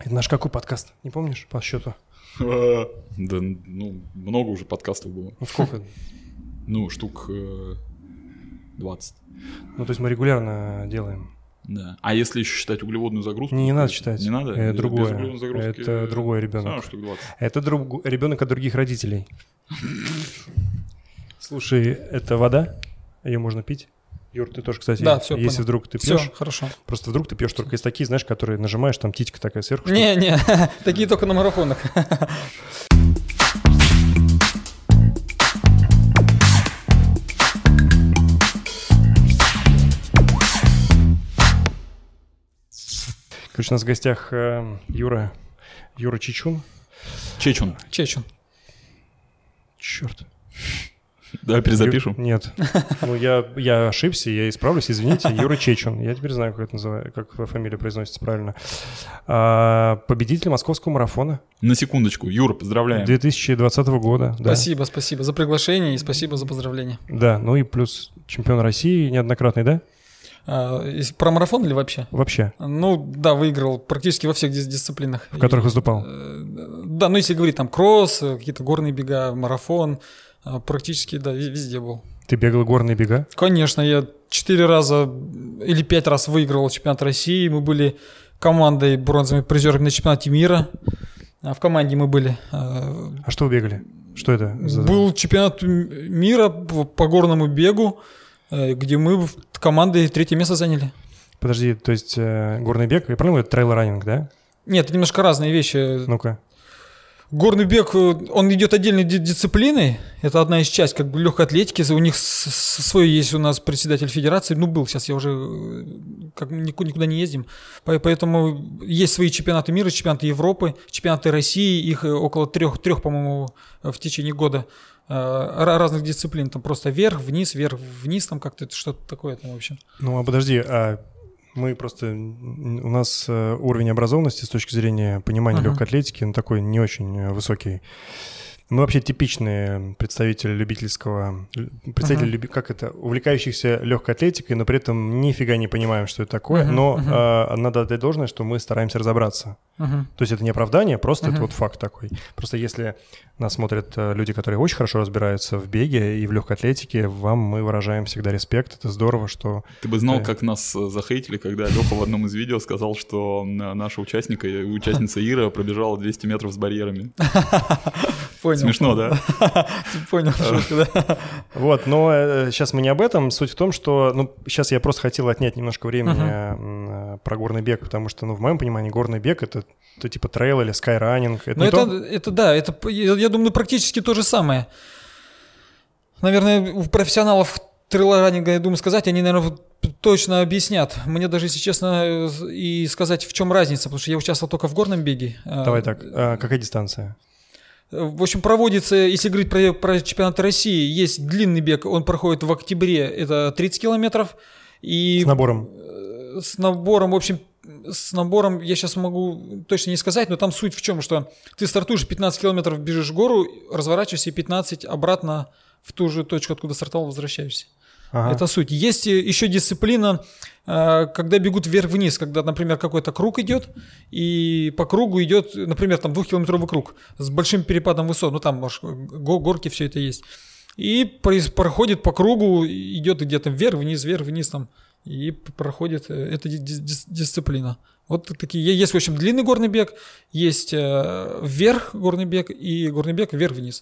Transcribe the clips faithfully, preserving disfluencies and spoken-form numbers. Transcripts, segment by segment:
Это наш какой подкаст? Не помнишь по счету? Да, ну, много уже подкастов было. Ну, сколько? Ну, штук двадцать. Ну, то есть мы регулярно делаем. Да. А если еще считать углеводную загрузку? Не, не надо считать. Не надо? Это другое. Загрузки, это другой ребенок. штук двадцать. Это друг... ребенок от других родителей. Слушай, это вода? Ее можно пить? Юр, ты тоже, кстати, да, все, если понял. вдруг ты пьешь. Все, хорошо. Просто вдруг ты пьешь только из таких, знаешь, которые нажимаешь, там титька такая сверху. Не, что... не, такие только на марафонах. Короче, у нас в гостях э, Юра, Юра Чечун. Чечун. Чечун. Черт. Давай перезапишем. Ю... Нет. Ну, я, я ошибся, я исправлюсь, извините. Юра Чечун. Я теперь знаю, как это называется, как фамилия произносится правильно. А, победитель московского марафона. На секундочку. Юра, поздравляем. две тысячи двадцатого года. Спасибо, да. спасибо за приглашение и спасибо за поздравление. Да, ну и плюс чемпион России неоднократный, да? А, про марафон или вообще? Вообще. Ну, да, выиграл практически во всех дис- дисциплинах. В которых выступал? Да, ну если говорить там кросс, какие-то горные бега, марафон, практически, да, везде был. Ты бегал горные бега? Конечно, я четыре раза или пять раз выигрывал чемпионат России. Мы были командой бронзовыми призерами на чемпионате мира. В команде мы были. А что вы бегали? Что это? За... Был чемпионат мира по горному бегу, где мы командой третье место заняли. Подожди, то есть э, горный бег, я правильно говорю, это трейл-раннинг, да? Нет, это немножко разные вещи. Ну-ка. Горный бег, он идет отдельной дисциплиной, это одна из частей как бы легкой атлетики, у них свой есть у нас председатель федерации, ну был, сейчас я уже как, никуда не ездим, поэтому есть свои чемпионаты мира, чемпионаты Европы, чемпионаты России, их около трех, трех по-моему, в течение года, разных дисциплин, там просто вверх, вниз, вверх, вниз, там как-то что-то такое там в общем. Ну а подожди, а... Мы просто, у нас уровень образованности с точки зрения понимания uh-huh. легкой атлетики, ну, такой не очень высокий. Мы вообще типичные представители любительского, представители, uh-huh. люби, как это, увлекающихся легкой атлетикой, но при этом нифига не понимаем, что это такое. Uh-huh. Но uh-huh. А, надо отдать должное, что мы стараемся разобраться. Uh-huh. То есть это не оправдание, просто uh-huh. это вот факт такой. Просто если нас смотрят люди, которые очень хорошо разбираются в беге и в легкой атлетике, вам мы выражаем всегда респект. Это здорово, что... Ты бы знал, как нас захейтили, когда Леха в одном из видео сказал, что наша участника, участница Ира пробежала двести метров с барьерами. Понял. Смешно, да? Понял, шутку, да. Вот, но э, сейчас мы не об этом. Суть в том, что, ну, сейчас я просто хотел отнять немножко времени uh-huh. про горный бег, потому что, ну, в моем понимании, горный бег — это то типа трейл или скайранинг. Это, это, это да, это, я, я думаю, практически то же самое. Наверное, у профессионалов трейл-раннинга, я думаю, сказать, они, наверное, точно объяснят. Мне даже, если честно, и сказать, в чем разница, потому что я участвовал только в горном беге. Давай так, а какая дистанция? В общем, проводится, если говорить про, про чемпионат России, есть длинный бег, он проходит в октябре, это тридцать километров. И с набором? С набором, в общем, с набором я сейчас могу точно не сказать, но там суть в чем, что ты стартуешь пятнадцать километров, бежишь в гору, разворачиваешься и пятнадцать обратно в ту же точку, откуда стартовал, возвращаешься. Ага. Это суть. Есть еще дисциплина, когда бегут вверх-вниз, когда, например, какой-то круг идет, и по кругу идет, например, там двухкилометровый круг с большим перепадом высот, ну там, может, горки, все это есть. И проходит по кругу, идет где-то вверх-вниз, вверх-вниз там, и проходит эта дисциплина. Вот такие. Есть, в общем, длинный горный бег, есть вверх горный бег и горный бег вверх-вниз.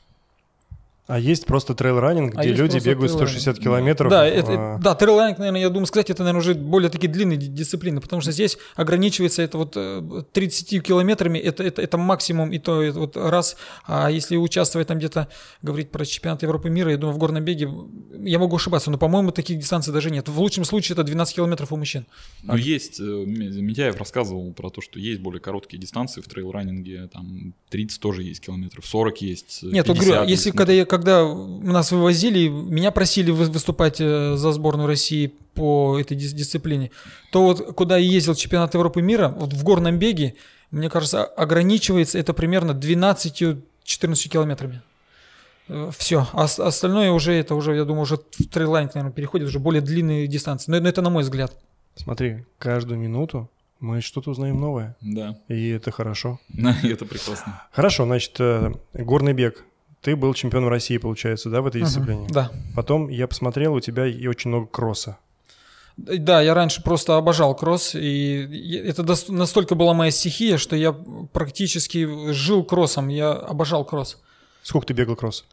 А есть просто трейл-раннинг, где а люди бегают сто шестьдесят километров. Да, это, а... да, трейл-раннинг, наверное, я думаю, сказать, это, наверное, уже более такие длинные дисциплины, потому что здесь ограничивается это вот тридцатью километрами, это, это, это максимум, и то это вот раз. А если участвовать там где-то, говорить про чемпионат Европы мира, я думаю, в горном беге, я могу ошибаться, но, по-моему, таких дистанций даже нет. В лучшем случае это двенадцать километров у мужчин. Ну, есть, Митяев рассказывал про то, что есть более короткие дистанции в трейл-раннинге, там тридцать тоже есть километров, сорок есть, нет, вот говорю, если когда я когда нас вывозили, меня просили выступать за сборную России по этой дисциплине, то вот куда я ездил чемпионат Европы мира, вот в горном беге, мне кажется, ограничивается это примерно двенадцать-четырнадцать километрами. Все. А остальное уже, это уже, я думаю, уже в трейл-раннинг, наверное, переходит, уже более длинные дистанции. Но это на мой взгляд. Смотри, каждую минуту Мы что-то узнаем новое. Да. И это хорошо. И это прекрасно. Хорошо, значит, горный бег. Ты был чемпионом России, получается, да, в этой дисциплине? Uh-huh, да. Потом я посмотрел, у тебя и очень много кросса. Да, я раньше просто обожал кросс, и это настолько была моя стихия, что я практически жил кроссом, я обожал кросс. Сколько ты бегал кросс?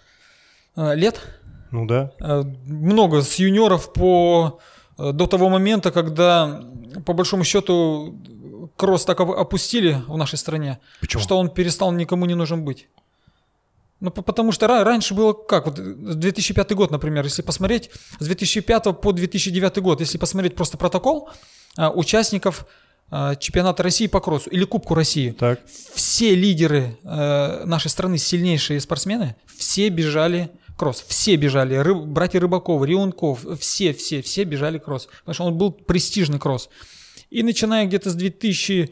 Лет? Ну да. Много, с юниоров по... до того момента, когда, по большому счету, кросс так опустили в нашей стране, Почему? Что он перестал никому не нужен быть. Ну, потому что раньше было как, вот две тысячи пятый год, например, если посмотреть, с две тысячи пятого по две тысячи девятый год, если посмотреть просто протокол участников чемпионата России по кроссу или Кубку России, так. Все лидеры нашей страны, сильнейшие спортсмены, все бежали кросс, все бежали, Рыб, братья Рыбаков, Рионков, все, все, все бежали кросс, потому что он был престижный кросс. И начиная где-то с две тысячи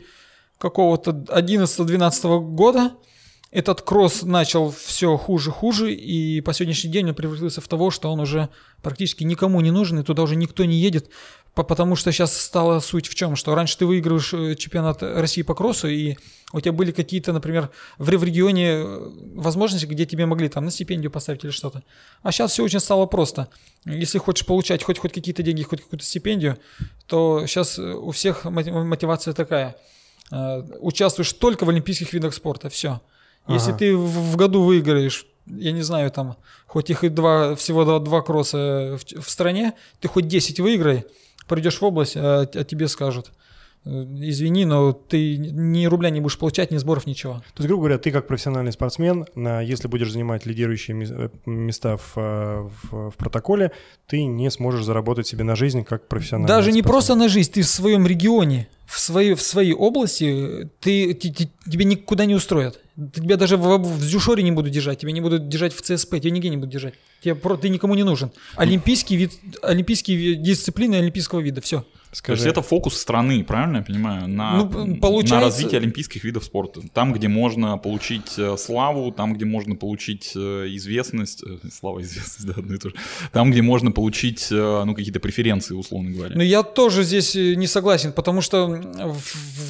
одиннадцатого-двенадцатого года, этот кросс начал все хуже-хуже, и по сегодняшний день он превратился в того, что он уже практически никому не нужен, и туда уже никто не едет, потому что сейчас стала суть в чем, что раньше ты выигрываешь чемпионат России по кроссу, и у тебя были какие-то, например, в регионе возможности, где тебе могли там на стипендию поставить или что-то. А сейчас все очень стало просто. Если хочешь получать хоть, хоть какие-то деньги, хоть какую-то стипендию, то сейчас у всех мотивация такая. Участвуешь только в олимпийских видах спорта, все. Если ага. ты в, в году выиграешь, я не знаю, там, хоть их и два, всего два, два кросса в, в стране, ты хоть десять выиграй, придешь в область, а, а тебе скажут: извини, но ты ни рубля не будешь получать, ни сборов, ничего. То есть, грубо говоря, ты как профессиональный спортсмен, если будешь занимать лидирующие места в, в, в протоколе, ты не сможешь заработать себе на жизнь как профессиональный Даже спортсмен. Не просто на жизнь, ты в своем регионе, в своей, в своей области, ты, ты, ты, тебя никуда не устроят. Тебя даже в, в Дзюшоре не будут держать, тебя не будут держать в ЦСП, тебя нигде не будут держать. Тебе, ты никому не нужен. Олимпийский вид, олимпийские дисциплины олимпийского вида, все. Скажи. То есть это фокус страны, правильно я понимаю, на, ну, получается... на развитие олимпийских видов спорта. Там, где можно получить славу, там, где можно получить известность, слава, известность, да, одно и то же. Там, где можно получить, ну, какие-то преференции, условно говоря. Ну, я тоже здесь не согласен, потому что в,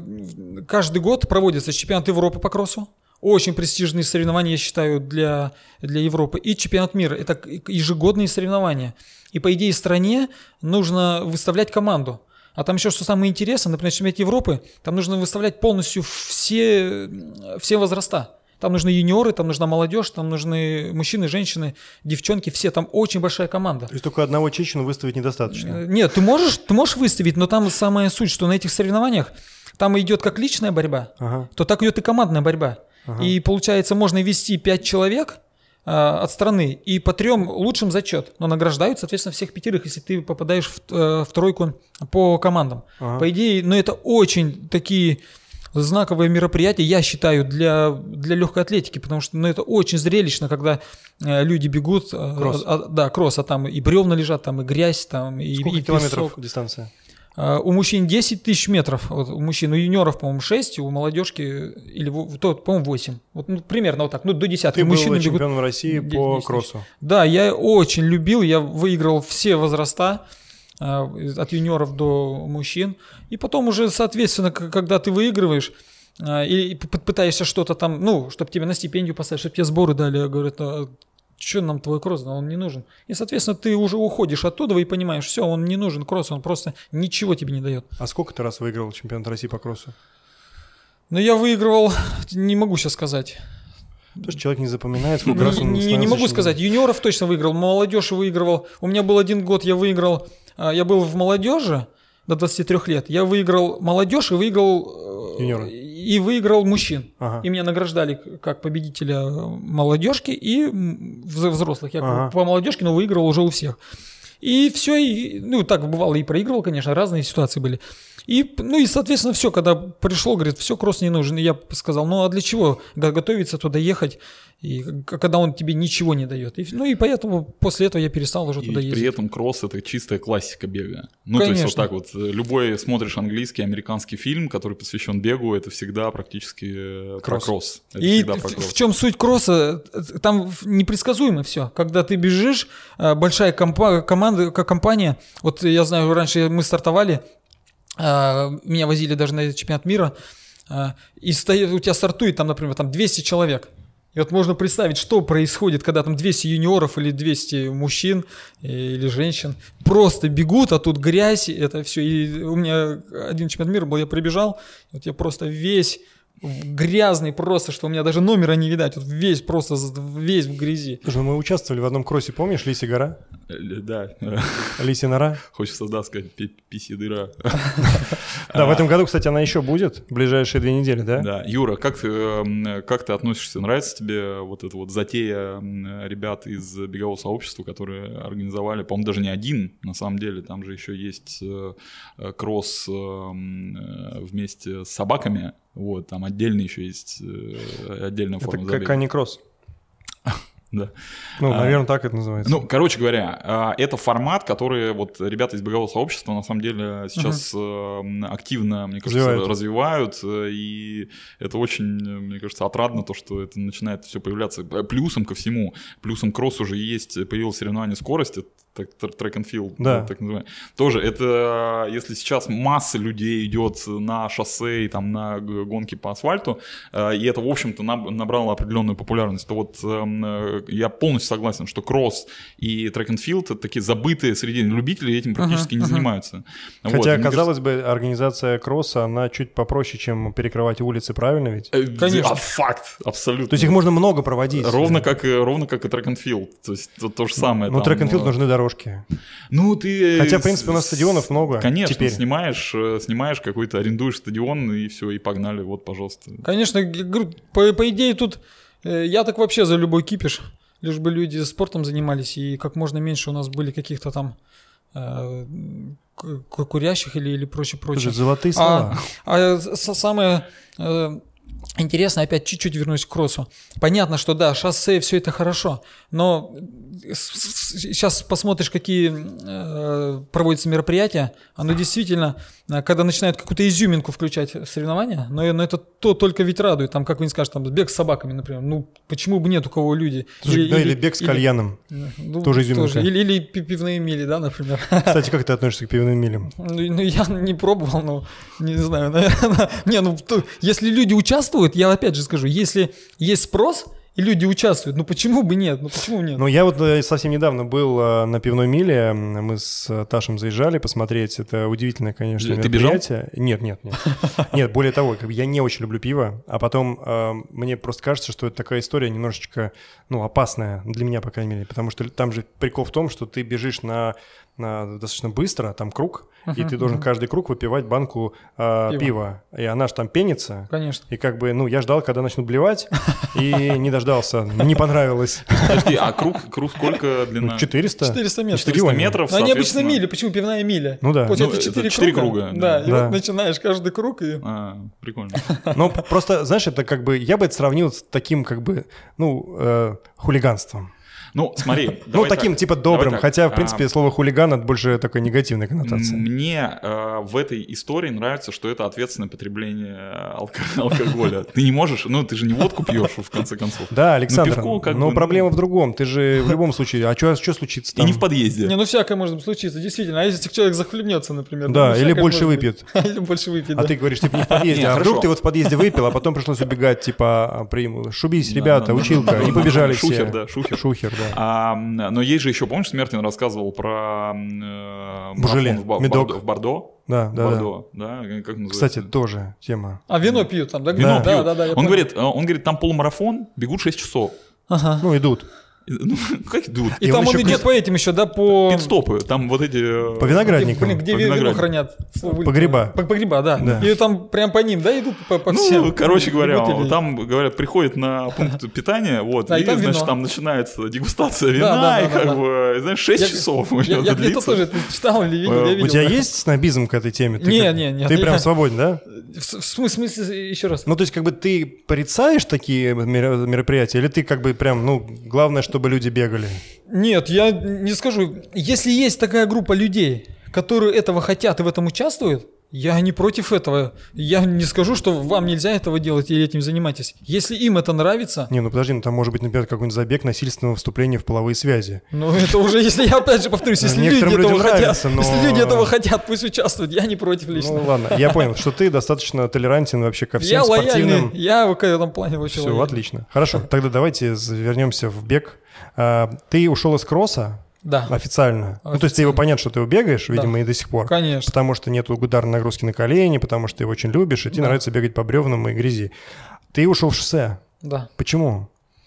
в, каждый год проводятся чемпионат Европы по кроссу. Очень престижные соревнования, я считаю, для, для Европы. И чемпионат мира. Это ежегодные соревнования. И, по идее, стране нужно выставлять команду. А там еще что самое интересное, например, в чемпионате Европы, там нужно выставлять полностью все, все возраста. Там нужны юниоры, там нужна молодежь, там нужны мужчины, женщины, девчонки, все. Там очень большая команда. То есть только одного чечена выставить недостаточно? Нет, ты можешь, ты можешь выставить, но там самая суть, что на этих соревнованиях там идет как личная борьба, ага. то так идет и командная борьба. Ага. И получается, можно вести пять человек а, от страны, и по трем лучшим зачет. Но награждают, соответственно, всех пятерых, если ты попадаешь в, в тройку по командам. Ага. По идее, но это очень такие знаковые мероприятия, я считаю, для, для легкой атлетики, потому что ну, это очень зрелищно, когда э, люди бегут. Кросс. А, а, да, кросс, а там и бревна лежат, там и грязь, там и Сколько и километров песок. Дистанция? У мужчин десять тысяч метров, вот, у мужчин, у юниоров, по-моему, шесть, у молодежки, или, то, по-моему, восемь. Вот, ну, примерно вот так, ну, до десятки. Ты Мужчины был чемпионом бегут России по кроссу. Да, я очень любил, я выиграл все возраста, от юниоров до мужчин. И потом уже, соответственно, когда ты выигрываешь, и пытаешься что-то там, ну, чтобы тебе на стипендию поставить, чтобы тебе сборы дали, говорят, что нам твой кросс, он не нужен. И, соответственно, ты уже уходишь оттуда и понимаешь, все, он не нужен, кросс, он просто ничего тебе не дает. А сколько ты раз выиграл чемпионат России по кроссу? Ну, я выигрывал, не могу сейчас сказать. То есть человек не запоминает, сколько раз он Не, не, не могу сказать, юниоров точно выиграл, молодежь выигрывал. У меня был один год, я выиграл, я был в молодежи до двадцати трёх лет, я выиграл молодежь и выиграл... Юниоры. И выиграл мужчин. Ага. И меня награждали как победителя молодежки и взрослых. Я ага. по молодежке, но выиграл уже у всех. И все, и, ну так бывало и проигрывал, конечно, разные ситуации были. И, ну и, соответственно, все, когда пришло, говорит, все, кросс не нужен. И я сказал, ну а для чего готовиться туда ехать, и когда он тебе ничего не дает. И, ну и поэтому после этого я перестал уже и туда ездить. При этом кросс — это чистая классика бега. Ну Конечно. То есть вот так вот, любой смотришь английский, американский фильм, который посвящен бегу, это всегда практически кросс. про кросс. Это и про кросс. В чем суть кросса? Там непредсказуемо все. Когда ты бежишь, большая компа- команда, компания, вот я знаю, раньше мы стартовали, меня возили даже на чемпионат мира, и стоит, у тебя стартует там, например, там двести человек. И вот можно представить, что происходит, когда там двести юниоров или двести мужчин или женщин просто бегут, а тут грязь, это все. И у меня один чемпионат мира был, я прибежал, вот я просто весь грязный просто, что у меня даже номера не видать, вот весь просто, весь в грязи. Слушай, мы участвовали в одном кроссе, помнишь, Лисья гора? Да. Лисья нора? Хочется, да, сказать, писья дыра. Да, в этом году, кстати, она еще будет, в ближайшие две недели, да? Да. Юра, как ты, как ты относишься, нравится тебе вот эта вот затея ребят из бегового сообщества, которые организовали, по-моему, даже не один, на самом деле, там же еще есть кросс вместе с собаками, вот, там отдельно еще есть отдельная форма забега. Это кани-кросс. Да. Ну, наверное, а, так это называется. Ну, короче говоря, это формат, который вот ребята из бегового сообщества на самом деле сейчас uh-huh. активно, мне кажется, развивают. развивают. И это очень, мне кажется, отрадно, то, что это начинает все появляться. Плюсом ко всему, плюсом к кроссу уже есть, появилось соревнование скорости, трек and field, да. так называемый. Тоже это, если сейчас масса людей идет на шоссе и там на гонки по асфальту, и это, в общем-то, набрало определенную популярность, то вот я полностью согласен, что кросс и трек and field — это такие забытые среди любителей, этим практически uh-huh, не uh-huh. занимаются. Хотя, вот, казалось кажется... бы, организация кросса, она чуть попроще, чем перекрывать улицы, правильно ведь? Конечно. А, факт, абсолютно. То есть их можно много проводить. Ровно, как, ровно как и трек and field, то есть то, то же самое. Но трек and field нужны дорожки. Ну, ты... Хотя, в принципе, у нас стадионов много. Конечно, теперь. снимаешь, снимаешь какой-то, арендуешь стадион, и все, и погнали, вот, пожалуйста. Конечно, по, по идее, тут я так вообще за любой кипиш, лишь бы люди спортом занимались, и как можно меньше у нас были каких-то там э, курящих или, или прочее-прочее. Золотые слова. А, а самое... Э, Интересно, опять чуть-чуть вернусь к кроссу. Понятно, что да, шоссе, все это хорошо, но сейчас посмотришь, какие э, проводятся мероприятия, оно действительно, когда начинают какую-то изюминку включать в соревнования, но, но это то только ведь радует, там, как вы не скажете, там, бег с собаками, например, ну, почему бы нет у кого люди? Слушай, или, да, или бег с кальяном, ну, тоже изюминка. Тоже. Или, или пивные мили, да, например. Кстати, как ты относишься к пивным милям? Ну, ну я не пробовал, но не знаю, наверное. Не, ну, то, если люди участвуют, я опять же скажу, если есть спрос, и люди участвуют, ну почему бы нет? Ну почему нет? Ну я вот совсем недавно был на пивной миле, мы с Ташем заезжали посмотреть, это удивительное, конечно, Ты мероприятие. Бежал? Нет, нет, нет. Нет, более того, я не очень люблю пиво, а потом мне просто кажется, что это такая история немножечко, ну, опасная, для меня, по крайней мере, потому что там же прикол в том, что ты бежишь на... На, достаточно быстро, там круг, uh-huh, и ты должен uh-huh. каждый круг выпивать банку э, пива. пива. И она же там пенится. Конечно. И как бы, ну, я ждал, когда начнут блевать, и не дождался. Не понравилось. Подожди, а круг, круг сколько длина? четыреста. четыреста метров. четыреста метров, но они обычно мили, почему пивная миля? Ну да. Получается, ну, четыре, четыре круга. круга. Да, да. и да. вот начинаешь каждый круг и... А, прикольно. Ну, просто, знаешь, это как бы, я бы это сравнил с таким, как бы, ну, э, хулиганством. Ну, смотри. Ну, таким, так, типа, добрым. Хотя, в принципе, а, слово хулиган — это больше такой негативной коннотации. Мне э, в этой истории нравится, что это ответственное потребление алко- алкоголя. Ты не можешь, ну, ты же не водку пьешь, в конце концов. Да, Александр, но проблема в другом. Ты же в любом случае, а что случится там? И не в подъезде. Не, ну, всякое может случиться, действительно. А если человек захлебнется, например? Да, или больше выпьет. Или больше выпьет, А ты говоришь, типа, не в подъезде. А вдруг ты вот в подъезде выпил, а потом пришлось убегать, типа, шубись, ребята, училка, и побежали все. Шухер, да, шухер. Шухер, да. Но есть же еще, помнишь, Смертин рассказывал про э, Бужели, в, в, медок. в Бордо? Да, да, Бордо, да. да? Как называется? Кстати, тоже тема. А вино пьют там, да? Вино да, пьют. Да, да, да, он, говорит, он говорит, там полумарафон, бегут шесть часов. Ага. Ну, идут. Ну, как идут? И, и там он, он идет плюс... по этим еще, да, по... Пит-стопы, там вот эти... По виноградникам. Где, где по вино хранят. Погреба. По, погреба, да. да. И там прям по ним, да, идут по, по ну, всем. короче говоря, там, говорят, приходит на пункт питания, вот, да, и, и там значит, вино. Там начинается дегустация вина, да, да, и да, как да, бы, да. знаешь, шесть часов. Я, я где-то тоже читал или видел, я видел. У тебя есть снобизм к этой теме? Не, не, не. Ты прям свободен, да? В смысле, еще раз? Ну, то есть, как бы ты порицаешь такие мероприятия, или ты как бы прям, ну, главное, чтобы люди бегали? Нет, я не скажу. Если есть такая группа людей, которые этого хотят и в этом участвуют, Я не против этого. Я не скажу, что вам нельзя этого делать или этим занимайтесь. Если им это нравится... Не, ну подожди, ну там может быть, например, какой-нибудь забег насильственного вступления в половые связи. Ну это уже, если я опять же повторюсь, если люди этого хотят, но... если люди этого хотят, пусть участвуют, я не против лично. Ну ладно, я понял, что ты достаточно толерантен вообще ко всем я спортивным... Я лояльный, я в этом плане вообще Все, лояльный. отлично. Хорошо, тогда давайте вернемся в бег. Ты ушел из кросса? Да. Официально. Официально. Ну, то есть тебе понятно, что ты его бегаешь, видимо, да. и до сих пор. Конечно. Потому что нет ударной нагрузки на колени, потому что ты его очень любишь, и тебе да. нравится бегать по бревнам и грязи. Ты ушел в шоссе. Да. Почему?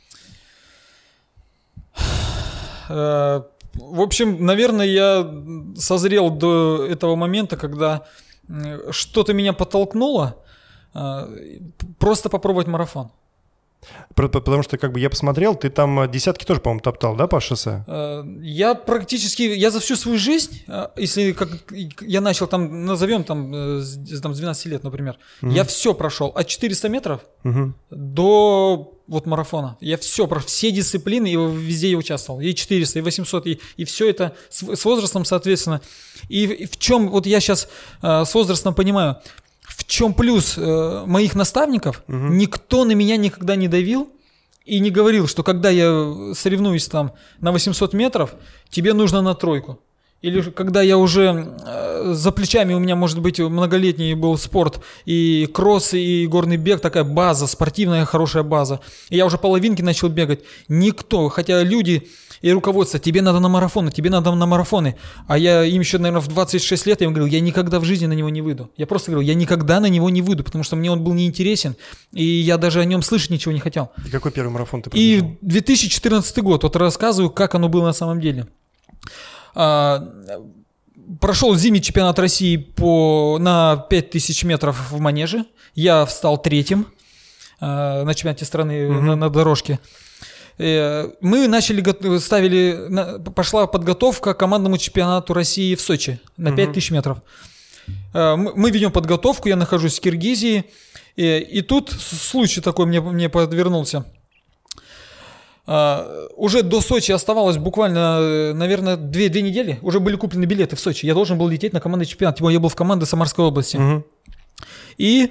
В общем, наверное, я созрел до этого момента, когда что-то меня подтолкнуло просто попробовать марафон. Потому что, как бы, я посмотрел, ты там десятки тоже, по-моему, топтал, да, по шоссе? Я практически, я за всю свою жизнь, если как я начал там, назовем там, там с двенадцати лет, например, угу. я все прошел от четырёхсот метров угу. до вот марафона. Я все прошел, все дисциплины, и везде я участвовал. И четыреста, и восемьсот, и, и все это с, с возрастом, соответственно. И, и в чем, вот я сейчас с возрастом понимаю, в чем плюс э, моих наставников, угу. никто на меня никогда не давил и не говорил, что когда я соревнуюсь там на восемьсот метров, тебе нужно на тройку. Или когда я уже э, за плечами, у меня, может быть, многолетний был спорт, и кросс, и горный бег, такая база, спортивная хорошая база. И я уже половинки начал бегать. Никто, хотя люди и руководство, тебе надо на марафоны, тебе надо на марафоны. А я им еще, наверное, в двадцать шесть лет, я им говорил, я никогда в жизни на него не выйду. Я просто говорил, я никогда на него не выйду, потому что мне он был неинтересен, и я даже о нем слышать ничего не хотел. И какой первый марафон ты пробежал? И две тысячи четырнадцатый год, вот рассказываю, как оно было на самом деле. А, прошел зимний чемпионат России по, на пять тысяч метров в манеже. Я встал третьим а, на чемпионате страны угу. на, на дорожке. Мы начали, ставили, пошла подготовка к командному чемпионату России в Сочи на угу. пять тысяч метров. Мы ведем подготовку, я нахожусь в Киргизии, и, и тут случай такой мне, мне подвернулся. Уже до Сочи оставалось буквально, наверное, две, две недели, уже были куплены билеты в Сочи. Я должен был лететь на командный чемпионат, я был в команде Самарской области. Угу. И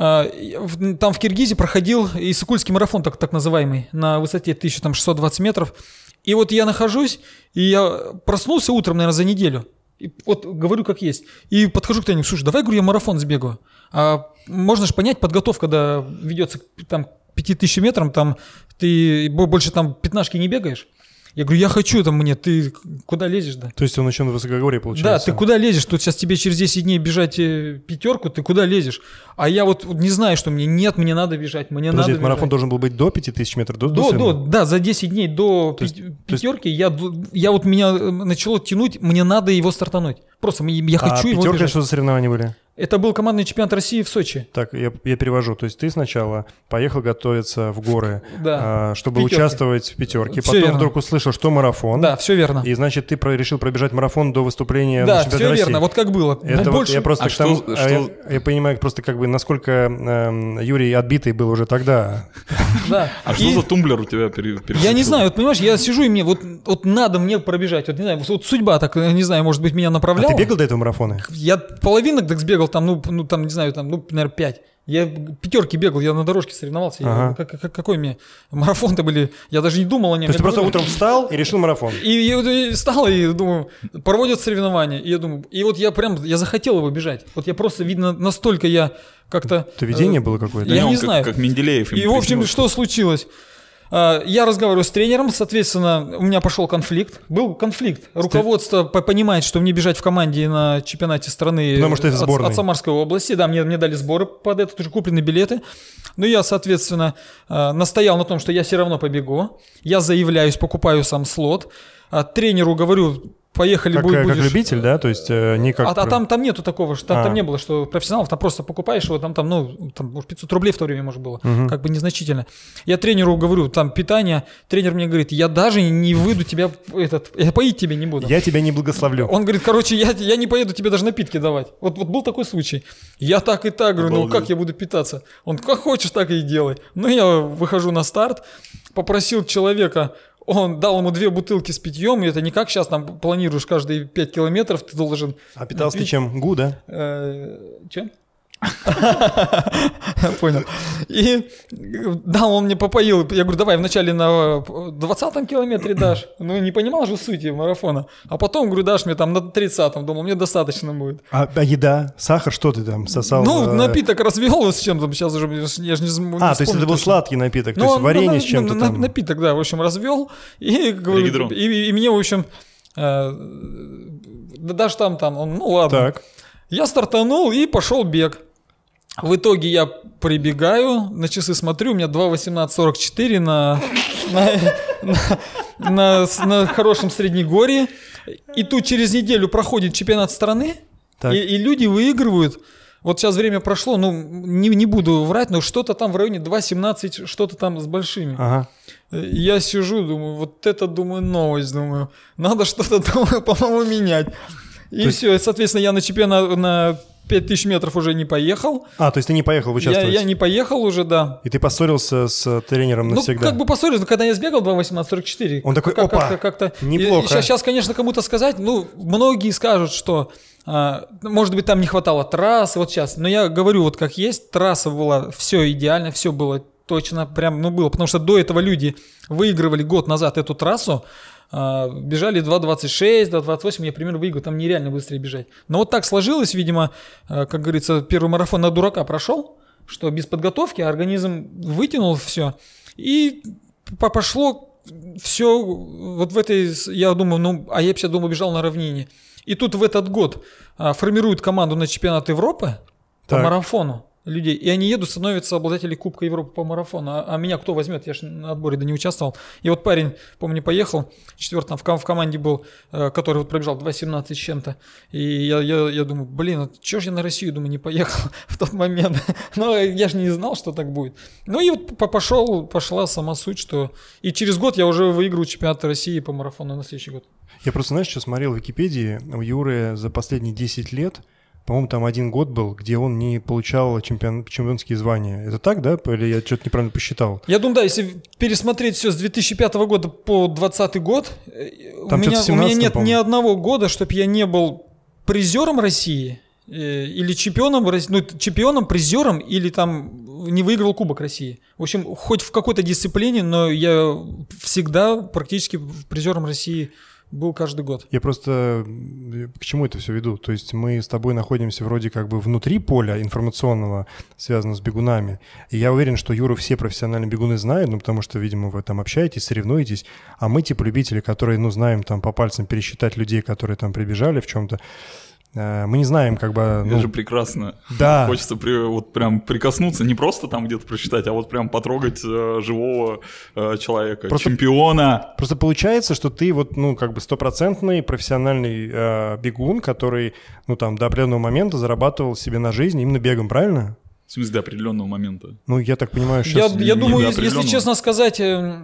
там в Киргизии проходил Иссыкульский марафон, так, так называемый, на высоте тысяча шестьсот двадцать метров. И вот я нахожусь, и я проснулся утром, наверное, за неделю. И вот говорю как есть. И подхожу к Тане, слушай, давай, говорю, я марафон сбегаю. А можно же понять, подготовка, когда ведется там к пяти тысячам метрам, там ты больше там пятнашки не бегаешь. Я говорю, я хочу там мне, ты куда лезешь, да? То есть он еще на высокогорье получается? Да, ты куда лезешь? Тут сейчас тебе через десять дней бежать пятерку, ты куда лезешь? А я вот не знаю, что мне, нет, мне надо бежать, мне Подожди, надо марафон бежать. должен был быть до пяти тысяч метров? До, до, до, до да, за десять дней до то есть, пятерки есть... я, я вот меня начало тянуть, мне надо его стартануть. Просто я хочу а его пятерка, бежать. Что за соревнования были? Это был командный чемпионат России в Сочи. Так, я, я перевожу. То есть ты сначала поехал готовиться в горы, да. а, чтобы пятерки. участвовать в пятерке. Все Потом верно. вдруг услышал, что марафон. Да, все верно. И значит, ты про- решил пробежать марафон до выступления да, на чемпионате России. Да, все верно. Вот как было. Это ну, вот больше... я просто а к тому, что, а что... Я, я понимаю просто как бы, насколько э, Юрий отбитый был уже тогда. Да. А что за тумблер у тебя перед? Я не знаю, вот понимаешь, я сижу и мне вот, вот надо мне пробежать, вот не знаю, вот судьба так, не знаю, может быть, меня направляла. А ты бегал до этого марафона? Я половинок так сбегал, там, ну, ну там, не знаю, там, ну, наверное, пять. Я пятерки бегал, я на дорожке соревновался. Ага. Я, как, как, какой мне марафон-то были? Я даже не думал о нем. То есть ты просто утром встал и решил марафон? И, и, и встал и думаю, проводят соревнования. И я думаю, и вот я прям, я захотел его бежать. Вот я просто, видно, настолько я как-то... Это видение э, было какое-то? Я не, не как, знаю. Как Менделеев. И, в общем, что случилось? Я разговариваю с тренером, соответственно, у меня пошел конфликт. Был конфликт. Руководство понимает, что мне бежать в команде на чемпионате страны Потому что это от, от Самарской области. Да, мне, мне дали сборы под это, уже куплены билеты. Но я, соответственно, настоял на том, что я все равно побегу. Я заявляюсь, покупаю сам слот. Тренеру говорю... Поехали, как, будешь... как любитель, да? То есть э, не как... А, а там, там нету такого, что там, а. там не было, что профессионалов, там просто покупаешь его, там, там ну, там, пятьсот рублей в то время, может, было, угу. как бы незначительно. Я тренеру говорю, там, питание, тренер мне говорит, я даже не выйду тебя, этот, я поить тебя не буду. Я тебя не благословлю. Он говорит, короче, я, я не поеду тебе даже напитки давать. Вот, вот был такой случай. Я так и так говорю, ну как я буду питаться? Он, как хочешь, так и делай. Ну, я выхожу на старт, попросил человека... он дал ему две бутылки с питьем, и это не как сейчас там планируешь каждые пять километров, ты должен... А питался ты чем? Гу, да? Чем? Понял. И дал, он мне попоил. Я говорю, давай вначале на двадцатом километре дашь. Ну, не понимал же сути марафона. А потом, говорю, дашь мне там на тридцатом. Думал, мне достаточно будет. А, а еда? Сахар? Что ты там сосал? Ну, напиток развел с чем-то. Сейчас уже, я же не, не А, то есть это был точно сладкий напиток, то ну, есть варенье на, с чем-то на, там? Напиток, да, в общем, развел. И, говорю, и, и мне, в общем, э, даже там, там, он, ну ладно. Так. Я стартанул и пошел бег. В итоге я прибегаю, на часы смотрю, у меня два восемнадцать сорок четыре на, на, на, на, на хорошем Среднегорье. И тут через неделю проходит чемпионат страны, и, и люди выигрывают. Вот сейчас время прошло, ну не, не буду врать, но что-то там в районе два семнадцать, что-то там с большими. Ага. Я сижу, думаю, вот это, думаю, новость, думаю, надо что-то, думаю, по-моему, менять. И то все, есть... соответственно, я на чемпионат на пять тысяч метров уже не поехал. А, то есть ты не поехал участвовать? Я, я не поехал уже, да. И ты поссорился с тренером навсегда? Ну, как бы поссорился, но когда я сбегал два восемнадцать сорок четыре. Он такой, как, опа, как-то, как-то... неплохо. Сейчас, сейчас, конечно, кому-то сказать, ну, многие скажут, что, а, может быть, там не хватало трассы, вот сейчас. Но я говорю, вот как есть, трасса была, все идеально, все было точно, прям, ну, было. Потому что до этого люди выигрывали год назад эту трассу, бежали два двадцать шесть, два двадцать восемь, я примерно выиграл, там нереально быстрее бежать. Но вот так сложилось, видимо, как говорится, первый марафон на дурака прошел, что без подготовки организм вытянул все, и пошло все вот в этой, я думаю, ну, а я вообще думал, бежал на равнине. И тут в этот год формируют команду на чемпионат Европы по марафону людей, и они едут, становятся обладатели Кубка Европы по марафону. А, а меня кто возьмет? Я же на отборе да не участвовал. И вот парень, помню, поехал, четвертый, в, в команде был, который вот пробежал два семнадцать с чем-то. И я, я, я думаю, блин, а чё ж я на Россию, думаю, не поехал в тот момент. Но я же не знал, что так будет. Ну и вот пошел, пошла сама суть, что... И через год я уже выиграю чемпионат России по марафону на следующий год. Я просто, знаешь, что смотрел в Википедии, у Юры за последние десять лет... По-моему, там один год был, где он не получал чемпион, чемпионские звания. Это так, да? Или я что-то неправильно посчитал? Я думаю, да, если пересмотреть все с две тысячи пятого года по двадцатый год, там у меня, у меня нет ни одного года, чтобы я не был призером России э, или чемпионом, ну, чемпионом, призером, или там не выигрывал Кубок России. В общем, хоть в какой-то дисциплине, но я всегда практически призером России был каждый год. Я просто к чему это все веду? То есть мы с тобой находимся вроде как бы внутри поля информационного, связанного с бегунами. И я уверен, что Юру все профессиональные бегуны знают, ну потому что, видимо, вы там общаетесь, соревнуетесь. А мы типа любители, которые, ну, знаем там по пальцам пересчитать людей, которые там прибежали в чем-то. Мы не знаем, как бы... Ну, это же прекрасно. Да. Хочется при, вот прям прикоснуться, не просто там где-то прочитать, а вот прям потрогать э, живого э, человека, просто, чемпиона. Просто получается, что ты вот, ну, как бы стопроцентный профессиональный э, бегун, который, ну, там, до определенного момента зарабатывал себе на жизнь именно бегом, правильно? В смысле, до определенного момента? Ну, я так понимаю, сейчас... Я, я думаю, если честно сказать,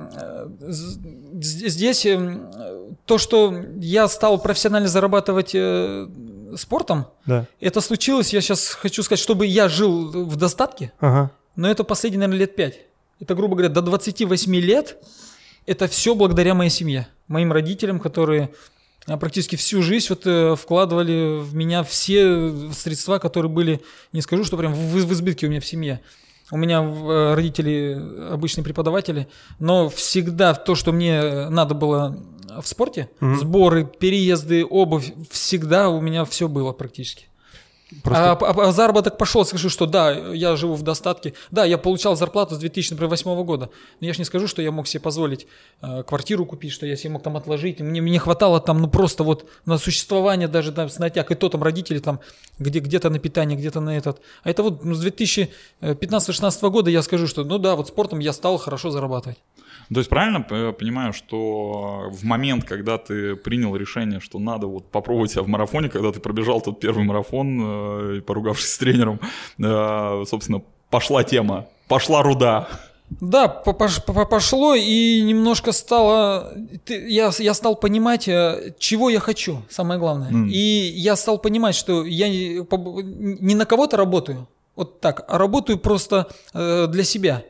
здесь то, что я стал профессионально зарабатывать спортом, да. Это случилось, я сейчас хочу сказать, чтобы я жил в достатке, ага. Но это последние, наверное, лет пять. Это, грубо говоря, до двадцати восьми лет это все благодаря моей семье, моим родителям, которые практически всю жизнь вот вкладывали в меня все средства, которые были, не скажу, что прям в, в избытке у меня в семье. У меня родители обычные преподаватели, но всегда то, что мне надо было в спорте, mm-hmm. сборы, переезды, обувь, всегда у меня все было практически. Просто... А, а, а заработок пошел, скажу, что да, я живу в достатке. Да, я получал зарплату с две тысячи восьмого года, но я же не скажу, что я мог себе позволить э, квартиру купить, что я себе мог там отложить. Мне, мне хватало там, ну просто вот на существование даже там с натяг. И то там родители там где, где-то на питание, где-то на этот. А это вот ну, с две тысячи пятнадцатого-шестнадцатого года я скажу, что ну да, вот спортом я стал хорошо зарабатывать. То есть правильно понимаю, что в момент, когда ты принял решение, что надо вот попробовать себя в марафоне, когда ты пробежал тот первый марафон, поругавшись с тренером, собственно, пошла тема, пошла руда. Да, пошло и немножко стало, я, я стал понимать, чего я хочу, самое главное. Mm. И я стал понимать, что я не на кого-то работаю, вот так, а работаю просто для себя.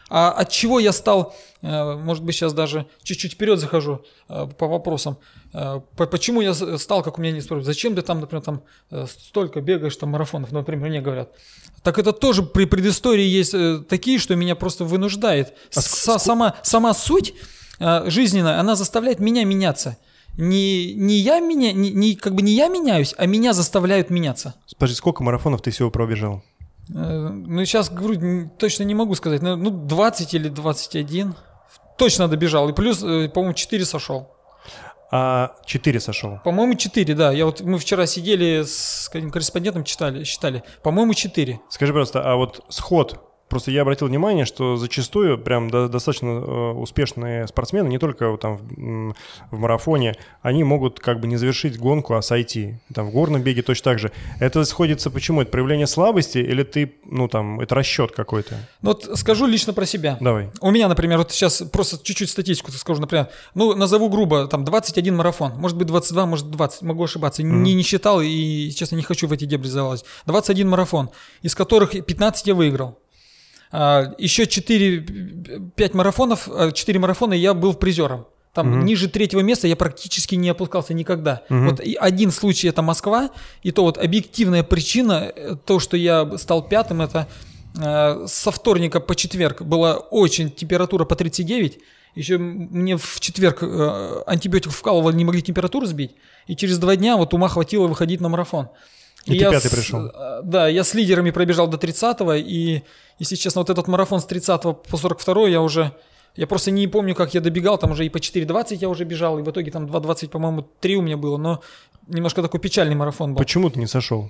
А от чего я стал, может быть, сейчас даже чуть-чуть вперед захожу по вопросам, почему я стал, как у меня не спрашивают, зачем ты там, например, там столько бегаешь, там марафонов, например, мне говорят. Так это тоже при предыстории есть такие, что меня просто вынуждает. А С- сама, сама суть жизненная, она заставляет меня меняться. Не, не, я меня, не, не, как бы не я меняюсь, а меня заставляют меняться. Подожди, сколько марафонов ты всего пробежал? Ну, сейчас, говорю, точно не могу сказать. Ну, двадцать или двадцать один. Точно добежал. И плюс, по-моему, четыре сошел. А четыре сошел? По-моему, четыре, да. Я вот, мы вчера сидели с каким корреспондентом, читали, считали. По-моему, четыре. Скажи, пожалуйста, а вот сход... Просто я обратил внимание, что зачастую прям до, достаточно э, успешные спортсмены, не только вот, там в, в марафоне, они могут как бы не завершить гонку, а сойти. Там в горном беге точно так же. Это сходится почему? Это проявление слабости или ты, ну там, это расчет какой-то? Ну вот скажу лично про себя. Давай. У меня, например, вот сейчас просто чуть-чуть статистику скажу, например, ну назову грубо, там двадцать один марафон, может быть двадцать два, может двадцать, могу ошибаться, mm-hmm. не, не считал и, честно, не хочу в эти дебри залазить. двадцать один марафон, из которых пятнадцать я выиграл. Uh, еще четыре-пять марафонов, четыре марафона я был призером. Там mm-hmm. ниже третьего места я практически не опускался никогда. Mm-hmm. Вот и один случай — это Москва, и то вот объективная причина, то, что я стал пятым, это uh, со вторника по четверг была очень температура по тридцать девять. Еще мне в четверг uh, антибиотик вкалывали, не могли температуру сбить, и через два дня вот ума хватило выходить на марафон. И, и ты пятый с, пришел. Да, я с лидерами пробежал до тридцатого, и, если честно, вот этот марафон с тридцатого по сорок второй я уже, я просто не помню, как я добегал, там уже и по четыре двадцать я уже бежал, и в итоге там два двадцать, по-моему, три у меня было, но немножко такой печальный марафон был. Почему ты не сошел?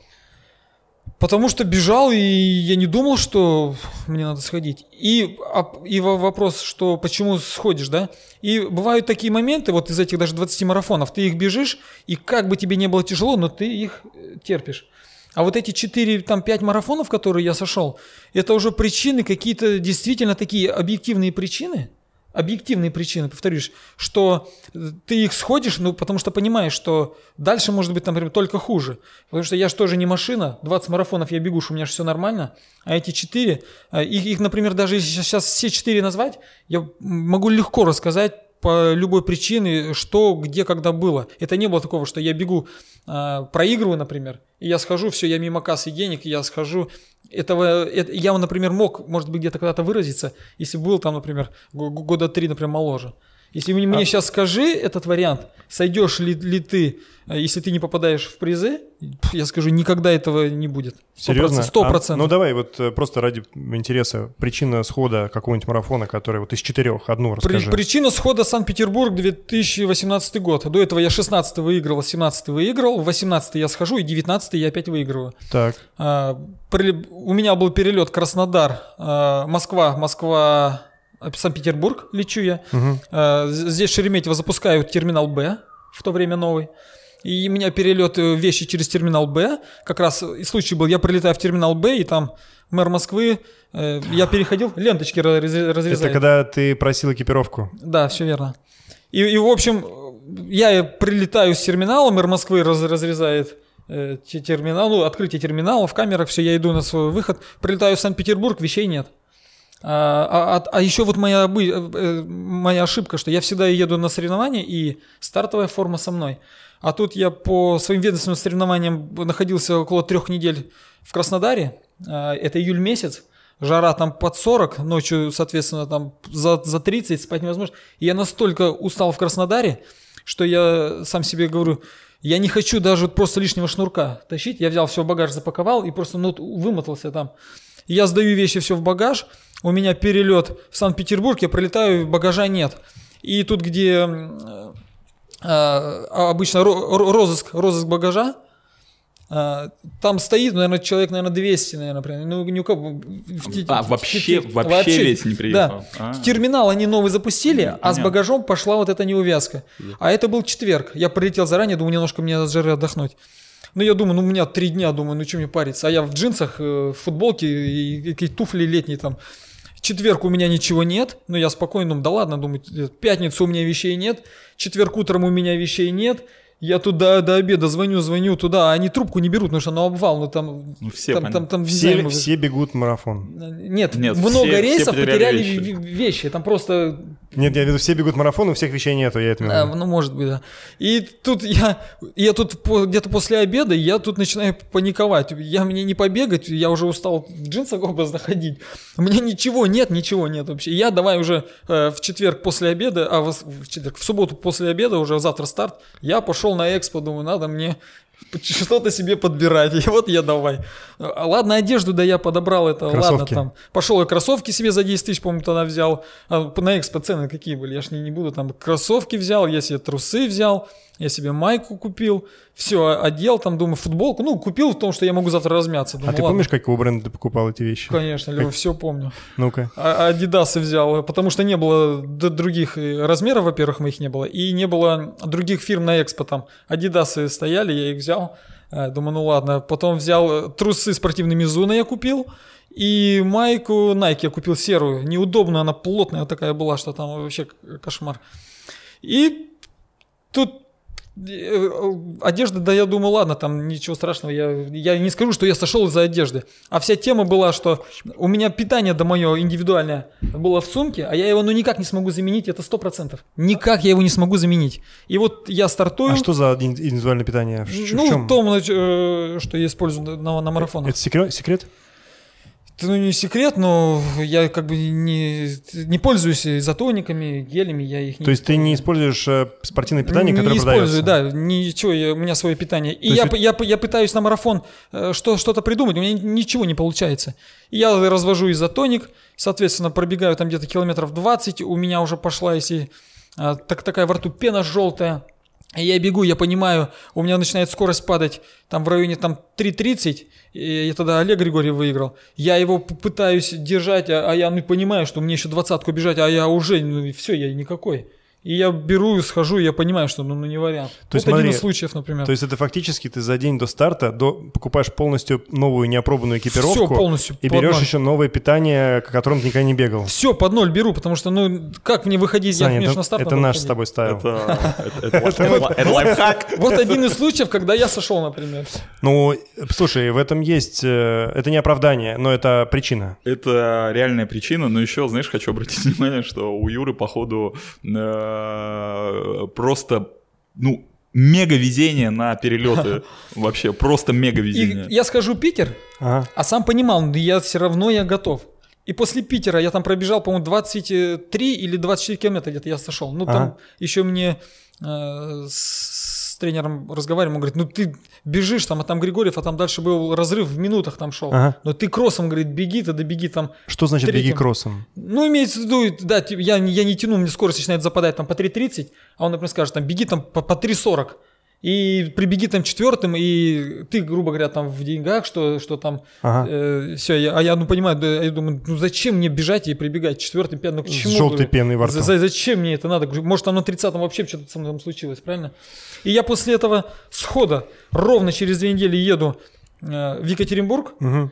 Потому что бежал, и я не думал, что мне надо сходить. И, и вопрос, что почему сходишь, да? И бывают такие моменты, вот из этих даже двадцати марафонов, ты их бежишь, и как бы тебе не было тяжело, но ты их терпишь. А вот эти четыре-пять марафонов, которые я сошел, это уже причины, какие-то действительно такие объективные причины, объективные причины, повторюсь, что ты их сходишь, ну, потому что понимаешь, что дальше может быть, например, только хуже. Потому что я же тоже не машина, двадцать марафонов я бегу, у меня же все нормально, а эти четыре, их, их, например, даже если сейчас все четыре назвать, я могу легко рассказать по любой причине, что, где, когда было. Это не было такого, что я бегу, проигрываю, например, и я схожу, все, я мимо кассы денег, я схожу. Этого, это, я, например, мог, может быть, где-то когда-то выразиться, если был там, например, года три, например, моложе. Если мне, мне а... сейчас скажи этот вариант, сойдешь ли, ли ты, если ты не попадаешь в призы, я скажу, никогда этого не будет. Серьезно? сто процентов. А, ну давай, вот просто ради интереса, причина схода какого-нибудь марафона, который вот из четырех, одну расскажи. При, причина схода Санкт-Петербург, две тысячи восемнадцатый год. До этого я шестнадцатый выиграл, семнадцатый выиграл, восемнадцатый я схожу, и девятнадцатый я опять выигрываю. Так. А, при, у меня был перелет Краснодар, а, Москва, Москва... Санкт-Петербург лечу я. Угу. Здесь Шереметьево запускаю терминал Б, в то время новый. И у меня перелет вещи через терминал Б. Как раз и случай был, я прилетаю в терминал Б, и там мэр Москвы, я переходил, ленточки разрезают. Это когда ты просил экипировку? Да, все верно. И, и в общем, я прилетаю с терминала, мэр Москвы раз, разрезает терминал, ну, открытие терминала, в камерах, все, я иду на свой выход, прилетаю в Санкт-Петербург, вещей нет. А, а, а еще вот моя, моя ошибка, что я всегда еду на соревнования, и стартовая форма со мной. А тут я по своим ведомственным соревнованиям находился около трех недель в Краснодаре, это июль месяц, жара там под сорок, ночью, соответственно, там за, за тридцать, спать невозможно. И я настолько устал в Краснодаре, что я сам себе говорю, я не хочу даже просто лишнего шнурка тащить. Я взял все в багаж, запаковал и просто ну, вымотался там. Я сдаю вещи все в багаж, у меня перелет в Санкт-Петербург, я прилетаю, багажа нет. И тут, где э, э, обычно розыск, розыск багажа, э, там стоит, наверное, человек, наверное, двести, наверное, прям. Ну, ни у кого. А, вообще, вообще, вообще весь не приехал. Да. А. Терминал они новый запустили, ну, а с багажом пошла вот эта неувязка. Да. А это был четверг. Я прилетел заранее, думаю, немножко мне от жары отдохнуть. Ну, я думаю, ну, у меня три дня, думаю, ну, что мне париться? А я в джинсах, в футболке и какие-то туфли летние там. Четверг у меня ничего нет, но я спокойно думаю, да ладно, думаю, пятницу у меня вещей нет, четверг утром у меня вещей нет, Я туда до обеда звоню, звоню туда, а они трубку не берут, потому что ну обвал, ну там... Ну, все, там, там, там все, мы... все бегут марафон. Нет, Нет много все, рейсов все потеряли, потеряли вещи. вещи, там просто... Нет, я веду, все бегут марафон, у всех вещей нету, я это имею в виду. Да, ну может быть, да. И тут я, я тут по, где-то после обеда, я тут начинаю паниковать. Я мне не побегать, я уже устал в джинсах образно ходить. У меня ничего нет, ничего нет вообще. Я давай уже э, в четверг после обеда, а в, в четверг, в субботу после обеда, уже завтра старт, я пошел на экспо, думаю, надо мне что-то себе подбирать. И вот я давай. Ладно, одежду, да я подобрал это. Кроссовки. Ладно, там. Пошел я кроссовки себе за десять тысяч, по-моему, тогда взял. А на экспо цены какие были? Я ж не, не буду. Там кроссовки взял, я себе трусы взял, я себе майку купил. Все, одел, там, думаю, футболку. Ну, купил в том, что я могу завтра размяться. Думаю, а ты ладно. помнишь, какого бренда ты покупал эти вещи? Конечно, Лёва, все помню. Ну-ка. А Адидасы взял, потому что не было других размеров, во-первых, моих не было, и не было других фирм на экспо там. Адидасы стояли, я их взял. Думаю, ну ладно. Потом взял трусы спортивные Мизуно я купил. И майку Nike я купил серую. Неудобная, она плотная вот такая была, что там вообще кошмар. И тут одежда, да я думаю, ладно, там ничего страшного, я, я не скажу, что я сошел из-за одежды. А вся тема была, что у меня питание да мое индивидуальное было в сумке, а я его ну никак не смогу заменить, это сто процентов. Никак я его не смогу заменить. И вот я стартую. А что за индивидуальное питание? В, ну, в чем? в том, что я использую на, на марафонах. Это секрет? секрет? Это ну, не секрет, но я как бы не, не пользуюсь изотониками, гелями, я их не То есть использую. ты не используешь э, спортивное питание, не которое использую, продается? да, ничего, я, у меня свое питание. И То я, есть... я, я пытаюсь на марафон э, что, что-то придумать, у меня ничего не получается. И я развожу изотоник, соответственно, пробегаю там где-то километров двадцать, у меня уже пошла, если э, так, такая во рту пена желтая. И я бегу, я понимаю, у меня начинает скорость падать там в районе там три тридцать, и тогда Олег Григорьев выиграл. Я его пытаюсь держать, а, а я ну, понимаю, что мне еще двадцатку бежать, а я уже, ну все, я никакой. И я беру, схожу, и я понимаю, что ну, ну не вариант. То вот есть, смотри, один из случаев, например. То есть это фактически ты за день до старта до, покупаешь полностью новую неопробованную экипировку. Все полностью. И берешь ноль. Еще новое питание, к которому ты никогда не бегал. Все под ноль беру, потому что, ну, как мне выходить, Саня, я, конечно, это, на старт это наш выходить. с тобой ставил. Это лайфхак. Вот один из случаев, когда я сошел, например. Ну, слушай, в этом есть... Это не оправдание, но это причина. Это реальная причина, но еще, знаешь, хочу обратить внимание, что у Юры, походу, просто, ну, мега везение на перелеты. Вообще, просто мега везение. И я скажу Питер, ага. а сам понимал, но я все равно я готов. И после Питера я там пробежал, по-моему, двадцать три или двадцать четыре километра где-то я сошел. Ну, там ага. еще мне э, с тренером разговариваем, он говорит, ну ты бежишь там, а там Григорьев, а там дальше был разрыв, в минутах там шел. Ага. Но ты кроссом, говорит, беги, тогда беги там. Что значит третьим. Беги кроссом? Ну, имеется в виду, да, я, я не тяну, мне скорость начинает западать там по три тридцать, а он, например, скажет, там беги там по, по три сорок. И прибеги там четвертым, и ты, грубо говоря, там в деньгах, что, что там, ага. э, все, я, а я, ну, понимаю, да, я думаю, ну, зачем мне бежать и прибегать четвертым, пятым, ну, к чему? С желтой пеной во рту. За, зачем мне это надо? Может, там на тридцатом вообще что-то со мной там случилось, правильно? И я после этого схода ровно через две недели еду э, в Екатеринбург, угу.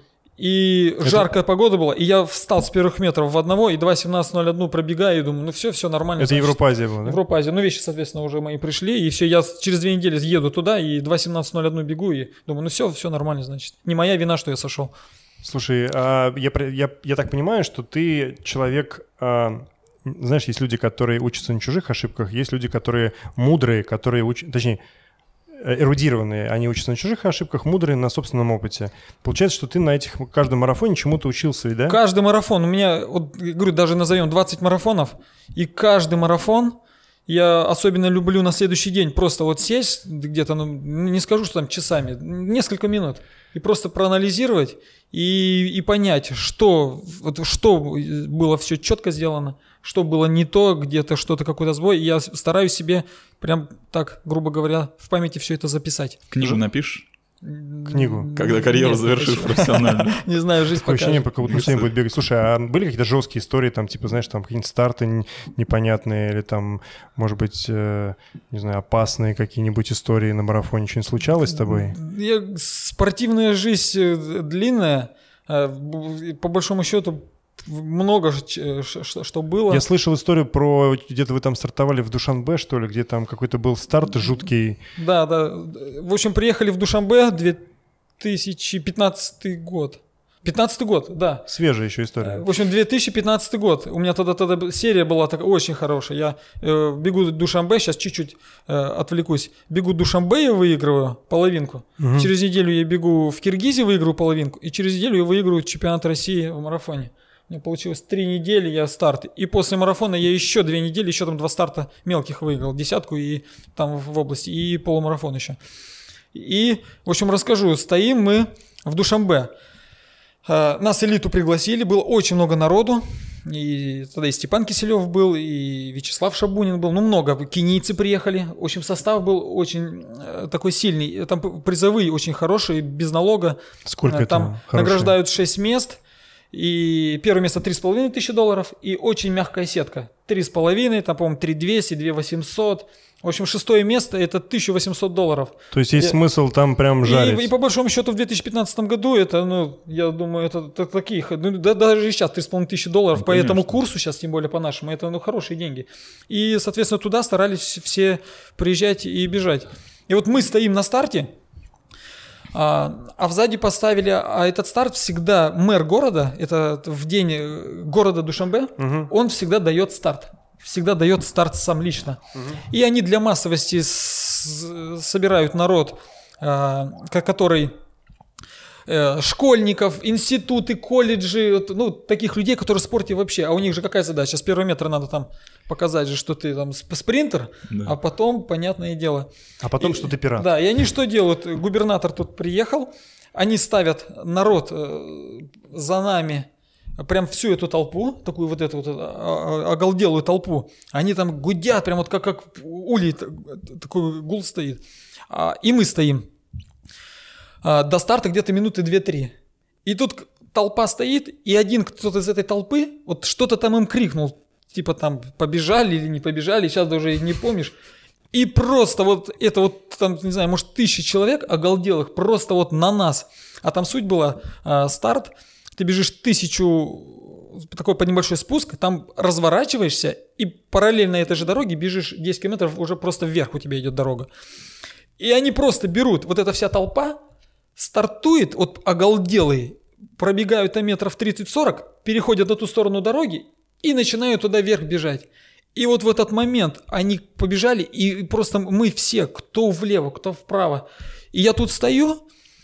и это... жаркая погода была, и я встал с первых метров в одного, и два семнадцать ноль один пробегаю, и думаю, ну все, все нормально. Это значит, Европа-Азия была, да? Европа-Азия, ну вещи, соответственно, уже мои пришли, и все, я через две недели еду туда, и два семнадцать ноль один бегу, и думаю, ну все, все нормально, значит. Не моя вина, что я сошел. Слушай, а я, я, я так понимаю, что ты человек... А... Знаешь, есть люди, которые учатся на чужих ошибках, есть люди, которые мудрые, которые учат, точнее, эрудированные, они учатся на чужих ошибках, мудрые на собственном опыте. Получается, что ты на этих каждом марафоне чему-то учился, да? Каждый марафон, у меня, вот, говорю, даже назовем двадцать марафонов, и каждый марафон я особенно люблю на следующий день просто вот сесть где-то, ну, не скажу, что там часами, несколько минут, и просто проанализировать и, и понять, что, вот, что было все четко сделано, что было не то, где-то что-то, какой-то сбой. И я стараюсь себе прям так, грубо говоря, в памяти все это записать. Книгу напишешь? Книгу. Когда карьеру Нет, завершишь профессионально. Не знаю, жизнь покажет. Ощущение, пока вот все будет бегать. Слушай, а были какие-то жесткие истории, там, типа, знаешь, там какие-нибудь старты непонятные или там, может быть, не знаю, опасные какие-нибудь истории на марафоне? Что-нибудь случалось с тобой? Спортивная жизнь длинная. По большому счету, много что было. Я слышал историю про, где-то вы там стартовали в Душанбе, что ли, где там какой-то был старт жуткий. Да, да. В общем, приехали в Душанбе две тысячи пятнадцатый год. пятнадцатый год, да. Свежая еще история. В общем, две тысячи пятнадцатый год. У меня тогда, тогда серия была такая очень хорошая. Я э, бегу Душанбе, сейчас чуть-чуть э, отвлекусь. Бегу Душанбе и выигрываю половинку. Угу. Через неделю я бегу в Киргизии, выигрываю половинку. И через неделю я выигрываю чемпионат России в марафоне. У меня получилось три недели, я старт. И после марафона я еще две недели, еще там два старта мелких выиграл. Десятку и там в области, и полумарафон еще. И, в общем, расскажу. Стоим мы в Душанбе. Нас элиту пригласили, было очень много народу. И тогда и Степан Киселев был, и Вячеслав Шабунин был. Ну, много. Кенийцы приехали. В общем, состав был очень такой сильный. Там призовые очень хорошие, без налога. Сколько там это хорошие? Награждают шесть мест. И первое место три с половиной тысячи долларов. И очень мягкая сетка. три с половиной, там, по-моему, три двести, две восемьсот. В общем, шестое место – это тысяча восемьсот долларов. То есть есть и, смысл там прям жарить? И, и по большому счету в две тысячи пятнадцатом году это, ну, я думаю, это, это такие, ну, да, даже сейчас три с половиной тысячи долларов ну, по этому курсу, сейчас тем более по нашему, это, ну, хорошие деньги. И, соответственно, туда старались все приезжать и бежать. И вот мы стоим на старте, а, а сзади поставили, а этот старт всегда мэр города, это в день города Душанбе, угу. Он всегда дает старт. Всегда дает старт сам лично. Угу. И они для массовости с- собирают народ, э, который э, школьников, институты, колледжи, ну, таких людей, которые в спорте вообще. А у них же какая задача? С первого метра надо там показать же, что ты там спринтер, да. А потом, понятное дело. А потом, и, что ты пират. Да, и они что делают? Губернатор тут приехал, они ставят народ э, за нами, прям всю эту толпу, такую вот эту вот оголделую толпу, они там гудят, прям вот как, как улей, такой гул стоит. И мы стоим. До старта где-то минуты две-три. И тут толпа стоит, и один кто-то из этой толпы, вот что-то там им крикнул, типа там побежали или не побежали, сейчас даже не помнишь. И просто вот это вот, там, не знаю, может тысячи человек оголделых, просто вот на нас. А там суть была, старт, ты бежишь тысячу, такой под небольшой спуск, там разворачиваешься и параллельно этой же дороге бежишь десять километров, уже просто вверх у тебя идет дорога. И они просто берут, вот эта вся толпа стартует, вот оголделые, пробегают там метров тридцать-сорок, переходят на ту сторону дороги и начинают туда вверх бежать. И вот в этот момент они побежали, и просто мы все, кто влево, кто вправо. И я тут стою,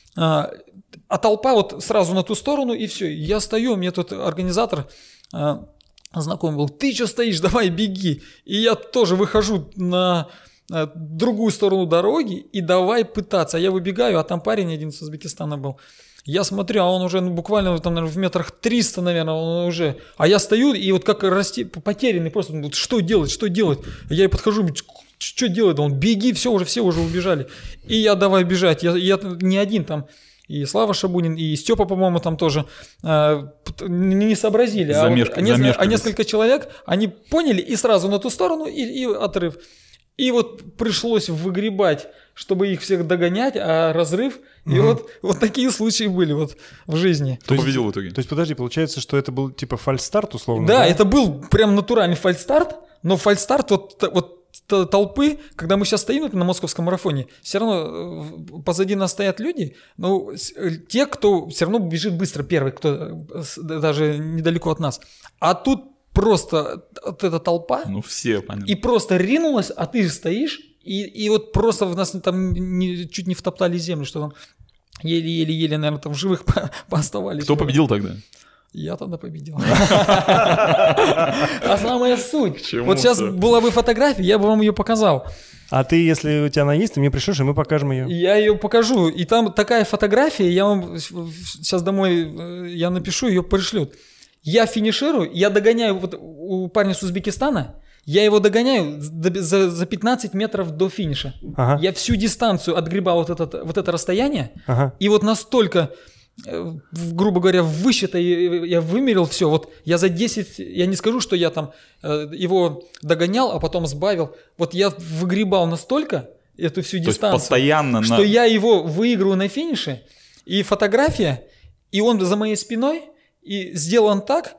а толпа вот сразу на ту сторону, и все. Я стою, мне тут организатор э, знакомый был. Ты что стоишь, давай беги. И я тоже выхожу на э, другую сторону дороги и давай пытаться. Я выбегаю, а там парень один из Узбекистана был. Я смотрю, а он уже ну, буквально там, наверное, в метрах триста, наверное, он уже. А я стою и вот как расти, потерянный просто. Вот, что делать, что делать? Я и подхожу, что делать? Он беги, все уже, все уже убежали. И я давай бежать. Я, я не один там. И Слава Шабунин, и Степа, по-моему, там тоже э, не сообразили. Замешка, а, вот, а, а несколько человек, они поняли и сразу на ту сторону, и, и отрыв. И вот пришлось выгребать, чтобы их всех догонять, а разрыв. Угу. И вот, вот такие случаи были вот в жизни. Кто победил в итоге? То есть, подожди, получается, что это был типа фальстарт, условно? Да, да? Это был прям натуральный фальстарт, но фальстарт вот... вот толпы, когда мы сейчас стоим на московском марафоне, все равно позади нас стоят люди, но те, кто все равно бежит быстро, первый, кто даже недалеко от нас. А тут просто вот эта толпа, ну все, понятно. И просто ринулась, а ты же стоишь, и, и вот просто в нас там не, чуть не втоптали землю, что там еле-еле-еле, наверное, там в живых пооставались. Кто победил тогда? Я тогда победил. А самая суть. Вот сейчас была бы фотография, я бы вам ее показал. А ты, если у тебя она есть, ты мне пришлешь, и мы покажем ее. Я ее покажу. И там такая фотография, я вам сейчас домой, я напишу, ее пришлют. Я финиширую, я догоняю вот у парня с Узбекистана, я его догоняю за, за пятнадцать метров до финиша. Ага. Я всю дистанцию отгребал вот это, вот это расстояние, ага. И вот настолько... грубо говоря, в высчете я вымерил все. Вот я за десять, я не скажу, что я там его догонял, а потом сбавил. Вот я выгребал настолько эту всю дистанцию, то есть постоянно что на... я его выигрываю на финише. И фотография, и он за моей спиной, и сделан так,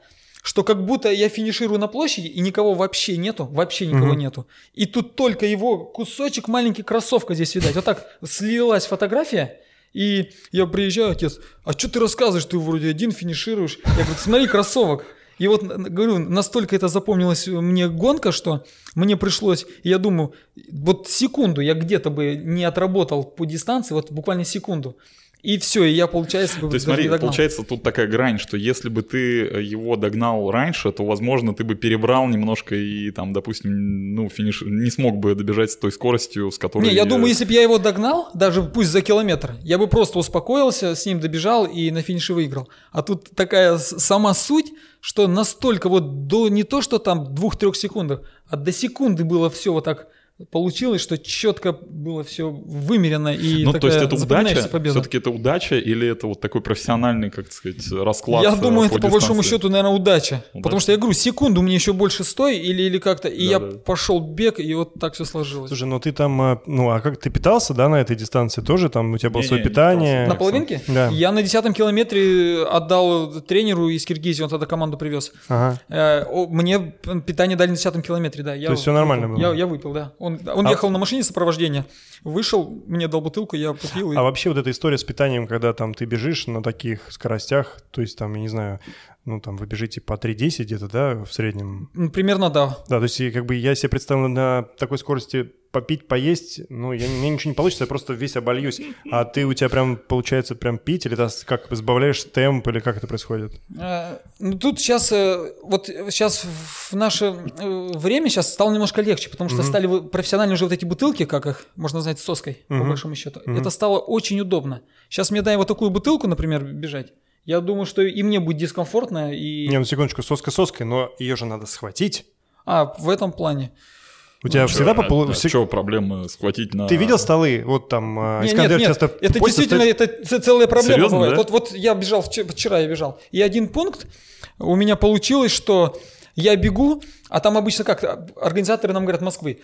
что как будто я финиширую на площади, и никого вообще нету, вообще никого mm-hmm. нету. И тут только его кусочек, маленький кроссовка здесь видать. Вот так слилась фотография, и я приезжаю, отец, а что ты рассказываешь, ты вроде один финишируешь. Я говорю, смотри, кроссовок. И вот, говорю, настолько это запомнилась мне гонка, что мне пришлось, я думаю, вот секунду я где-то бы не отработал по дистанции, вот буквально секунду. И все, и я, получается, бы То есть, смотри, получается тут такая грань, что если бы ты его догнал раньше, то, возможно, ты бы перебрал немножко и там, допустим, ну, финиш... не смог бы добежать с той скоростью, с которой... Не, я думаю, если бы я его догнал, даже пусть за километр, я бы просто успокоился, с ним добежал и на финише выиграл. А тут такая сама суть, что настолько вот до не то, что там двух-трех секундах, а до секунды было все вот так... Получилось, что четко было все вымерено и ну, такая то есть это удача? Победа. Все-таки это удача или это вот такой профессиональный, как сказать, расклад? Я думаю, по это по большому счету, наверное, удача. удача. Потому что я говорю, секунду мне еще больше стой или, или как-то, и да, я да. пошел бег, и вот так все сложилось. Слушай, ну ты там, ну а как ты питался, да, на этой дистанции тоже? Там у тебя было не, свое не, питание? На половинке? Да. Я на десятом километре отдал тренеру из Киргизии, он тогда команду привез. Ага. Мне питание дали на десятом километре, да. Я То есть все нормально было? Я, я выпил, да. Он, он а... ехал на машине сопровождения, вышел, мне дал бутылку, я попил. И... А вообще вот эта история с питанием, когда там ты бежишь на таких скоростях, то есть там, я не знаю, ну там вы бежите по три десять где-то, да, в среднем? Примерно, да. Да, то есть как бы я себе представил на такой скорости попить, поесть, ну, я, у меня ничего не получится, я просто весь обольюсь. А ты, у тебя прям получается прям пить, или ты как сбавляешь темп, или как это происходит? А, ну, тут сейчас, вот сейчас в наше время сейчас стало немножко легче, потому что mm-hmm. стали профессиональные уже вот эти бутылки, как их можно назвать, с соской, mm-hmm. по большому счету. Mm-hmm. Это стало очень удобно. Сейчас мне дай вот такую бутылку, например, бежать. Я думаю, что и мне будет дискомфортно. И... Не, ну секундочку, соска соской, но ее же надо схватить. А, в этом плане. У тебя ну, всегда что, попало... А, Всег... Что проблема схватить на... Ты видел столы? Вот там нет, Искандер нет, часто... Нет, это действительно это целая проблема Серьезно, бывает. Да? Вот, вот я бежал, вчера я бежал, и один пункт у меня получилось, что я бегу, а там обычно как, организаторы нам говорят Москвы,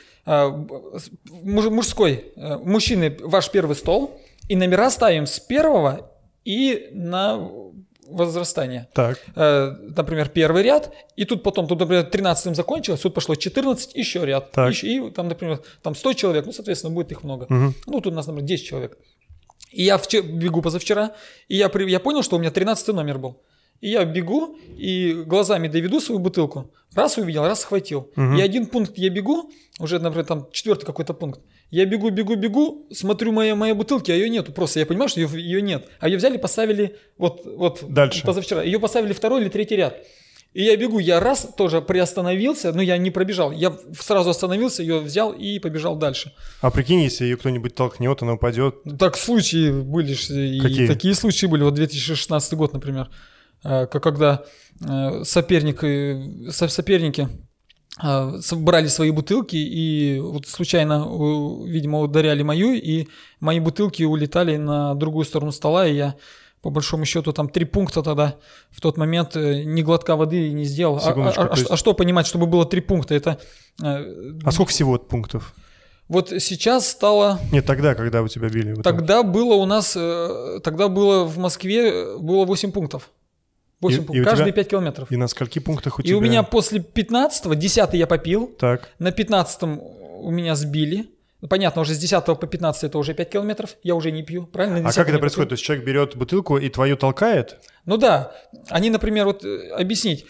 мужской, мужчины, ваш первый стол, и номера ставим с первого и на... возрастание. Так. Э, например, первый ряд, и тут потом, тут, например, тринадцатым закончилось, тут пошло четырнадцать, еще ряд. Так. И, и там, например, там сто человек, ну, соответственно, будет их много. Угу. Ну, тут у нас, например, десять человек. И я вчера, бегу позавчера, и я, я понял, что у меня тринадцатый номер был. И я бегу, и глазами доведу свою бутылку. Раз увидел, раз схватил. Угу. И один пункт я бегу, уже, например, там четвертый какой-то пункт. Я бегу, бегу, бегу, смотрю мои, мои бутылки, а ее нету. Просто я понимаю, что ее, ее нет. А ее взяли, поставили вот, вот дальше. Позавчера. Ее поставили второй или третий ряд. И я бегу, я раз тоже приостановился, но я не пробежал. Я сразу остановился, ее взял и побежал дальше. А прикинь, если ее кто-нибудь толкнет, она упадет. Так случаи были. И какие? Такие случаи были. Вот две тысячи шестнадцатый год, например. Когда соперник, соперники брали свои бутылки и вот случайно, видимо, ударяли мою, и мои бутылки улетали на другую сторону стола, и я, по большому счету, там три пункта тогда в тот момент ни глотка воды не сделал. А, а, есть... а что понимать, чтобы было три пункта? Это... А сколько всего пунктов? Вот сейчас стало... Нет, тогда, когда у тебя били? Тогда было у нас... Тогда было в Москве было восемь пунктов. восемь и, пунктов. И каждые тебя... пять километров. И на скольки пунктах у и тебя? И у меня после пятнадцатого, десятый я попил. Так. На пятнадцатом у меня сбили. Понятно, уже с десятого по пятнадцатый это уже пять километров. Я уже не пью, правильно? А как это происходит? То есть человек берет бутылку и твою толкает? Ну да. Они, например, вот объяснить.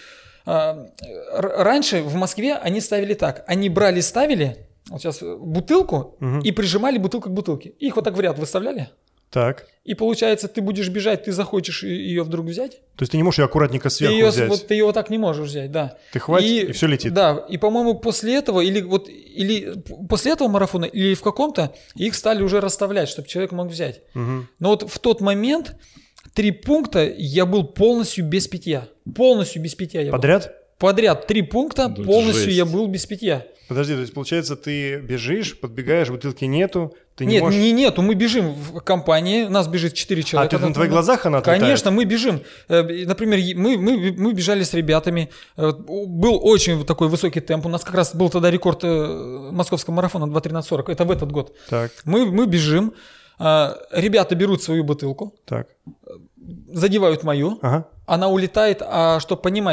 Раньше в Москве они ставили так. Они брали, ставили вот сейчас бутылку угу. и прижимали бутылку к бутылке. Их вот так в ряд выставляли. Так. И получается, ты будешь бежать, ты захочешь ее вдруг взять. То есть ты не можешь ее аккуратненько сверху ты ее, взять? Вот, ты ее вот так не можешь взять, да. Ты хватит, и, и все летит. Да, и, по-моему, после этого, или вот или после этого марафона, или в каком-то, их стали уже расставлять, чтобы человек мог взять. Угу. Но вот в тот момент три пункта я был полностью без питья. Полностью без питья я Подряд? был. Подряд три пункта, да, полностью я был без питья. Подожди, то есть получается, ты бежишь, подбегаешь, бутылки нету, ты не Нет, можешь... не нету, мы бежим в компании, нас бежит четыре человека. А, ты на твоих глазах она отлетает? Конечно, мы бежим. Например, мы, мы, мы бежали с ребятами, был очень такой высокий темп, у нас как раз был тогда рекорд московского марафона два тринадцать сорок, это в этот год. Так. Мы, мы бежим, ребята берут свою бутылку, так. задевают мою, ага. она улетает, а чтобы понимать,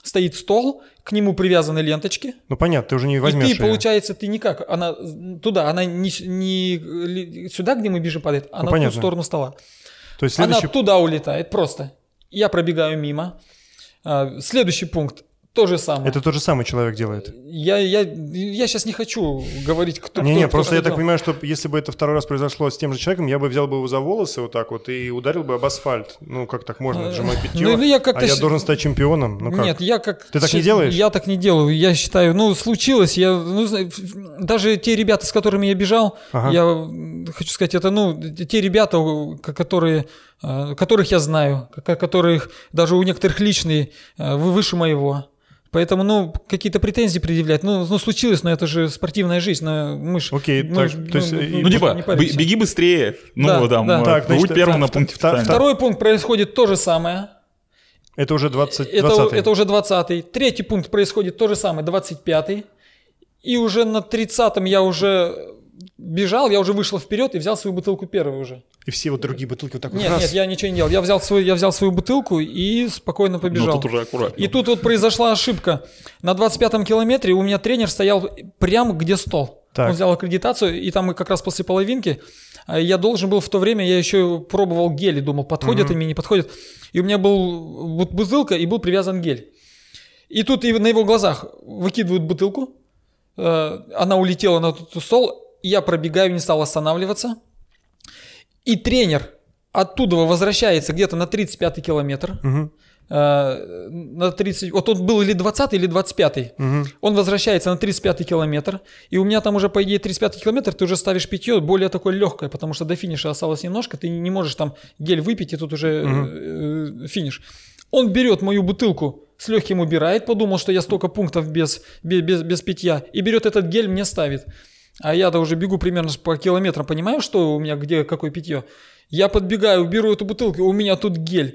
стоит стол, к нему привязаны ленточки. Ну понятно, ты уже не возьмешь И ты, её. получается, ты никак, она туда, она не, не сюда, где мы бежим, падает, а ну, на понятно. ту сторону стола. То есть следующий... Она туда улетает просто. Я пробегаю мимо. Следующий пункт. То же самое. Это тот же самый человек делает? Я, я, я сейчас не хочу говорить, кто... Не-не, кто, просто кто я делал. так понимаю, что если бы это второй раз произошло с тем же человеком, я бы взял бы его за волосы вот так вот и ударил бы об асфальт. Ну, как так можно? Это же мое питье, Ну, ну, я как-то а я щ- должен стать чемпионом. Ну, как? Нет, я как... Ты так не делаешь? Я так не делаю. Я считаю, ну, случилось. Я, ну, зна- даже те ребята, с которыми я бежал, Ага. я м, хочу сказать, это, ну, те ребята, у- ко- которые, э, которых я знаю, ко- которых даже у некоторых личные э, вы- выше моего. Поэтому, ну, какие-то претензии предъявлять, ну, ну случилось, но это же спортивная жизнь, но мы ж, Окей, мы так, ж, то есть, ну, и- ну, Ну, типа, не б- паримся. беги быстрее. Ну, Да, там, да. э, Так, значит, будь первым та- на та- пункте та- питания. Второй пункт происходит то же самое. Это уже двадцать, Это, двадцатый. это уже двадцатый. Третий пункт происходит то же самое, двадцать пятый. И уже на тридцатом я уже бежал, я уже вышел вперед и взял свою бутылку первой уже. И все вот другие бутылки вот так вот Нет, раз. нет, я ничего не делал. Я взял, свой, я взял свою бутылку и спокойно Ну, побежал. тут уже аккуратно. И тут вот произошла ошибка. На двадцать пятом километре у меня тренер стоял прямо где стол. Так. Он взял аккредитацию, и там мы как раз после половинки а я должен был в то время, я еще пробовал гель и думал, подходят Мгм. им, не подходят. И у меня был бут- бутылка и был привязан гель. И тут и на его глазах выкидывают бутылку, э, она улетела на тот стол, я пробегаю, не стал останавливаться. И тренер оттуда возвращается где-то на тридцать пятый километр. Мгм. э, на тридцать, вот он был или двадцатый, или двадцать пятый. Мгм. Он возвращается на тридцать пятый километр, и у меня там уже, по идее, тридцать пятый километр, ты уже ставишь питье более такое легкое, потому что до финиша осталось немножко, ты не можешь там гель выпить, и тут уже э, э, финиш. Он берет мою бутылку, с легким убирает, подумал, что я столько пунктов без, без, без, без питья, и берет этот гель, мне ставит. А я-то уже бегу примерно по километрам, понимаю, что у меня где какое питье. Я подбегаю, беру эту бутылку, у меня тут гель.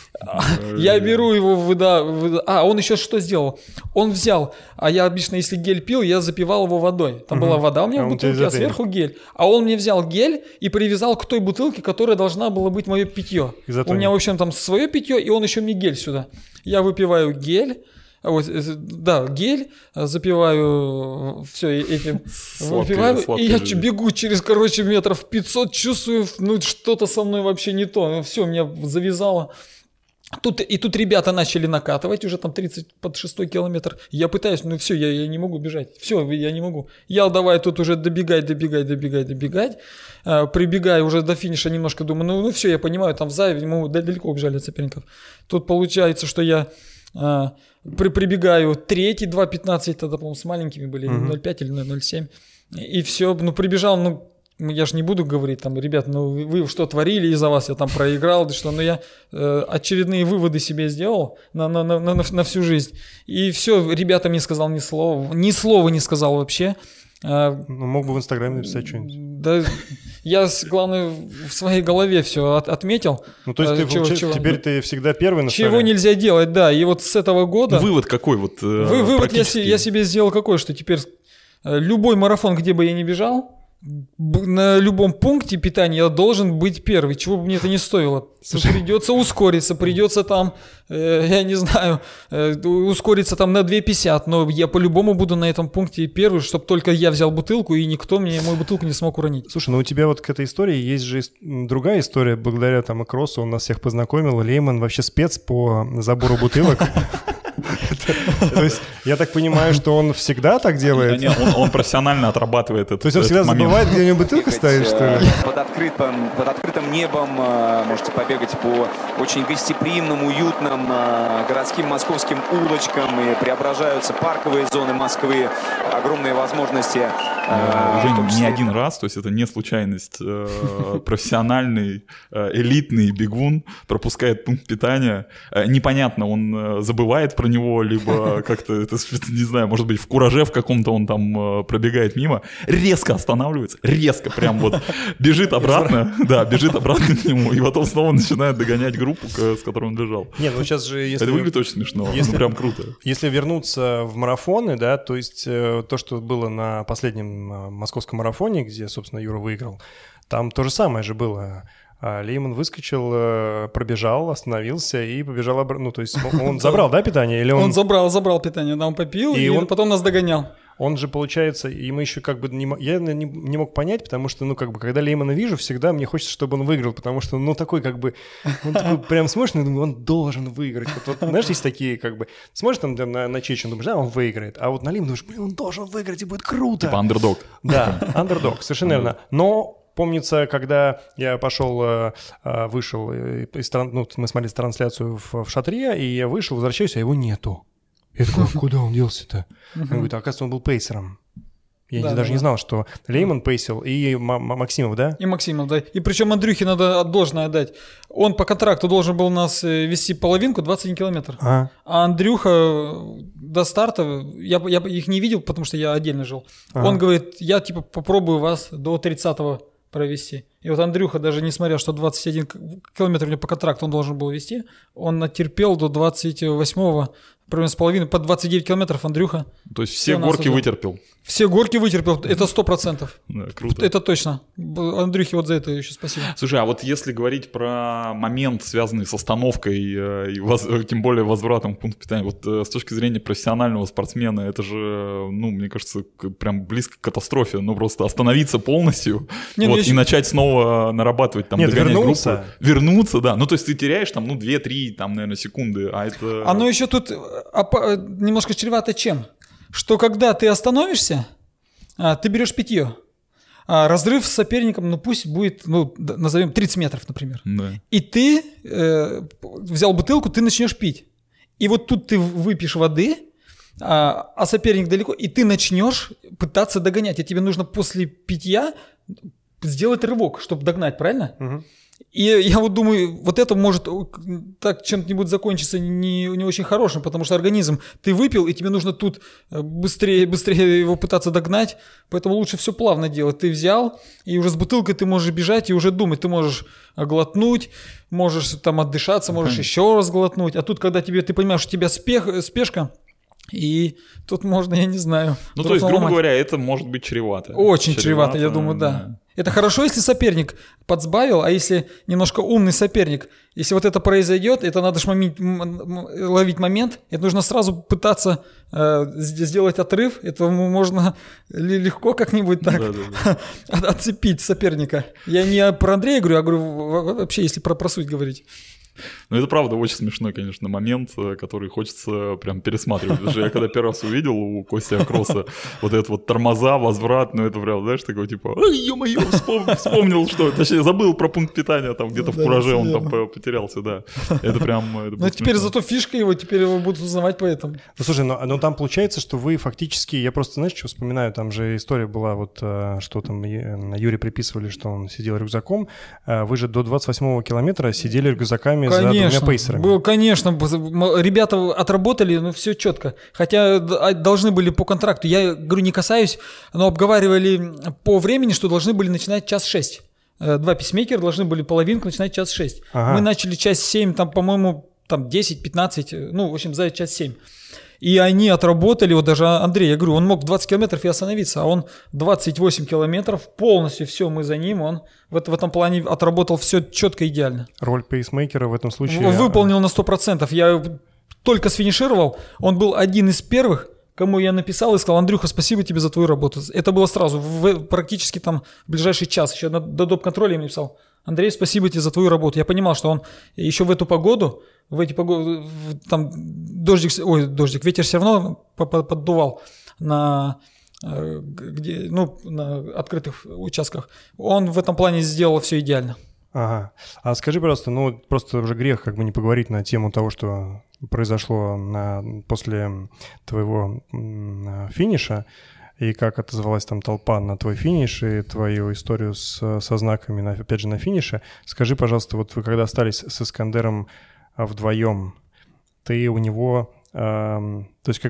Я беру его, выда, выда- а он еще что сделал? Он взял, а я обычно, если гель пил, я запивал его водой. Там Мгм. была вода у меня А в он тебе бутылке, а запил. сверху гель. А он мне взял гель и привязал к той бутылке, которая должна была быть мое питье. И зато У меня, не- в общем, там свое питье, и он еще мне гель сюда. Я выпиваю гель. а Вот, э, да, гель, а, запиваю все этим, Сладкая- выпиваю, сладкая и я жизнь. ч- бегу через, короче, метров пятьсот, чувствую, ну, что-то со мной вообще не то, все, меня завязало. Тут, и тут ребята начали накатывать, уже там тридцать под шестой километр. Я пытаюсь, ну все, я, я не могу бежать. Все, я не могу. Я давай тут уже добегать, добегать, добегать, добегать. А, прибегаю уже до финиша немножко, думаю, ну, ну все, я понимаю, там сзади мы далеко убежали от соперников. Тут получается, что я а, при, прибегаю третий, два пятнадцать, тогда, по-моему, с маленькими были, Мгм. ноль пять или ноль семь. И все, ну прибежал, ну, я же не буду говорить, там, ребят, ну вы, вы что творили из-за вас, я там проиграл, да что, но я э, очередные выводы себе сделал на, на, на, на, на всю жизнь. И все, ребятам не сказал ни слова, ни слова не сказал вообще. А, Ну, мог бы в Инстаграме написать что-нибудь. да, я, с- главное, в своей голове все от, отметил. Ну, то есть А, ты, чего- получается, чего? теперь ты всегда первый на Чего столе? нельзя делать, да. И вот с этого года... Ну, вывод какой вот? э, Вы- вывод я, се- практически? я себе сделал какой, что теперь э, любой марафон, где бы я ни бежал, б- на любом пункте питания я должен быть первый, чего бы мне это не стоило. Придется ускориться, придется там, э, я не знаю, э, ускориться там на две пятьдесят, но я по-любому буду на этом пункте первый, чтобы только я взял бутылку и никто мне мою бутылку не смог уронить. Слушай, ну у тебя вот к этой истории есть же ис- м, другая история. Благодаря там Акросу он нас всех познакомил. Лейман вообще спец по забору бутылок. То есть я так понимаю, что он всегда так Да делает? нет, он, он профессионально отрабатывает этот То есть он всегда этот момент. забывает, где у него бутылка стоит, что ли? Под открытым, под открытым небом э, можете побегать по очень гостеприимным, уютным э, городским московским улочкам, и преображаются парковые зоны Москвы, огромные возможности. э, Э, в том Жень, не числе. один раз, то есть это не случайность. Э, Профессиональный, э, элитный бегун пропускает пункт питания. Э, Непонятно, он э, забывает про него, либо как-то, это, не знаю, может быть, в кураже в каком-то он там э, пробегает мимо, резко останавливается, резко прям вот бежит обратно, да, бежит обратно к нему, и потом снова начинает догонять группу, к- с которой он бежал. Нет, ну сейчас же, если... Это выглядит очень смешно, если- ну, прям круто. Если вернуться в марафоны, да, то есть э, то, что было на последнем э, московском марафоне, где, собственно, Юра выиграл, там то же самое же было. А Лейман выскочил, пробежал, остановился и побежал обратно. Ну, то есть он забрал, да, питание? Или он... он забрал, забрал питание, да, он попил, и, и он потом нас догонял. Он же, получается, и мы еще как бы не, я не, не мог понять, потому что, ну, как бы, когда Леймана вижу, всегда мне хочется, чтобы он выиграл, потому что, ну, такой, как бы, он такой прям смотришь, ну, думаю, он должен выиграть. Вот, вот, знаешь, есть такие, как бы, смотришь там на, на Чечен, думаешь, да, он выиграет, а вот на Леймана думаешь, блин, он должен выиграть, и будет круто. Типа андердог. Да, андердог, совершенно верно. Но помнится, когда я пошел, вышел, из, ну, мы смотрели трансляцию в, в шатре, и я вышел, возвращаюсь, а его нету. Я такой, а куда он делся-то? Он говорит, а оказывается, он был пейсером. Я да, даже да, не знал, что Лейман пейсил и М- М- Максимов, да? И Максимов, да. И причем Андрюхе надо должное отдать. Он по контракту должен был нас вести половинку, двадцать один километр. А, а Андрюха до старта, я, я их не видел, потому что я отдельно жил. А. Он говорит, я типа попробую вас до тридцатого провести. И вот Андрюха, даже несмотря, что двадцать один километр у него по контракту он должен был вести, он натерпел до двадцать восьмого, примерно с половиной, по двадцать девять километров Андрюха. То есть все горки вытерпел? Все горки вытерпел, это сто процентов. Да, круто. Это точно. Андрюхе вот за это еще спасибо. Слушай, а вот если говорить про момент, связанный с остановкой, и воз, тем более возвратом к пункту питания, вот с точки зрения профессионального спортсмена, это же, ну, мне кажется, прям близко к катастрофе. Ну, просто остановиться полностью Не, вот, и еще... начать снова нарабатывать, там, Нет, догонять вернуться. группу. Вернуться, да. Ну, то есть ты теряешь там, ну, две-три, там, наверное, секунды, а это... Оно еще тут немножко чревато чем? Что когда ты остановишься, ты берешь питье, разрыв с соперником, ну пусть будет, ну назовем тридцать метров, например, да. И ты э, взял бутылку, ты начнешь пить, и вот тут ты выпьешь воды, а, а соперник далеко, и ты начнешь пытаться догонять, и тебе нужно после питья сделать рывок, чтобы догнать, правильно? Угу. И я вот думаю, вот это может так чем-нибудь закончиться не, не очень хорошим, потому что организм ты выпил, и тебе нужно тут быстрее, быстрее его пытаться догнать, поэтому лучше все плавно делать. Ты взял, и уже с бутылкой ты можешь бежать и уже думать, ты можешь глотнуть, можешь там отдышаться, можешь Понятно. Еще раз глотнуть, а тут, когда тебе, ты понимаешь, что у тебя спех, спешка, и тут можно, я не знаю. Ну, то есть, грубо ломать. Говоря, это может быть чревато. Очень чревато, чревато я думаю, да. да. Это хорошо, если соперник подсбавил, а если немножко умный соперник, если вот это произойдет, это надо ж момент, ловить момент, это нужно сразу пытаться э, сделать отрыв, это можно легко как-нибудь так да, да, да. отцепить соперника. Я не про Андрея говорю, а говорю вообще, если про, про суть говорить. Ну, это правда очень смешной, конечно, момент, который хочется прям пересматривать. Даже я когда первый раз увидел у Кости Акроса вот этот вот тормоза, возврат, ну это прям, знаешь, такой типа, ай, ё-моё, вспомнил, вспомнил, что, точнее, забыл про пункт питания, там где-то в кураже он там потерялся, да. Это прям... Ну, теперь зато фишка его, теперь его будут узнавать по этому. Ну, слушай, ну, ну там получается, что вы фактически, я просто, знаешь, что вспоминаю, там же история была вот, что там Юре приписывали, что он сидел рюкзаком, вы же до двадцать восьмого километра сидели рюкзаками за двумя пейсерами. Было, конечно, ребята отработали, ну все четко. Хотя должны были по контракту, я говорю, не касаюсь, но обговаривали по времени, что должны были начинать час шесть. Два писмейкера должны были половинку начинать час шесть. Ага. Мы начали час семь, там, по-моему, там десять-пятнадцать, ну, в общем, за час семь. И они отработали, вот даже Андрей, я говорю, он мог двадцать километров и остановиться, а он двадцать восемь километров, полностью все, мы за ним, он в, в этом плане отработал все четко, идеально. Роль пейсмейкера в этом случае... Выполнил на сто процентов, я только сфинишировал, он был один из первых, кому я написал и сказал, Андрюха, спасибо тебе за твою работу. Это было сразу, в, практически там в ближайший час, еще на, до доп-контроля я мне написал, Андрей, спасибо тебе за твою работу. Я понимал, что он еще в эту погоду, в эти погоды, там дождик, ой, дождик, ветер все равно поддувал на, где, ну, на открытых участках. Он в этом плане сделал все идеально. Ага. А скажи, пожалуйста, ну просто уже грех как бы не поговорить на тему того, что произошло на, после твоего финиша. И как отозвалась там толпа на твой финиш и твою историю с, со знаками, на, опять же, на финише. Скажи, пожалуйста, вот вы когда остались с Искандером вдвоем, ты у него, э, то есть как бы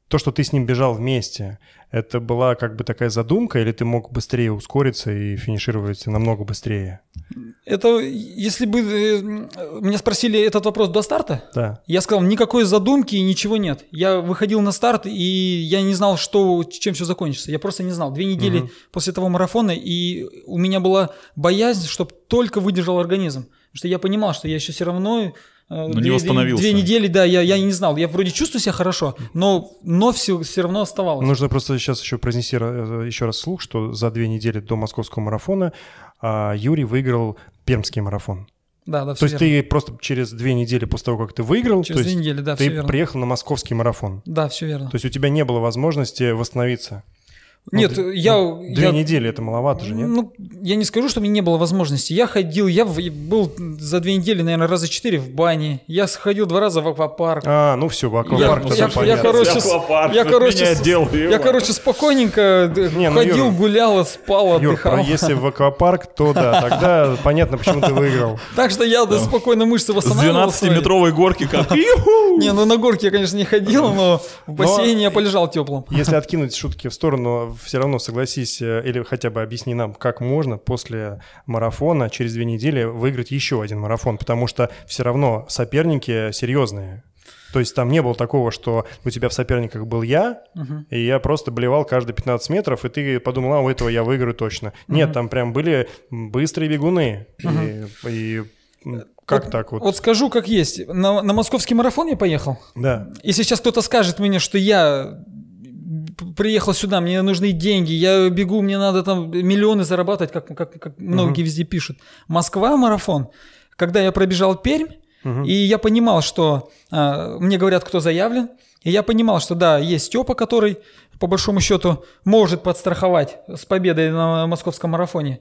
то, что ты с ним бежал вместе, это была как бы такая задумка, или ты мог быстрее ускориться и финишировать намного быстрее? Это, если бы э, меня спросили этот вопрос до старта, да. я сказал, никакой задумки и ничего нет. Я выходил на старт, и я не знал, что, чем все закончится. Я просто не знал. Две недели угу. после того марафона, и у меня была боязнь, чтобы только выдержал организм. Потому что я понимал, что я еще все равно... Но две, не восстановился. Две, две недели, да, я, я не знал. Я вроде чувствую себя хорошо, но, но все, все равно оставалось. Нужно просто сейчас еще произнести еще раз вслух, что за две недели до московского марафона а, Юрий выиграл пермский марафон. Да, да, все То есть верно. ты просто через две недели после того, как ты выиграл, через то две недели, да, ты все верно. приехал на московский марафон. Да, все верно. То есть у тебя не было возможности восстановиться. Нет, ну, я... Ну, две я, недели это маловато же, нет? Ну, я не скажу, что мне не было возможности. Я ходил, я в, был за две недели, наверное, раза четыре в бане. Я сходил два раза в аквапарк. А, ну все, в аквапарк я, тогда я, я, короче, я, короче, я, короче, спокойненько не, ну, ходил, Юр, гулял, спал, Юр, отдыхал. Если в аквапарк, то да, тогда понятно, почему ты выиграл. Так что я да, спокойно мышцы восстанавливал. С двенадцатиметровой горки как Не, ну на горке я, конечно, не ходил, но в бассейне я полежал теплым. Если откинуть шутки в сторону, все равно согласись, или хотя бы объясни нам, как можно после марафона через две недели выиграть еще один марафон, потому что все равно соперники серьезные. То есть там не было такого, что у тебя в соперниках был я, uh-huh. и я просто блевал каждые пятнадцать метров, и ты подумал, а у этого я выиграю точно. Uh-huh. Нет, там прям были быстрые бегуны. Uh-huh. И, и как вот, так вот? Вот скажу, как есть. На, на московский марафон я поехал. Да. Если сейчас кто-то скажет мне, что я... приехал сюда, мне нужны деньги, я бегу, мне надо там миллионы зарабатывать, как, как, как многие uh-huh. везде пишут. Москва марафон, когда я пробежал Пермь, uh-huh. и я понимал, что а, мне говорят, кто заявлен, и я понимал, что да, есть Степа, который по большому счету может подстраховать с победой на московском марафоне.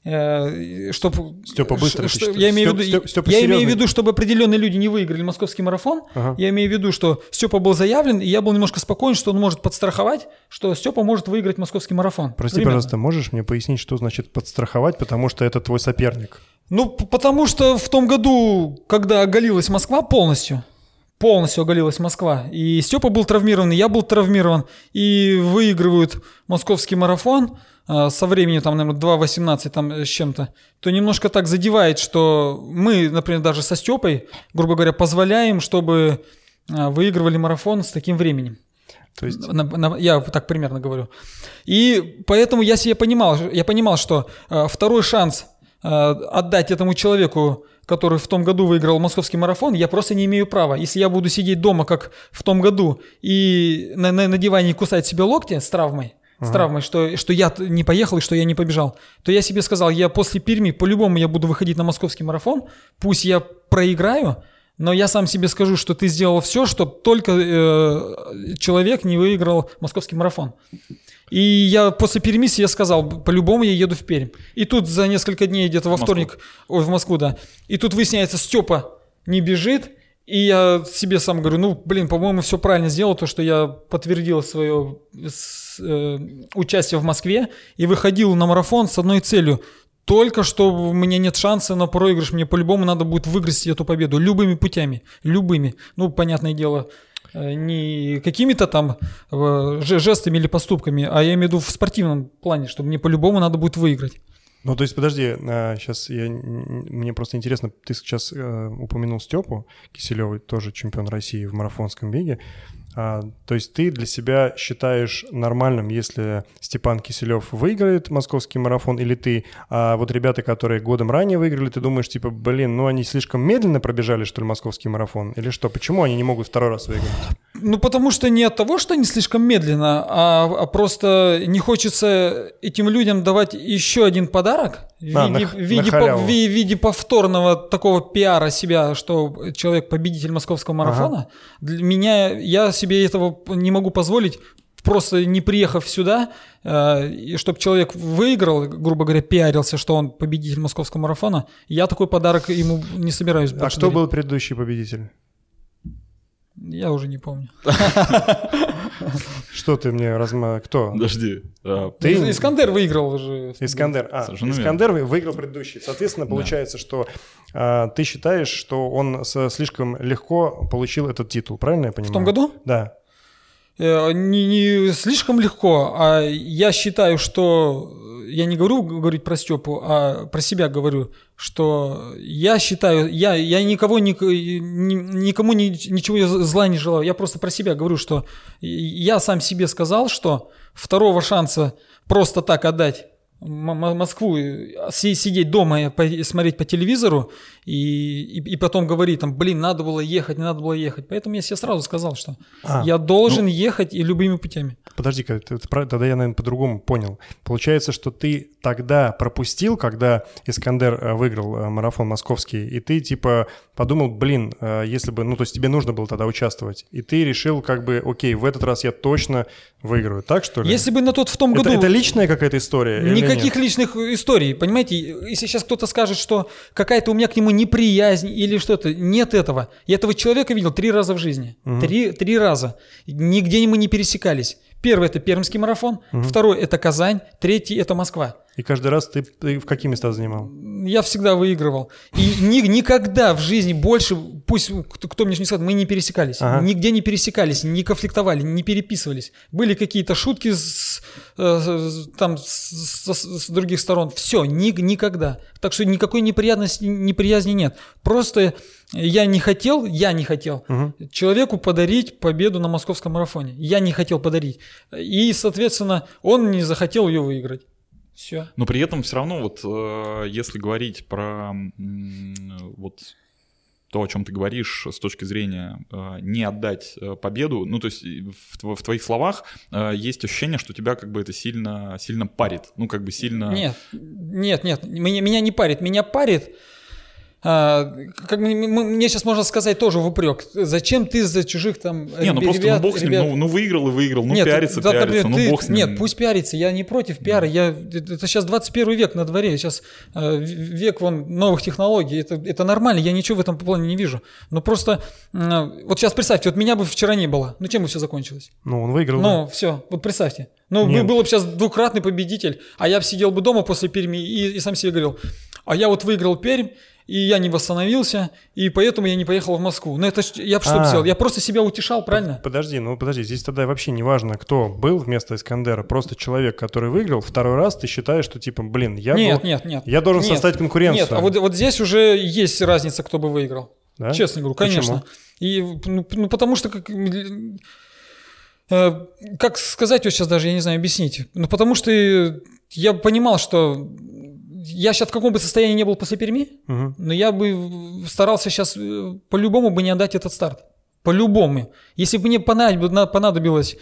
Чтобы, Степа быстро. Что, я имею, Степ, в виду, Степ, Степа я имею в виду, чтобы определенные люди не выиграли московский марафон. Ага. Я имею в виду, что Степа был заявлен, и я был немножко спокоен, что он может подстраховать, что Степа может выиграть московский марафон. Прости, Примерно. Пожалуйста, можешь мне пояснить, что значит подстраховать, потому что это твой соперник? Ну, потому что в том году, когда оголилась Москва полностью, полностью оголилась Москва, и Степа был травмирован, и я был травмирован, и выигрывают московский марафон со временем, там, наверное, два восемнадцать там с чем-то, то немножко так задевает, что мы, например, даже со Степой, грубо говоря, позволяем, чтобы выигрывали марафон с таким временем. То есть... на, на, я так примерно говорю. И поэтому я себе понимал, я понимал, что э, второй шанс э, отдать этому человеку, который в том году выиграл московский марафон, я просто не имею права. Если я буду сидеть дома, как в том году, и на, на, на диване кусать себе локти с травмой, с ага. травмой, что, что я не поехал и что я не побежал, то я себе сказал, я после Перми по-любому я буду выходить на московский марафон, пусть я проиграю, но я сам себе скажу, что ты сделал все, чтобы только э, человек не выиграл московский марафон. И я после Перми себе сказал, по-любому я еду в Пермь. И тут за несколько дней, где-то во вторник, ой, в Москву, да, и тут выясняется, Степа не бежит, и я себе сам говорю, ну, блин, по-моему, все правильно сделал, то, что я подтвердил свое э, участие в Москве и выходил на марафон с одной целью. Только что у меня нет шанса на проигрыш, мне по-любому надо будет выиграть эту победу любыми путями, любыми. Ну, понятное дело, не какими-то там жестами или поступками, а я имею в виду в спортивном плане, что мне по-любому надо будет выиграть. Ну, то есть, подожди, сейчас я, мне просто интересно, ты сейчас упомянул Степу Киселева, тоже чемпион России в марафонском беге. А, то есть ты для себя считаешь нормальным, если Степан Киселев выиграет московский марафон, или ты, а вот ребята, которые годом ранее выиграли, ты думаешь, типа, блин, ну они слишком медленно пробежали, что ли, московский марафон? Или что? Почему они не могут второй раз выиграть? Ну, потому что не от того, что они слишком медленно, а, а просто не хочется этим людям давать еще один подарок в, а, виде, на, в, виде, на по, в виде повторного такого пиара себя, что человек победитель московского марафона. Ага. Для меня, я себе этого не могу позволить, просто не приехав сюда, э, чтобы человек выиграл, грубо говоря, пиарился, что он победитель московского марафона, я такой подарок ему не собираюсь. А кто дарить. Был предыдущий победитель? Я уже не помню. Что ты мне разма... Кто? Подожди. Ты... Искандер выиграл уже. Искандер. А, Искандер выиграл предыдущий. Соответственно, получается, что а, ты считаешь, что он слишком легко получил этот титул. Правильно я понимаю? В том году? Да. Не, не слишком легко, а я считаю, что... Я не говорю говорить про Степу, а про себя говорю, что я считаю... Я, я никого, ни, никому ни, ничего зла не желаю. Я просто про себя говорю, что я сам себе сказал, что второго шанса просто так отдать Москву, сидеть дома и смотреть по телевизору и, и, и потом говорить, там, блин, надо было ехать, не надо было ехать. Поэтому я себе сразу сказал, что а, я должен ну, ехать и любыми путями. Подожди-ка, тогда я, наверное, по-другому понял. Получается, что ты тогда пропустил, когда Искандер выиграл марафон московский, и ты типа подумал, блин, если бы, ну то есть тебе нужно было тогда участвовать, и ты решил как бы, окей, в этот раз я точно выиграю, так что ли? Если бы на тот в том году... Это, это личная какая-то история? Никаких личных историй, понимаете? Если сейчас кто-то скажет, что какая-то у меня к нему неприязнь или что-то, нет этого. Я этого человека видел три раза в жизни. Угу. Три, три раза. Нигде мы не пересекались. Первый – это Пермский марафон, угу. Второй – это Казань, третий – это Москва. И каждый раз ты, ты в какие места занимал? Я всегда выигрывал. И ни, никогда в жизни больше, пусть кто, кто мне не сказал, мы не пересекались. Ага. Нигде не пересекались, не конфликтовали, не переписывались. Были какие-то шутки с, э, там, с, с, с других сторон. Все, ни, никогда. Так что никакой неприятности, неприязни нет. Просто я не хотел, я не хотел угу. человеку подарить победу на московском марафоне. Я не хотел подарить. И, соответственно, он не захотел ее выиграть. Все. Но при этом все равно, вот э, если говорить про э, вот то, о чем ты говоришь с точки зрения э, не отдать э, победу, ну то есть в, в твоих словах э, есть ощущение, что тебя как бы это сильно, сильно парит, ну как бы сильно... Нет, нет, нет, меня, меня не парит, меня парит... А, как мне сейчас можно сказать тоже в упрек. Зачем ты за чужих там не, ну ребят, просто ну бог с ним, ребят... ну, ну выиграл и выиграл, ну нет, пиарится, да, пиарится, например, ну бог с ним. Нет, пусть пиарится, я не против пиара, я, это сейчас двадцать первый век на дворе, сейчас э, век вон новых технологий, это, это нормально, я ничего в этом плане не вижу. Но просто, э, вот сейчас представьте, вот меня бы вчера не было, ну чем бы все закончилось? Ну он выиграл. Ну да. все, вот представьте. Ну, Нет. был бы сейчас двукратный победитель, а я бы сидел бы дома после Перми и, и сам себе говорил, а я вот выиграл Пермь, и я не восстановился, и поэтому я не поехал в Москву. Ну это я бы что бы сделал? Я просто себя утешал, правильно? Подожди, ну подожди, здесь тогда вообще не важно, кто был вместо Искандера, просто человек, который выиграл, второй раз ты считаешь, что типа, блин, я, нет, был, нет, нет, я должен нет, составить конкуренцию. Нет, а вот, вот здесь уже есть разница, кто бы выиграл. Да? Честно говорю, конечно. Почему? И, ну, ну потому что... Как, э, как сказать вот сейчас даже, я не знаю, объяснить. Ну потому что я понимал, что... Я сейчас в каком бы состоянии не был после Перми, угу. но я бы старался сейчас по-любому бы не отдать этот старт. По-любому. Если бы мне понадобилось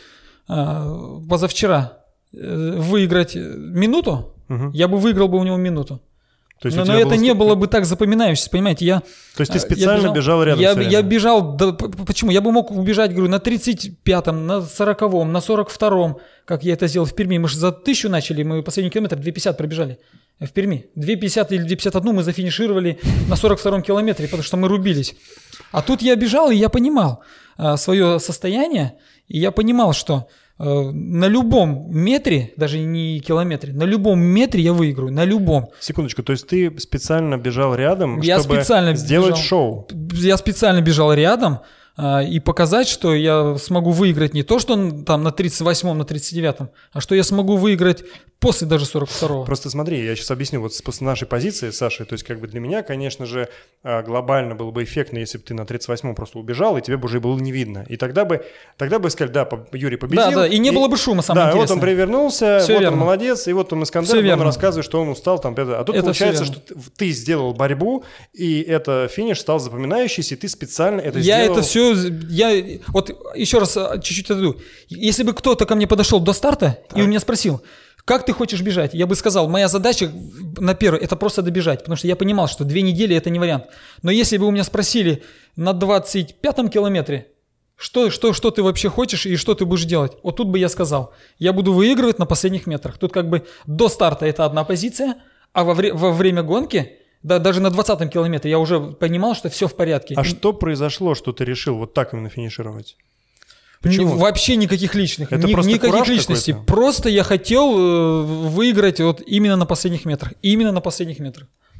э, позавчера э, выиграть минуту, угу. я бы выиграл бы у него минуту. То есть но но это было... не было бы так запоминающееся, понимаете, я... То есть ты специально бежал, бежал рядом я, я бежал, да, почему? Я бы мог убежать, говорю, на тридцать пятом, на сороковом, на сорок втором, как я это сделал в Перми. Мы же за тысячу начали, мы последний километр две пятьдесят пробежали в Перми. две пятьдесят или две пятьдесят один мы зафинишировали на сорок втором километре, потому что мы рубились. А тут я бежал, и я понимал а, свое состояние, и я понимал, что... На любом метре, даже не километре, на любом метре я выиграю, на любом. Секундочку, то есть ты специально бежал рядом, я чтобы специально сделать бежал, шоу? Я специально бежал рядом а, и показать, что я смогу выиграть не то, что там на тридцать восьмом, на тридцать девятом, а что я смогу выиграть после даже сорок второго. Просто смотри, я сейчас объясню вот с нашей позиции, Саши, то есть как бы для меня, конечно же, глобально было бы эффектно, если бы ты на тридцать восьмом просто убежал, и тебе бы уже было не видно. И тогда бы, тогда бы сказали, да, Юрий победил. Да, да, и не и, было бы шума, самое да, интересное. Вот он перевернулся, все вот верно. Он молодец, и вот он Искандер, он рассказывает, что он устал. Там, а тут это получается, что ты сделал борьбу, и это финиш стал запоминающийся, и ты специально это я сделал. Я это все, я, вот еще раз чуть-чуть отойду. Если бы кто-то ко мне подошел до старта, так. и он меня спросил, как ты хочешь бежать? Я бы сказал, моя задача на первый – это просто добежать, потому что я понимал, что две недели – это не вариант. Но если бы у меня спросили на двадцать пятом километре, что, что, что ты вообще хочешь и что ты будешь делать, вот тут бы я сказал, я буду выигрывать на последних метрах. Тут как бы до старта это одна позиция, а во, вре- во время гонки, да, даже на двадцатом километре я уже понимал, что все в порядке. А и... что произошло, что ты решил вот так именно финишировать? Почему? Вообще никаких личных, это ни, просто никаких личностей. Просто я хотел э, выиграть вот именно на последних метрах. Именно на последних метрах.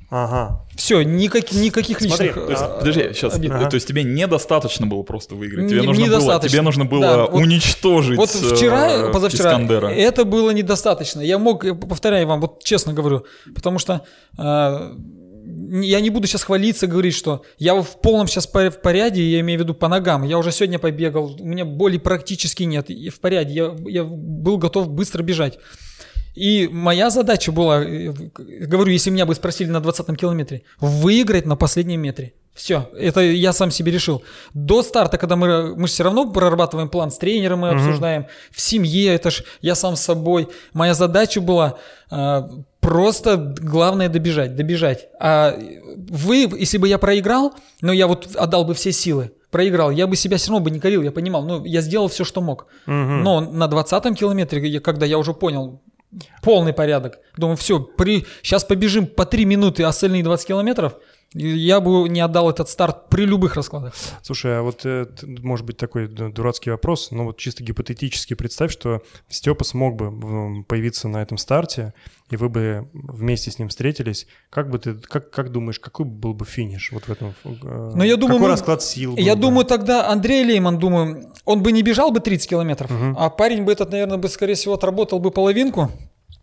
Ага. Все, никак, никаких Смотри, личных... То есть, а, подожди, сейчас, обид. то есть тебе недостаточно было просто выиграть, тебе Не- нужно было, недостаточно. тебе нужно было Да, вот- уничтожить Вот вчера, э, позавчера, Искандера. это было недостаточно. Я мог, я повторяю вам, вот честно говорю, потому что э, я не буду сейчас хвалиться, говорить, что я в полном сейчас пор- в порядке, я имею в виду по ногам. Я уже сегодня побегал, у меня боли практически нет, и в порядке, я, я был готов быстро бежать. И моя задача была, э, говорю, если меня бы спросили на двадцатом километре, выиграть на последнем метре. Все, это я сам себе решил. До старта, когда мы, мы же все равно прорабатываем план с тренером, мы Мгм. обсуждаем, в семье, это ж я сам с собой. Моя задача была э, просто, главное, добежать, добежать. А вы, если бы я проиграл, но я вот отдал бы все силы, проиграл, я бы себя все равно бы не корил, я понимал, ну, я сделал все, что мог. Мгм. Но на двадцатом километре, я- когда я уже понял, полный порядок, думаю, все, при, сейчас побежим по три минуты остальные двадцать километров, и я бы не отдал этот старт при любых раскладах. Слушай, а вот э, т- может быть такой ду- дурацкий вопрос, но вот чисто гипотетически представь, что Степа смог бы м, появиться на этом старте, и вы бы вместе с ним встретились. Как бы ты, как, как думаешь, какой был бы финиш вот в этом? э, Но я думаю, какой мы- расклад сил? Я был бы? думаю, тогда Андрей Лейман, думаю, он бы не бежал бы тридцать километров, Мгм. а парень бы этот, наверное, бы, скорее всего, отработал бы половинку,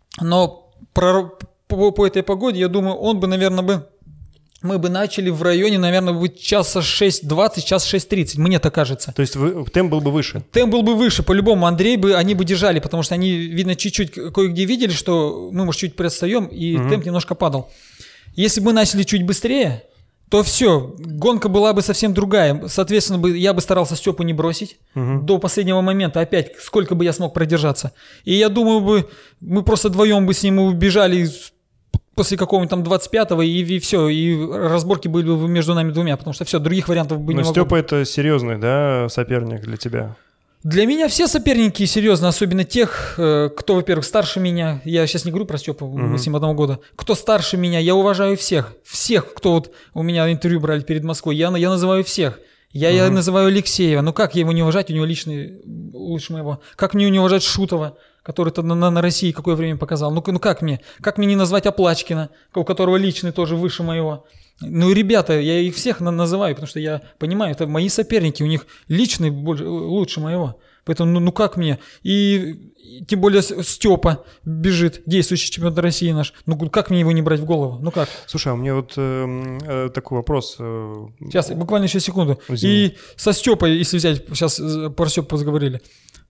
но про- по, по этой погоде, я думаю, он бы, наверное, бы мы бы начали в районе, наверное, быть часа шесть двадцать, час шесть тридцать, мне так кажется. То есть вы- темп был бы выше? Темп был бы выше, по-любому Андрей бы, они бы держали, потому что они, видно, чуть-чуть кое-где видели, что мы, может, чуть приотстаем, и Мгм. темп немножко падал. Если бы мы начали чуть быстрее, то все, гонка была бы совсем другая. Соответственно, бы, я бы старался Степу не бросить Мгм. до последнего момента, опять, сколько бы я смог продержаться. И я думаю, бы мы просто вдвоем бы с ним убежали после какого-нибудь там двадцать пятого, и, и все, и разборки были бы между нами двумя, потому что все, других вариантов бы Но не могло Степа это серьезный, да, соперник для тебя? Для меня все соперники серьезно, особенно тех, э, кто, во-первых, старше меня. Я сейчас не говорю про Степу, Мгм. восемь одного года. Кто старше меня, я уважаю всех. Всех, кто вот у меня интервью брали перед Москвой, я, я называю всех. Я, я Мгм. называю Алексеева. Ну как я его не уважать, у него личный лучше моего. Как мне не уважать Шутова, который на, на, на России какое время показал. Ну, ну как мне? Как мне не назвать Оплачкина, у которого личный тоже выше моего? Ну, ребята, я их всех на- называю, потому что я понимаю, это мои соперники, у них личный больше, лучше моего. Поэтому, ну, ну как мне? И, и тем более С- Степа бежит, действующий чемпион России наш. Ну как мне его не брать в голову? Ну как? Слушай, а у меня вот э, э, такой вопрос. э, Сейчас, буквально еще секунду. Извини. И со Степой, если взять, сейчас э, про Степу заговорили,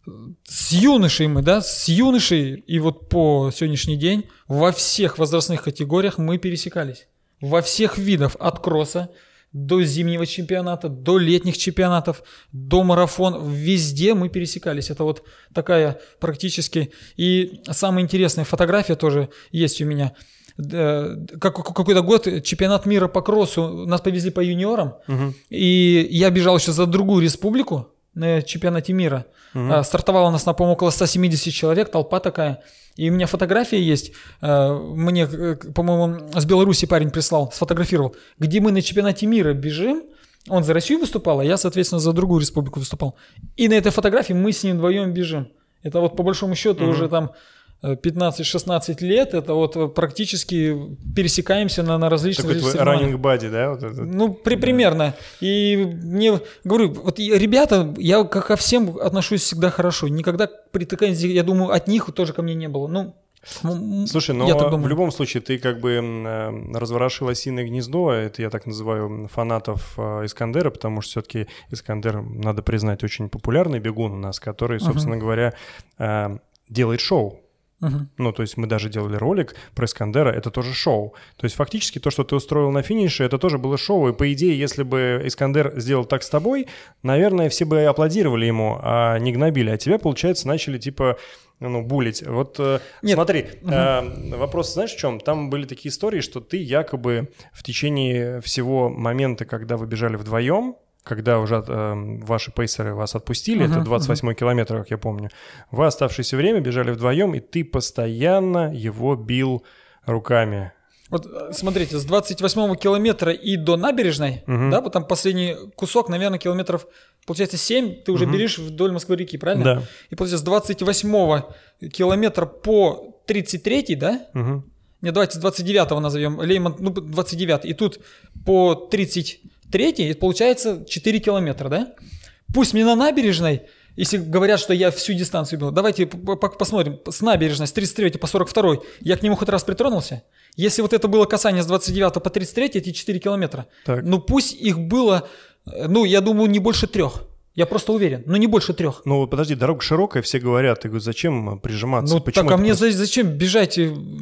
с юношей мы, да, с юношей, и вот по сегодняшний день во всех возрастных категориях мы пересекались. Во всех видах, от кросса до зимнего чемпионата, до летних чемпионатов, до марафона, везде мы пересекались. Это вот такая практически... И самая интересная фотография тоже есть у меня. Э, как- Какой-то год чемпионат мира по кроссу, нас повезли по юниорам, мгм. и я бежал еще за другую республику на чемпионате мира. Мгм. А, Стартовало нас, на, по-моему, около ста семидесяти человек, толпа такая. И у меня фотография есть, э, мне, э, по-моему, с Беларуси парень прислал, сфотографировал, где мы на чемпионате мира бежим, он за Россию выступал, а я, соответственно, за другую республику выступал. И на этой фотографии мы с ним вдвоем бежим. Это вот по большому счету Мгм. уже там э, пятнадцать-шестнадцать лет, это вот э, практически пересекаемся на, на различных Такой твой соревнованиях. раннинг бади, да? Вот это? Ну, при, примерно. И мне, говорю, вот и ребята, я ко, ко всем отношусь всегда хорошо. Никогда притыканий, я думаю, от них тоже ко мне не было. Ну, м, Слушай, но я так думаю. в любом случае ты как бы м, э, разворошил осиное гнездо, это я так называю фанатов э, Искандера, потому что все-таки Искандер, надо признать, очень популярный бегун у нас, который, собственно говоря, э, делает шоу. Мгм. Ну, то есть мы даже делали ролик про Искандера, это тоже шоу. То есть фактически то, что ты устроил на финише, это тоже было шоу. И по идее, если бы Искандер сделал так с тобой, наверное, все бы аплодировали ему, а не гнобили. А тебя, получается, начали типа... ну, булить. Вот э, Нет. смотри, э, вопрос знаешь в чем? Там были такие истории, что ты якобы в течение всего момента, когда вы бежали вдвоем, когда уже э, ваши пейсеры вас отпустили, Мгм, это двадцать восьмой километр, как я помню, вы оставшееся время бежали вдвоем, и ты постоянно его бил руками. Вот э, смотрите, с двадцать восьмого километра и до набережной, Мгм. да, вот там последний кусок, наверное, километров, получается, семь, ты уже Мгм. берешь вдоль Москвы-реки, правильно? Да. И получается, с двадцать восьмого километра по тридцать третий, да? Мгм. не, давайте с двадцать девятого назовем, Лейман, ну, двадцать девятый, и тут по тридцать третий, получается четыре километра, да? Пусть мне на набережной, если говорят, что я всю дистанцию бил, давайте посмотрим, с набережной, с тридцать третьего по сорок второй, я к нему хоть раз притронулся? Если вот это было касание с двадцать девятого по тридцать третий, эти четыре километра, так. ну пусть их было, ну я думаю, не больше трех. Я просто уверен, но не больше трех. Ну, подожди, дорога широкая, все говорят, и говорят, зачем прижиматься? Ну, Почему так, а мне просто... зачем бежать?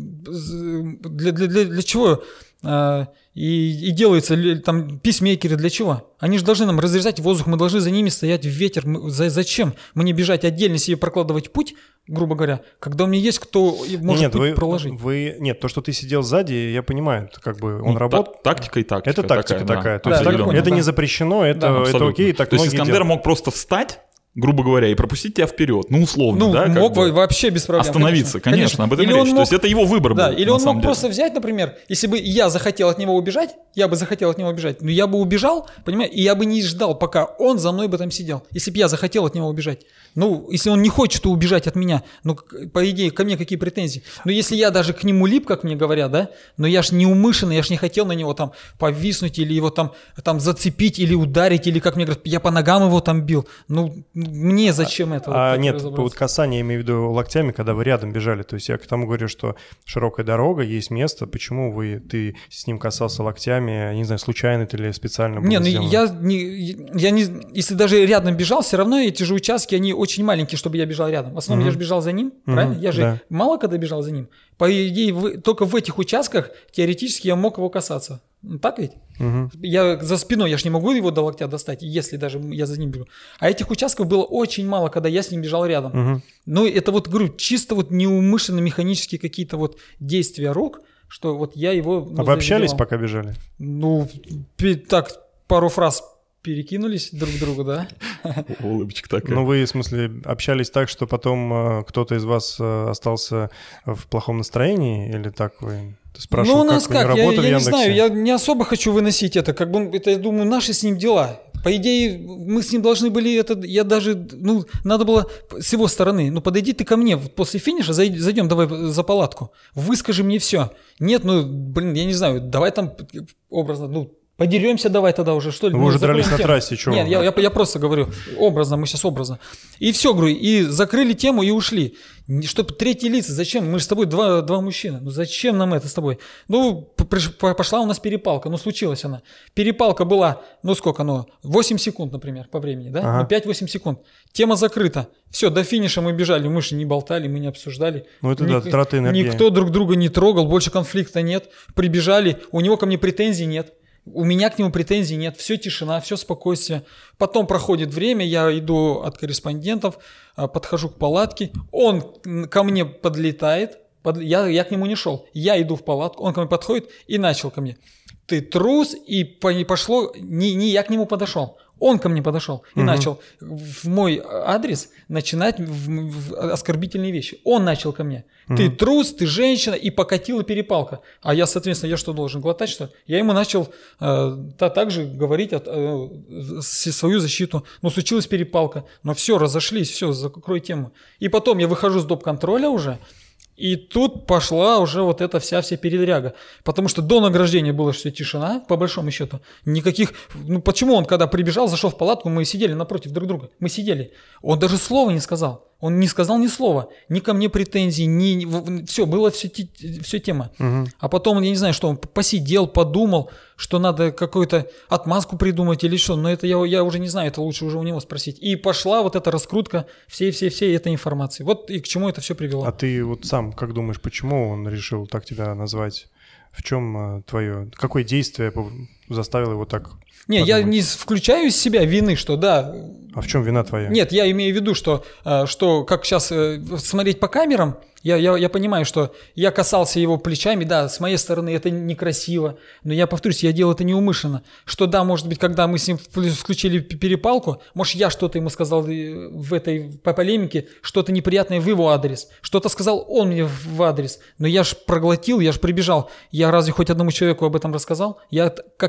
Для, для, для, для чего? А, и, и делаются там писмейкеры для чего? Они же должны нам разрезать воздух, мы должны за ними стоять в ветер. Мы, за, зачем мне бежать отдельно себе прокладывать путь, грубо говоря, когда у меня есть кто может нет, путь вы, проложить? Вы, нет, то, что ты сидел сзади, я понимаю, как бы он ну, работает. Та- тактика и тактика. Это тактика такая. такая. Да. То есть да, так, понял, это да. не запрещено, это, да, это окей. Так то есть Искандер делают. мог просто встать, грубо говоря, и пропустить тебя вперед. Ну, условно, ну, да? мог бы. вообще без проблем. Остановиться, конечно, конечно. об этом или речь. Он мог... То есть это его выбор да, был. Или он мог деле. просто взять, например, если бы я захотел от него убежать, я бы захотел от него убежать, но я бы убежал, понимаешь, и я бы не ждал, пока он за мной бы там сидел. Если бы я захотел от него убежать. Ну, если он не хочет убежать от меня, ну, по идее, ко мне какие претензии? Но если я даже к нему лип, как мне говорят, да, но я ж не умышленно, я ж не хотел на него там повиснуть или его там, там зацепить или ударить, или, как мне говорят, я по ногам его там бил. Ну, мне зачем это? А вот, нет, вот касание, я имею в виду локтями, когда вы рядом бежали. То есть я к тому говорю, что широкая дорога, есть место. Почему вы, ты с ним касался локтями? Я не знаю, случайно это или специально было Не, ну сделано? я не, я не... Если даже рядом бежал, все равно эти же участки, они очень маленькие, чтобы я бежал рядом. В основном mm-hmm. я же бежал за ним, mm-hmm. правильно? Я же да. мало когда бежал за ним. По идее, в, только в этих участках теоретически я мог его касаться. Так ведь? Угу. Я за спиной, я ж не могу его до локтя достать, если даже я за ним бегу. А этих участков было очень мало, когда я с ним бежал рядом. Угу. Ну, это вот, говорю, чисто вот неумышленно механические какие-то вот действия рук, что вот я его... Ну, а вы общались, пока бежали? Ну, так, пару фраз перекинулись друг к другу, да? Улыбочка такая. Ну, вы, в смысле, общались так, что потом э, кто-то из вас э, остался в плохом настроении, или так вы... Ну, у нас как, как? я, я не знаю, я не особо хочу выносить это, как бы, это, я думаю, наши с ним дела. По идее, мы с ним должны были, это, я даже, ну, надо было с его стороны, ну, подойди ты ко мне после финиша, зайдем давай за палатку, выскажи мне все. Нет, ну, блин, я не знаю, давай там образно, ну, подеремся давай тогда уже, что ли. Вы ну, уже дрались на трассе, что? Нет, я, я, я просто говорю, образно, мы сейчас образно. И все, говорю, и закрыли тему и ушли. Чтобы третьи лица, зачем? Мы же с тобой два, два мужчины. Ну зачем нам это с тобой? Ну, пошла у нас перепалка, ну случилась она. Перепалка была, ну сколько, ну, восемь секунд, например, по времени, да? Ага. Ну, пять-восемь секунд. Тема закрыта. Все, до финиша мы бежали, мы же не болтали, мы не обсуждали. Ну это Ник- да, траты энергии. Никто друг друга не трогал, больше конфликта нет. Прибежали, у него ко мне претензий нет. У меня к нему претензий нет, все тишина, все спокойствие. Потом проходит время, я иду от корреспондентов, подхожу к палатке, он ко мне подлетает, под, я, я к нему не шел, я иду в палатку, он ко мне подходит и начал ко мне. Ты трус, и пошло, не, не я к нему подошел. Он ко мне подошел и угу. начал в мой адрес начинать в, в оскорбительные вещи. Он начал ко мне. Угу. Ты трус, ты женщина, и покатила перепалка. А я, соответственно, я что, должен глотать, что ли? Я ему начал э, та, также говорить от, э, свою защиту. Ну, случилась перепалка. Но все, разошлись, все, закрой тему. И потом я выхожу с доп-контроля уже. И тут пошла уже вот эта вся-вся передряга. Потому что до награждения была все тишина, по большому счету. Никаких... Ну почему он, когда прибежал, зашел в палатку, мы сидели напротив друг друга. Мы сидели. Он даже слова не сказал. Он не сказал ни слова. Ни ко мне претензий, ни... Все, было все, все тема. Угу. А потом, я не знаю, что он посидел, подумал, что надо какую-то отмазку придумать или что. Но это я, я уже не знаю, это лучше уже у него спросить. И пошла вот эта раскрутка всей-всей-всей этой информации. Вот и к чему это все привело. А ты вот сам как думаешь, почему он решил так тебя назвать? В чем твое... Какое действие заставило его так... Не, подумать? Я не включаю из себя вины, что да... А в чем вина твоя? Нет, я имею в виду, что, что как сейчас смотреть по камерам, я, я, я понимаю, что я касался его плечами, да, с моей стороны это некрасиво, но я повторюсь, я делал это неумышленно, что да, может быть, когда мы с ним включили перепалку, может, я что-то ему сказал в этой по полемике, что-то неприятное в его адрес, что-то сказал он мне в адрес, но я ж проглотил, я ж прибежал, я разве хоть одному человеку об этом рассказал? Я как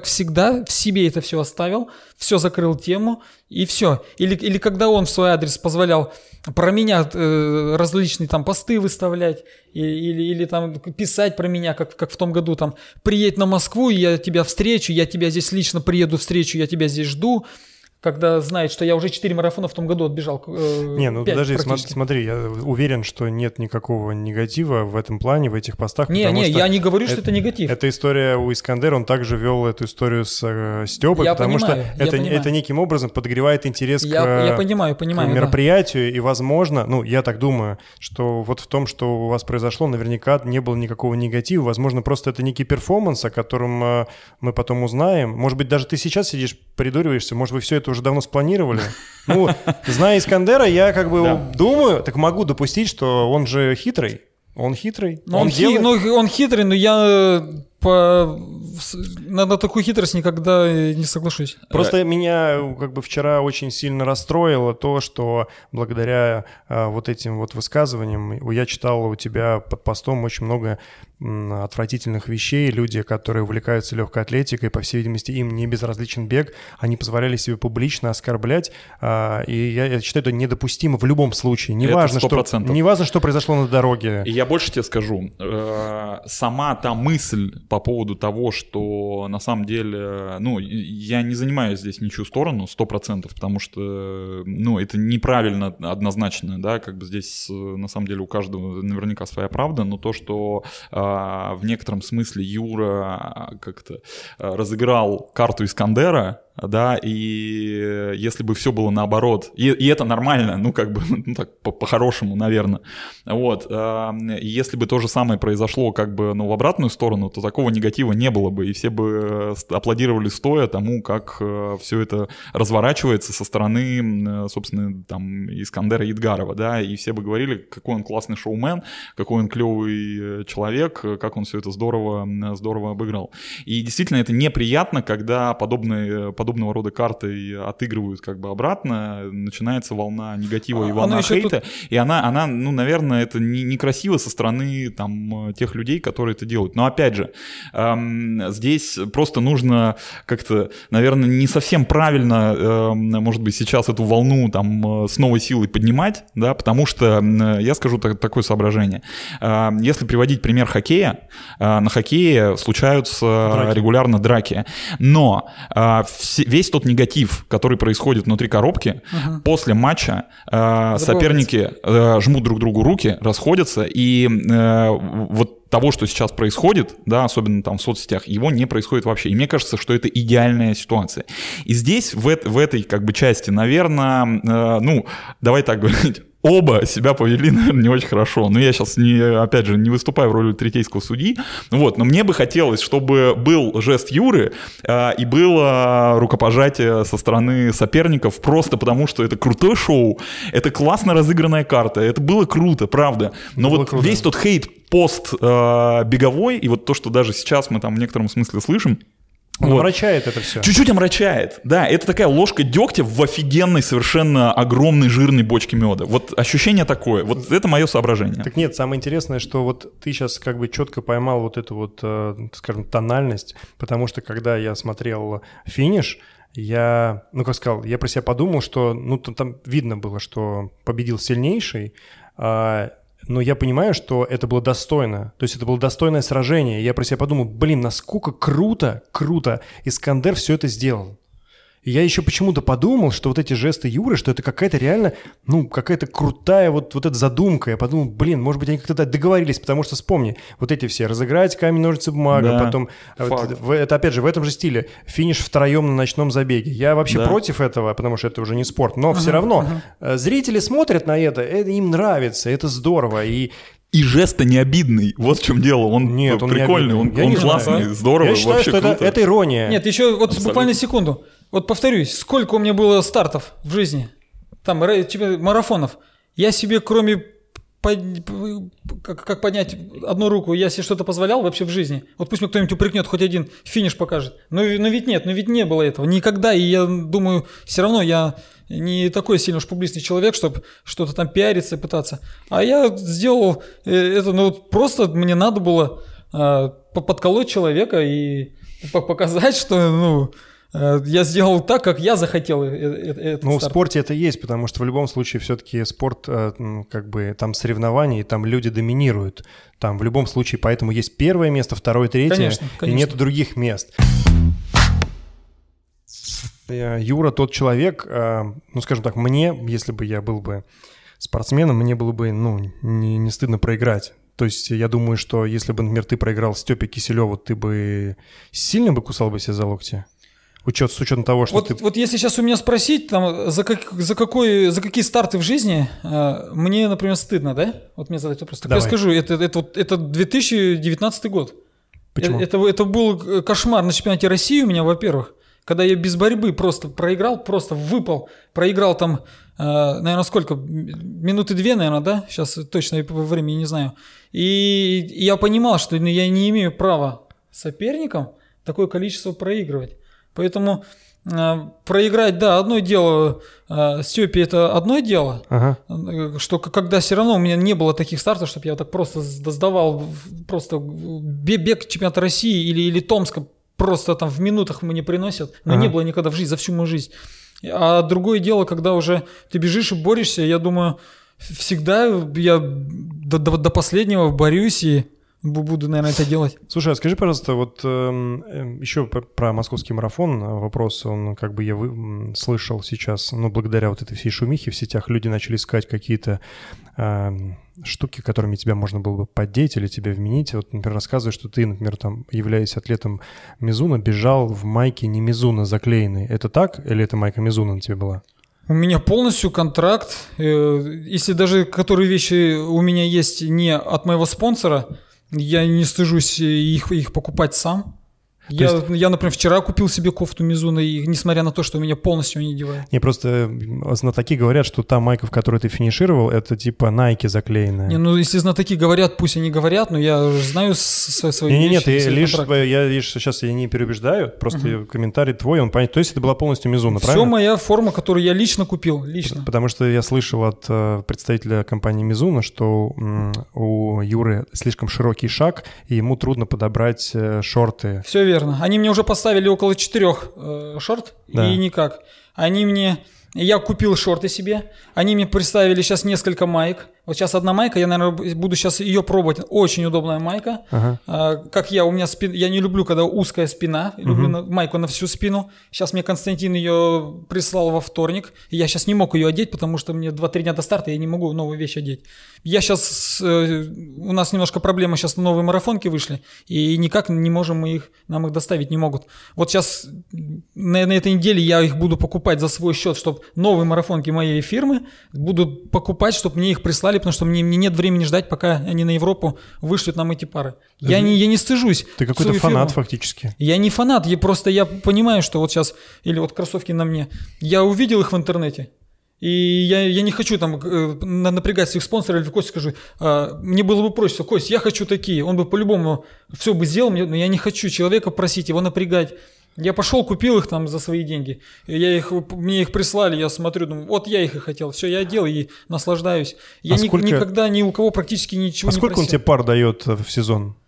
всегда, в себе это все оставил, все закрыл тему, и все. Или, или когда он в свой адрес позволял про меня э, различные там посты выставлять, и, или, или там писать про меня, как, как в том году, там, приедь на Москву, я тебя встречу, я тебя здесь лично приеду встречу, я тебя здесь жду. Когда знает, что я уже четыре марафона в том году отбежал. Э, Не, ну подожди, смотри, я уверен, что нет никакого негатива в этом плане, в этих постах. Не, не, я не говорю, что это, это негатив. Эта история у Искандера, он также вел эту историю с э, Степой, я потому понимаю, что это, это неким образом подогревает интерес я, к, я понимаю, понимаю, к мероприятию, да. И возможно, ну я так думаю, что вот в том, что у вас произошло, наверняка не было никакого негатива, возможно, просто это некий перформанс, о котором э, мы потом узнаем. Может быть, даже ты сейчас сидишь, придуриваешься, может быть, все это уже давно спланировали. Ну, зная Искандера, я как бы да. думаю, так могу допустить, что он же хитрый. Он хитрый. Он, он, хи, ну, он хитрый, но я по... на, на такую хитрость никогда не соглашусь. Просто меня как бы вчера очень сильно расстроило то, что благодаря а, вот этим вот высказываниям я читал у тебя под постом очень много м, отвратительных вещей. Люди, которые увлекаются легкой атлетикой, по всей видимости, им не безразличен бег, они позволяли себе публично оскорблять, а, и я, я считаю, это недопустимо в любом случае. Неважно, что, неважно, что произошло на дороге. И я больше тебе скажу. Э, сама та мысль по поводу того, что на самом деле, ну, я не занимаю здесь ничью сторону, сто процентов, потому что, ну, это неправильно однозначно, да, как бы здесь на самом деле у каждого наверняка своя правда, но то, что э, в некотором смысле Юра как-то разыграл карту Искандера, да, и если бы все было наоборот, и, и это нормально, ну, как бы, ну, так, по- по-хорошему, наверное, вот, и если бы то же самое произошло, как бы, ну, в обратную сторону, то такого негатива не было бы, и все бы аплодировали стоя тому, как все это разворачивается со стороны, собственно, там, Искандера Едгарова, да, и все бы говорили, какой он классный шоумен, какой он клевый человек, как он все это здорово, здорово обыграл. И действительно, это неприятно, когда подобные подобного рода карты отыгрывают как бы обратно, начинается волна негатива и волна хейта, тут... и она, она, ну, наверное, это не, некрасиво со стороны там тех людей, которые это делают. Но опять же, эм, здесь просто нужно как-то, наверное, не совсем правильно, эм, может быть, сейчас эту волну там с новой силой поднимать, да, потому что, э, я скажу так, такое соображение. Э, если приводить пример хоккея, э, на хоккее случаются драки. регулярно драки, но э, весь тот негатив, который происходит внутри коробки, uh-huh. после матча э, соперники э, жмут друг другу руки, расходятся, и э, вот того, что сейчас происходит, да, особенно там в соцсетях, его не происходит вообще. И мне кажется, что это идеальная ситуация. И здесь, в, в этой как бы части, наверное, э, ну, давай так говорить, оба себя повели, наверное, не очень хорошо. Но я сейчас, не, опять же, не выступаю в роли третейского судьи. Вот. Но мне бы хотелось, чтобы был жест Юры э, и было рукопожатие со стороны соперников, просто потому что это крутое шоу, это классно разыгранная карта, это было круто, правда. Но было вот круто. Весь тот хейт пост э, беговой, и вот то, что даже сейчас мы там в некотором смысле слышим, он вот. омрачает это все. Чуть-чуть омрачает, да, это такая ложка дегтя в офигенной, совершенно огромной жирной бочке меда. Вот ощущение такое, вот это мое соображение. Так нет, самое интересное, что вот ты сейчас как бы четко поймал вот эту вот, скажем, тональность, потому что когда я смотрел финиш, я, ну как сказал, я про себя подумал, что, ну там, там видно было, что победил сильнейший, а но я понимаю, что это было достойно. То есть это было достойное сражение. Я про себя подумал, блин, насколько круто, круто Искандер все это сделал. И я еще почему-то подумал, что вот эти жесты Юры, что это какая-то реально, ну, какая-то крутая вот, вот эта задумка. Я подумал, блин, может быть, они как-то договорились, потому что, вспомни, вот эти все, разыграть камень, ножницы, бумага, да, потом, вот, это опять же в этом же стиле, финиш втроем на ночном забеге. Я вообще да. против этого, потому что это уже не спорт, но ага, все равно ага. зрители смотрят на это, это им нравится, это здорово, и... И жест-то не обидный, вот в чем дело, он Нет, прикольный, он, он, он классный, знаю. здоровый, я считаю, вообще что круто. Это, это ирония. Нет, еще вот Абсолютно. буквально секунду. Вот повторюсь, сколько у меня было стартов в жизни, там, марафонов. Я себе, кроме под... как, как поднять одну руку, я себе что-то позволял вообще в жизни. Вот пусть мне кто-нибудь упрекнет, хоть один финиш покажет. Но, но ведь нет, но ведь не было этого никогда. И я думаю, все равно я не такой сильно уж публичный человек, чтобы что-то там пиариться и пытаться. А я сделал это, ну просто мне надо было подколоть человека и показать, что, ну, я сделал так, как я захотел этот Ну, в старт. спорте это есть, потому что в любом случае все-таки спорт, как бы, там соревнования, и там люди доминируют. Там в любом случае, поэтому есть первое место, второе, третье, Конечно, конечно. и нету других мест. Юра тот человек, ну, скажем так, мне, если бы я был бы спортсменом, мне было бы, ну, не, не стыдно проиграть. То есть я думаю, что если бы, например, ты проиграл Степе Киселеву, ты бы сильно бы кусал бы себя за локти? Учет, с учетом того, что вот, ты... Вот если сейчас у меня спросить, там, за, как, за, какой, за какие старты в жизни, э, мне, например, стыдно, да? Вот мне задать вопрос. Так я скажу, это, это, это, это две тысячи девятнадцатый год. Почему? Это, это был кошмар на чемпионате России у меня, во-первых, когда я без борьбы просто проиграл, просто выпал, проиграл там, э, наверное, сколько, минуты две, наверное, да? Сейчас точно времени не знаю. И, и я понимал, что я не имею права соперникам такое количество проигрывать. Поэтому э, проиграть, да, одно дело, э, Степе это одно дело, ага. что когда все равно у меня не было таких стартов, чтобы я так просто сдавал, просто бег чемпионата России или, или Томска, просто там в минутах мне приносят, но ага. не было никогда в жизни, за всю мою жизнь. А другое дело, когда уже ты бежишь и борешься, я думаю, всегда я до, до, до последнего борюсь и буду, наверное, это делать. Слушай, а скажи, пожалуйста, вот э, еще про, про московский марафон вопрос, он как бы я вы, слышал сейчас, ну, благодаря вот этой всей шумихе в сетях, люди начали искать какие-то э, штуки, которыми тебя можно было бы поддеть или тебя вменить. Вот, например, рассказывай, что ты, например, там, являясь атлетом Мизуна, бежал в майке не Мизуна заклеенной. Это так или это майка Мизуна на тебе была? У меня полностью контракт. Если даже которые вещи у меня есть не от моего спонсора, я не стыжусь их, их покупать сам. Я, есть... я, например, вчера купил себе кофту Мизуна, и несмотря на то, что у меня полностью не одевают. Не, просто знатоки говорят, что та майка, в которой ты финишировал, это типа Nike заклеенная. Не, ну если знатоки говорят, пусть они говорят, но я знаю свои не, вещи. Нет, нет, лишь, я лишь сейчас я не переубеждаю, просто uh-huh. комментарий твой, он понятен. То есть это была полностью Мизуна, Все правильно? Все моя форма, которую я лично купил, лично. Потому что я слышал от uh, представителя компании Мизуна, что um, у Юры слишком широкий шаг, и ему трудно подобрать uh, шорты. Все верно. Они мне уже поставили около четырех э, шорт, да. И никак. Они мне... Я купил шорты себе, они мне представили сейчас несколько маек. Вот сейчас одна майка, я, наверное, буду сейчас ее пробовать. Очень удобная майка. Ага. А, как я, у меня спина... Я не люблю, когда узкая спина. Люблю угу. майку на всю спину. Сейчас мне Константин ее прислал во вторник. Я сейчас не мог ее одеть, потому что мне два-три дня до старта, я не могу новую вещь одеть. Я сейчас... Э, у нас немножко проблемы, сейчас новые марафонки вышли, и никак не можем мы их... Нам их доставить не могут. Вот сейчас на, на этой неделе я их буду покупать за свой счет, чтобы новые марафонки моей фирмы буду покупать, чтобы мне их прислали, потому что мне, мне нет времени ждать, пока они на Европу вышлют нам эти пары. Ты, я, не, я не стыжусь. Ты какой-то фанат фирму. Фактически. Я не фанат, я просто я понимаю, что вот сейчас, или вот кроссовки на мне, я увидел их в интернете, и я, я не хочу там э, напрягать своих спонсоров, или Костя скажу, э, мне было бы проще, Кость, я хочу такие, он бы по-любому все бы сделал, но я не хочу человека просить, его напрягать. Я пошел, купил их там за свои деньги. Я их, мне их прислали, я смотрю, думаю, вот я их и хотел. Все, я одел и наслаждаюсь. Я а ни, сколько... никогда ни у кого практически ничего а не просил. А сколько он тебе пар дает в сезон?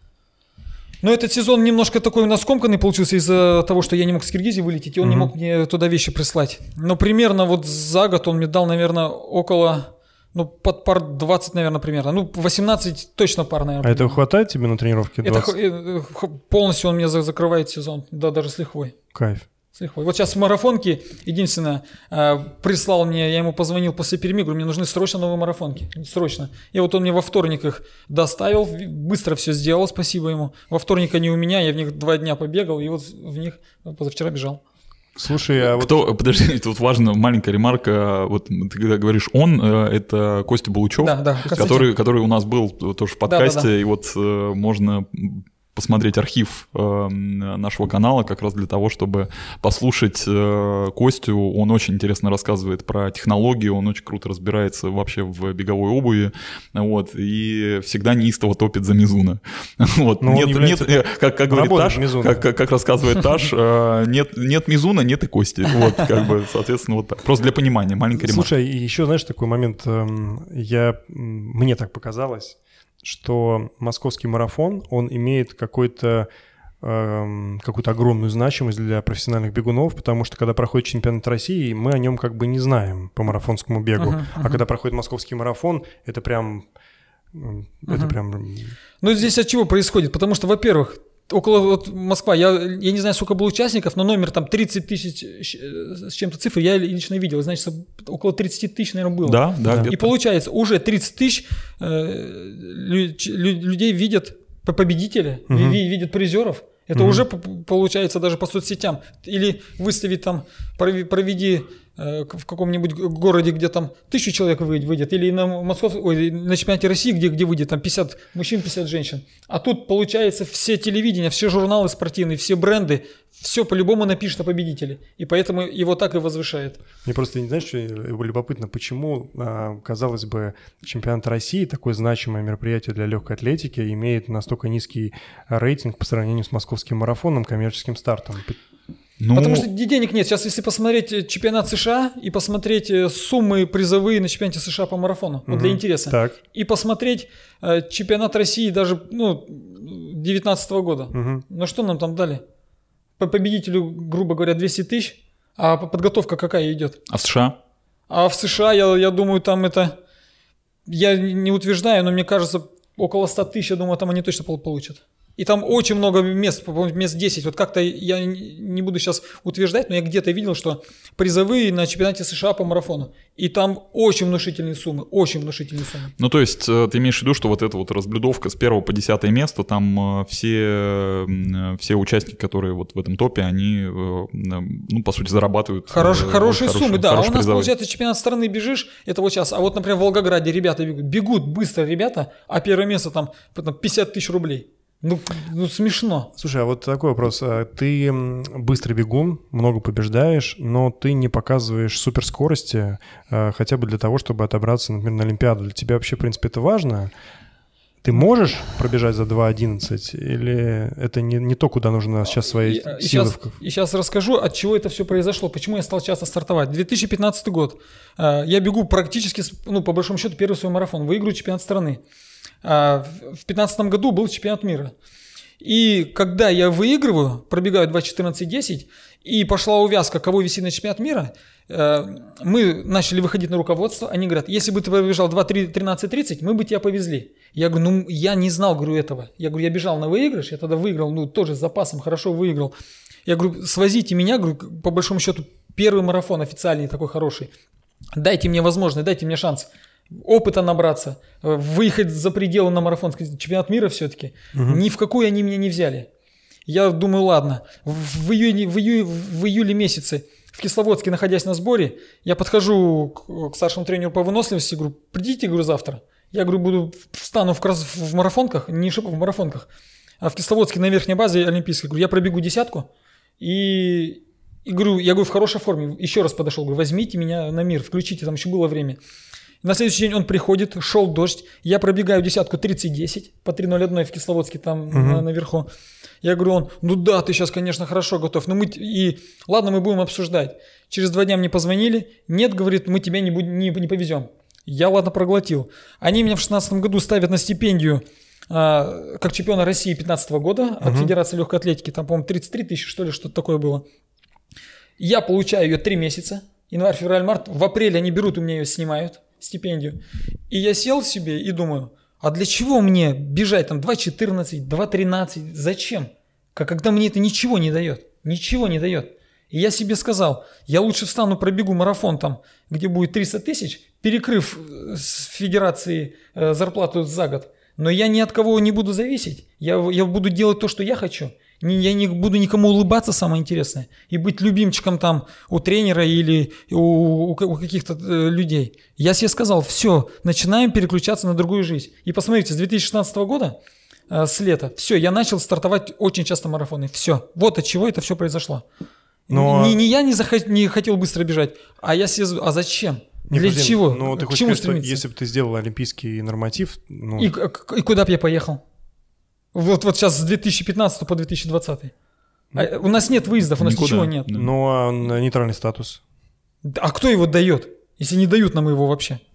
Ну, этот сезон немножко такой у нас скомканный получился из-за того, что я не мог с Киргизии вылететь, и он mm-hmm. не мог мне туда вещи прислать. Но примерно вот за год он мне дал, наверное, около... Ну, под пар двадцать, наверное, примерно. Ну, восемнадцать точно пар, наверное. А примерно. этого хватает тебе на тренировке двадцать? Это полностью он мне закрывает сезон, да, даже с лихвой. Кайф. С лихвой. Вот сейчас в марафонке, единственное, прислал мне, я ему позвонил после перемии, говорю, мне нужны срочно новые марафонки, срочно. И вот он мне во вторник их доставил, быстро все сделал, спасибо ему. Во вторник они у меня, я в них два дня побегал, и вот в них позавчера бежал. Слушай, а Кто, вот... Подожди, тут важна маленькая ремарка. Вот ты когда говоришь «он», это Костя Балучев, да, да, который, который у нас был тоже в подкасте, да, да, да. И вот можно посмотреть архив э, нашего канала как раз для того, чтобы послушать э, Костю. Он очень интересно рассказывает про технологии, он очень круто разбирается вообще в беговой обуви, вот, и всегда неистово топит за Мизуна. Вот. Нет, нет, как, как говорит Таш, как, как, как рассказывает Таш, э, нет, нет Мизуна, нет и Кости. Вот, как бы, соответственно, вот так. Просто для понимания, маленькая ремарка. Слушай, еще, знаешь, такой момент, я, мне так показалось, что московский марафон, он имеет какой-то какую-то огромную значимость для профессиональных бегунов, потому что когда проходит чемпионат России, мы о нем как бы не знаем по марафонскому бегу, uh-huh, uh-huh. а когда проходит московский марафон, это прям... Uh-huh. Это прям... Ну, здесь от чего происходит? Потому что, во-первых, около вот, Москва, я, я не знаю, сколько было участников, но номер там тридцать тысяч с чем-то цифр я лично видел, значит, около тридцать тысяч, наверное, было. Да, да. И получается, уже тридцать тысяч э, лю- людей видят победителя, угу. видят призеров. Это угу. уже получается даже по соцсетям. Или выставить там, проведи э, в каком-нибудь городе, где там тысячу человек выйдет, или на Москов... Ой, на чемпионате России, где, где выйдет там пятьдесят мужчин, пятьдесят женщин. А тут получается все телевидения, все журналы спортивные, все бренды, все по-любому напишет о победителе. И поэтому его так и возвышает. Мне просто, не знаешь, что любопытно, почему, казалось бы, чемпионат России, такое значимое мероприятие для легкой атлетики, имеет настолько низкий рейтинг по сравнению с московским марафоном, коммерческим стартом? Ну... Потому что денег нет. Сейчас, если посмотреть чемпионат США и посмотреть суммы призовые на чемпионате США по марафону, угу. вот для интереса, так. и посмотреть э, чемпионат России даже ну, девятнадцатого года, угу. ну что нам там дали? По победителю, грубо говоря, двести тысяч, а подготовка какая идет? А в США? А в США, я, я думаю, там это... Я не утверждаю, но мне кажется, около ста тысяч, я думаю, там они точно получат. И там очень много мест, по-моему, мест десять. Вот как-то я не буду сейчас утверждать, но я где-то видел, что призовые на чемпионате США по марафону. И там очень внушительные суммы, очень внушительные суммы. Ну, то есть ты имеешь в виду, что вот эта вот разблюдовка с первого по десятое место, там все, все участники, которые вот в этом топе, они, ну, по сути, зарабатывают Хорош, вот, хорошие хорошие, суммы, да. хорошие А у нас, призовые. Получается, чемпионат страны бежишь, это вот сейчас. А вот, например, в Волгограде ребята бегут, бегут быстро ребята, а первое место там, там пятьдесят тысяч рублей. Ну, ну, смешно. Слушай, а вот такой вопрос. Ты быстрый бегун, много побеждаешь, но ты не показываешь суперскорости хотя бы для того, чтобы отобраться, например, на Олимпиаду. Для тебя вообще, в принципе, это важно? Ты можешь пробежать за два одиннадцать? Или это не, не то, куда нужно сейчас свои и, силы? И сейчас, и сейчас расскажу, от чего это все произошло, почему я стал часто стартовать. две тысячи пятнадцатый год. Я бегу практически, ну, по большому счету, первый свой марафон. Выиграю чемпионат страны. В две тысячи пятнадцатом году был чемпионат мира. И когда я выигрываю, пробегаю два четырнадцать десять, и пошла увязка, кого вести на чемпионат мира, мы начали выходить на руководство. Они говорят, если бы ты пробежал два тринадцать тридцать, мы бы тебя повезли. Я говорю, ну я не знал, говорю, этого. Я говорю, я бежал на выигрыш, я тогда выиграл, ну тоже с запасом, хорошо выиграл. Я говорю, свозите меня, говорю, по большому счету, первый марафон официальный такой хороший. Дайте мне возможность, дайте мне шанс опыта набраться, выехать за пределы на марафон, чемпионат мира все-таки. Угу. Ни в какую они меня не взяли. Я думаю, ладно, в июне, в июле, в июле месяце в Кисловодске, находясь на сборе, я подхожу к, к старшему тренеру по выносливости, говорю, придите, говорю, завтра. Я, говорю, буду, встану в, в марафонках, не шибко в марафонках, а в Кисловодске на верхней базе олимпийской, говорю, я пробегу десятку, и, и говорю, я говорю, в хорошей форме, еще раз подошел, говорю, возьмите меня на мир, включите, там еще было время. На следующий день он приходит, шел дождь, я пробегаю десятку тридцать десять по три ноль один в Кисловодске там угу. на, наверху. Я говорю, он, ну да, ты сейчас, конечно, хорошо готов, но мы, и ладно, мы будем обсуждать. Через два дня мне позвонили, нет, говорит, мы тебя не, будем, не, не повезем. Я, ладно, проглотил. Они меня в шестнадцатом году ставят на стипендию а, как чемпиона России пятнадцатого года от угу. Федерации легкой атлетики, там, по-моему, тридцать три тысячи, что ли, что-то такое было. Я получаю ее три месяца, январь, февраль, март, в апреле они берут, у меня ее снимают. Стипендию. И я сел себе и думаю, а для чего мне бежать там два четырнадцать, два тринадцать, зачем? Когда мне это ничего не дает, ничего не дает. И я себе сказал, я лучше встану, пробегу марафон там, где будет триста тысяч, перекрыв с федерации э, зарплату за год, но я ни от кого не буду зависеть, я, я буду делать то, что я хочу. Я не буду никому улыбаться, самое интересное, и быть любимчиком там у тренера или у, у каких-то э, людей. Я себе сказал, все, начинаем переключаться на другую жизнь. И посмотрите, с две тысячи шестнадцатого года, э, с лета, все, я начал стартовать очень часто марафоны. Все, вот от чего это все произошло. Но... Не, не я не, захот, не хотел быстро бежать, а я себе, а зачем? Не, Для подожди, чего? Ну, ты К чему сказать, стремиться? Если бы ты сделал олимпийский норматив... Ну... И, и куда бы я поехал? Вот, вот сейчас с две тысячи пятнадцатого по две тысячи двадцатый. А, у нас нет выездов, у нас Никуда. ничего нет. Ну, а нейтральный статус? А кто его дает, если не дают нам его вообще?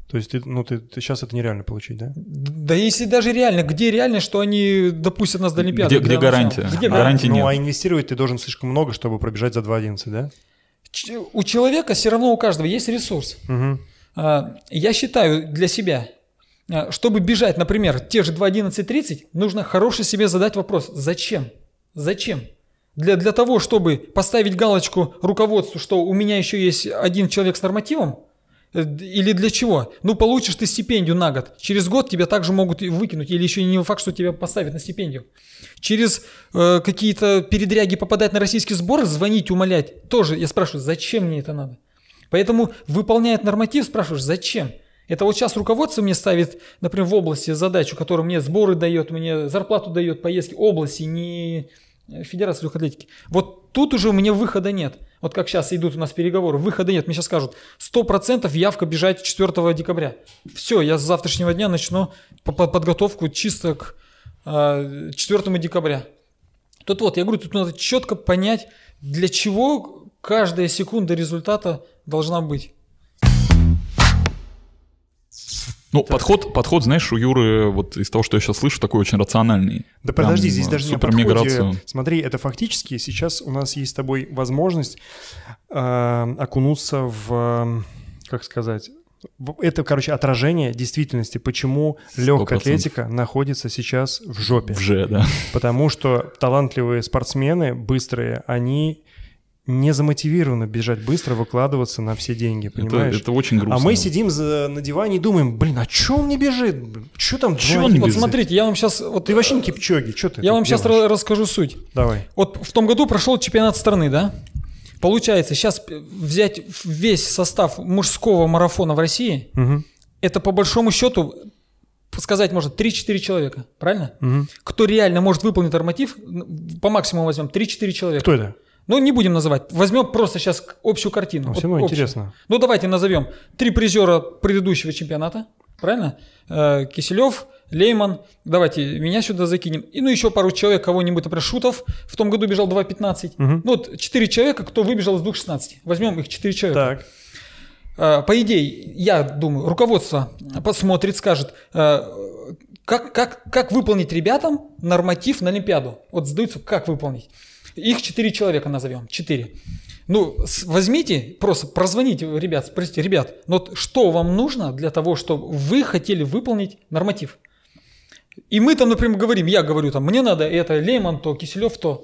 То есть ты, ну, ты, ты сейчас это нереально получить, да? Да если даже реально, где реально, что они допустят нас до Олимпиады? Где, где гарантия? Где а, гарантии ну, нет. а инвестировать ты должен слишком много, чтобы пробежать за два одиннадцать, да? У человека все равно у каждого есть ресурс. Угу. Я считаю для себя, чтобы бежать, например, те же два одиннадцать тридцать, нужно хорошо себе задать вопрос, зачем? Зачем? Для, для того, чтобы поставить галочку руководству, что у меня еще есть один человек с нормативом, или для чего? Ну, получишь ты стипендию на год. Через год тебя также могут выкинуть, или еще не факт, что тебя поставят на стипендию. Через э, какие-то передряги попадать на российский сбор, звонить, умолять. Тоже я спрашиваю, зачем мне это надо? Поэтому выполняет норматив, спрашиваешь, зачем? Это вот сейчас руководство мне ставит, например, в области задачу, которая мне сборы дает, мне зарплату дает, поездки, области, не Федерация легкой атлетики. Вот тут уже у меня выхода нет. Вот как сейчас идут у нас переговоры, выхода нет. Мне сейчас скажут, сто процентов явка бежать четвёртого декабря. Все, я с завтрашнего дня начну подготовку чисто к четвёртому декабря. Тут вот, я говорю, тут надо четко понять, для чего каждая секунда результата должна быть. Ну, подход, подход, знаешь, у Юры, вот из того, что я сейчас слышу, такой очень рациональный. Да подожди, здесь даже не о подходе. Супер. Смотри, это фактически сейчас у нас есть с тобой возможность э, окунуться в, как сказать, в, это, короче, отражение действительности, почему легкая атлетика находится сейчас в жопе. В же, да. Потому что талантливые спортсмены, быстрые, они... не замотивированы бежать быстро, выкладываться на все деньги, понимаешь? Это, это очень грустно. А мы сидим за, на диване и думаем, блин, а чё он не бежит? Чё там? Чё он не вот бежит? смотрите, я вам сейчас... Вот, ты вообще не Кипчоги, чё ты Я вам сейчас делаешь? расскажу суть. Давай. Вот в том году прошел чемпионат страны, да? Получается, сейчас взять весь состав мужского марафона в России, угу. это по большому счету, сказать можно, три-четыре человека, правильно? Угу. Кто реально может выполнить норматив, по максимуму возьмем, три-четыре человека. Кто это? Ну, не будем называть. Возьмем просто сейчас общую картину. Ну, все равно общую. интересно. Ну, давайте назовем три призера предыдущего чемпионата. Правильно? Киселев, Лейман. Давайте меня сюда закинем. И ну еще пару человек, кого-нибудь, например, Шутов. В том году бежал два пятнадцать. Угу. Ну, вот четыре человека, кто выбежал из два шестнадцать. Возьмем их четыре человека. Так. По идее, я думаю, руководство посмотрит, скажет, как, как, как выполнить ребятам норматив на Олимпиаду. Вот задаются, как выполнить. Их четыре человека назовем, четыре. Ну, возьмите, просто прозвоните, ребят, спросите, ребят, ну вот что вам нужно для того, чтобы вы хотели выполнить норматив? И мы там, например, говорим, я говорю, там, мне надо это, Лейман, то, Киселев, то.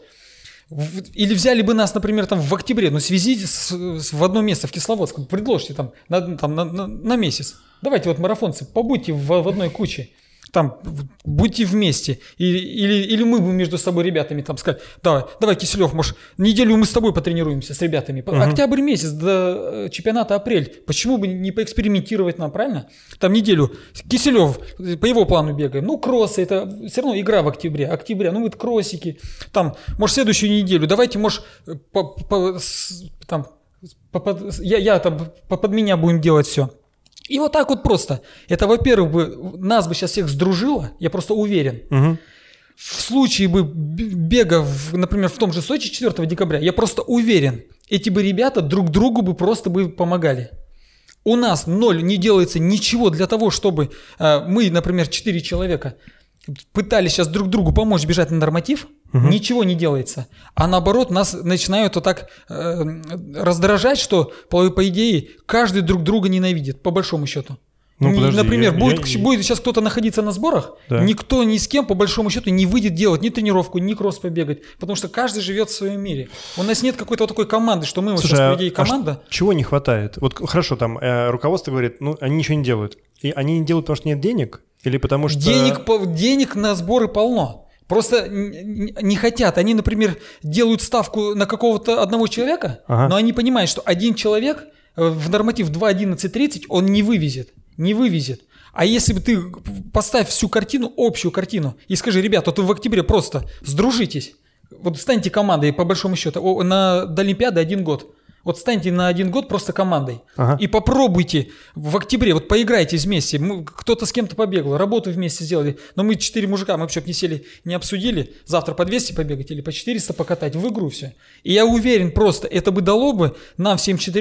Или взяли бы нас, например, там в октябре, ну, свезите с, с, в одно место, в Кисловодск, предложите там, на, там на, на, на месяц. Давайте вот марафонцы, побудьте в, в одной куче. Там, будьте вместе. Или, или, или мы бы между собой ребятами там сказали, давай, давай, Киселев, может, неделю мы с тобой потренируемся с ребятами. Угу. Октябрь месяц до чемпионата апрель. Почему бы не поэкспериментировать нам, правильно? Там неделю. Киселев, по его плану бегаем. Ну, кроссы, это все равно игра в октябре. Октября, ну, это кроссики. Там, может, следующую неделю. Давайте, может, по, по, там, по, по, я, я там, по, под меня будем делать все. И вот так вот просто. Это, во-первых, бы, нас бы сейчас всех сдружило, я просто уверен. Угу. В случае бы бега, в, например, в том же Сочи четвёртого декабря, я просто уверен, эти бы ребята друг другу бы просто бы помогали. У нас ноль, не делается ничего для того, чтобы э, мы, например, четыре человека пытались сейчас друг другу помочь бежать на норматив, угу. Ничего не делается. А наоборот, нас начинают вот так э, раздражать, что, по, по идее, каждый друг друга ненавидит, по большому счету. Ну, не, подожди, например, я, будет, я, будет сейчас кто-то находиться на сборах, да. Никто ни с кем, по большому счету, не выйдет делать ни тренировку, ни кросс побегать, потому что каждый живет в своем мире. У нас нет какой-то вот такой команды, что мы вот Слушай, сейчас, по идее, а команда. А чего не хватает? Вот хорошо, там э, руководство говорит, ну, они ничего не делают. И они не делают, потому что нет денег? Или потому что... Денег, денег на сборы полно. Просто не хотят. Они, например, делают ставку на какого-то одного человека, ага. Но они понимают, что один человек в норматив два одиннадцать тридцать он не вывезет. Не вывезет. А если бы ты поставь всю картину, общую картину, и скажи, ребята, вот вы в октябре просто сдружитесь, вот станьте командой, по большому счету, на, до Олимпиады один год. Вот станьте на один год просто командой. Ага. И попробуйте в октябре, вот поиграйте вместе. Мы, кто-то с кем-то побегал, работу вместе сделали. Но мы четыре мужика, мы вообще не сели, не обсудили. Завтра по двести побегать или по четыреста покатать в игру все. И я уверен просто, это бы дало бы нам всем четырем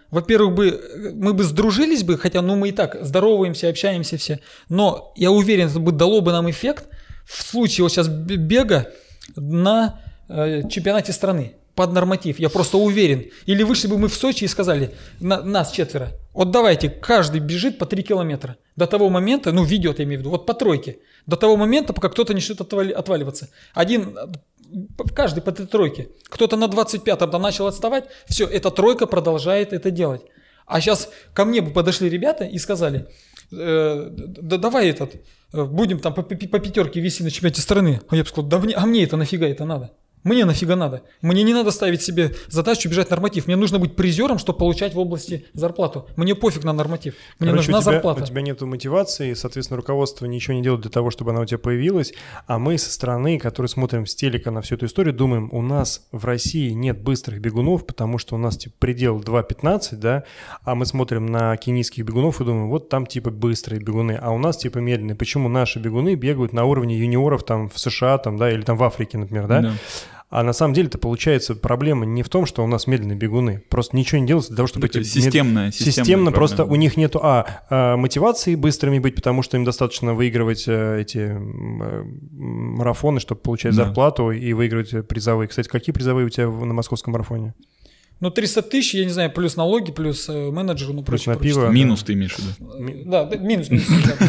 во-первых, бы, мы бы сдружились бы, хотя ну, мы и так здороваемся, общаемся все, но я уверен, это бы дало бы нам эффект в случае вот сейчас бега на э, чемпионате страны под норматив, я просто уверен. Или вышли бы мы в Сочи и сказали, на, нас четверо, вот давайте, каждый бежит по три километра. До того момента, ну ведет, я имею в виду, вот по тройке, до того момента, пока кто-то начнет отвали, отваливаться. Один... Каждый по этой тройке. Кто-то на двадцать пятом там начал отставать, все, эта тройка продолжает это делать. А сейчас ко мне бы подошли ребята и сказали, э, да давай этот, будем там по, по, по пятерке вести на чемпионате страны. А я бы сказал, да мне, а мне это нафига это надо? Мне нафига надо? Мне не надо ставить себе задачу бежать норматив. Мне нужно быть призером, чтобы получать в области зарплату. Мне пофиг на норматив. Мне Короче, нужна у тебя, зарплата. У тебя нет мотивации, соответственно, руководство ничего не делает для того, чтобы она у тебя появилась. А мы со стороны, которые смотрим с телека на всю эту историю, думаем, у нас в России нет быстрых бегунов, потому что у нас типа предел два пятнадцать, да, а мы смотрим на кенийских бегунов и думаем, вот там типа быстрые бегуны, а у нас типа медленные. Почему наши бегуны бегают на уровне юниоров там в США, там, да, или там в Африке, например, да? Да. А на самом деле-то получается проблема не в том, что у нас медленные бегуны. Просто ничего не делается для того, чтобы... Это эти системная, мед... Системно просто проблема. У них нету а, мотивации быстрыми быть, потому что им достаточно выигрывать эти марафоны, чтобы получать да. зарплату и выигрывать призовые. Кстати, какие призовые у тебя на московском марафоне? Ну, триста тысяч, я не знаю, плюс налоги, плюс э, менеджеру, ну, плюс прочее, на пиво. прочее. Минус ты имеешь в виду? Да, да, минус. минус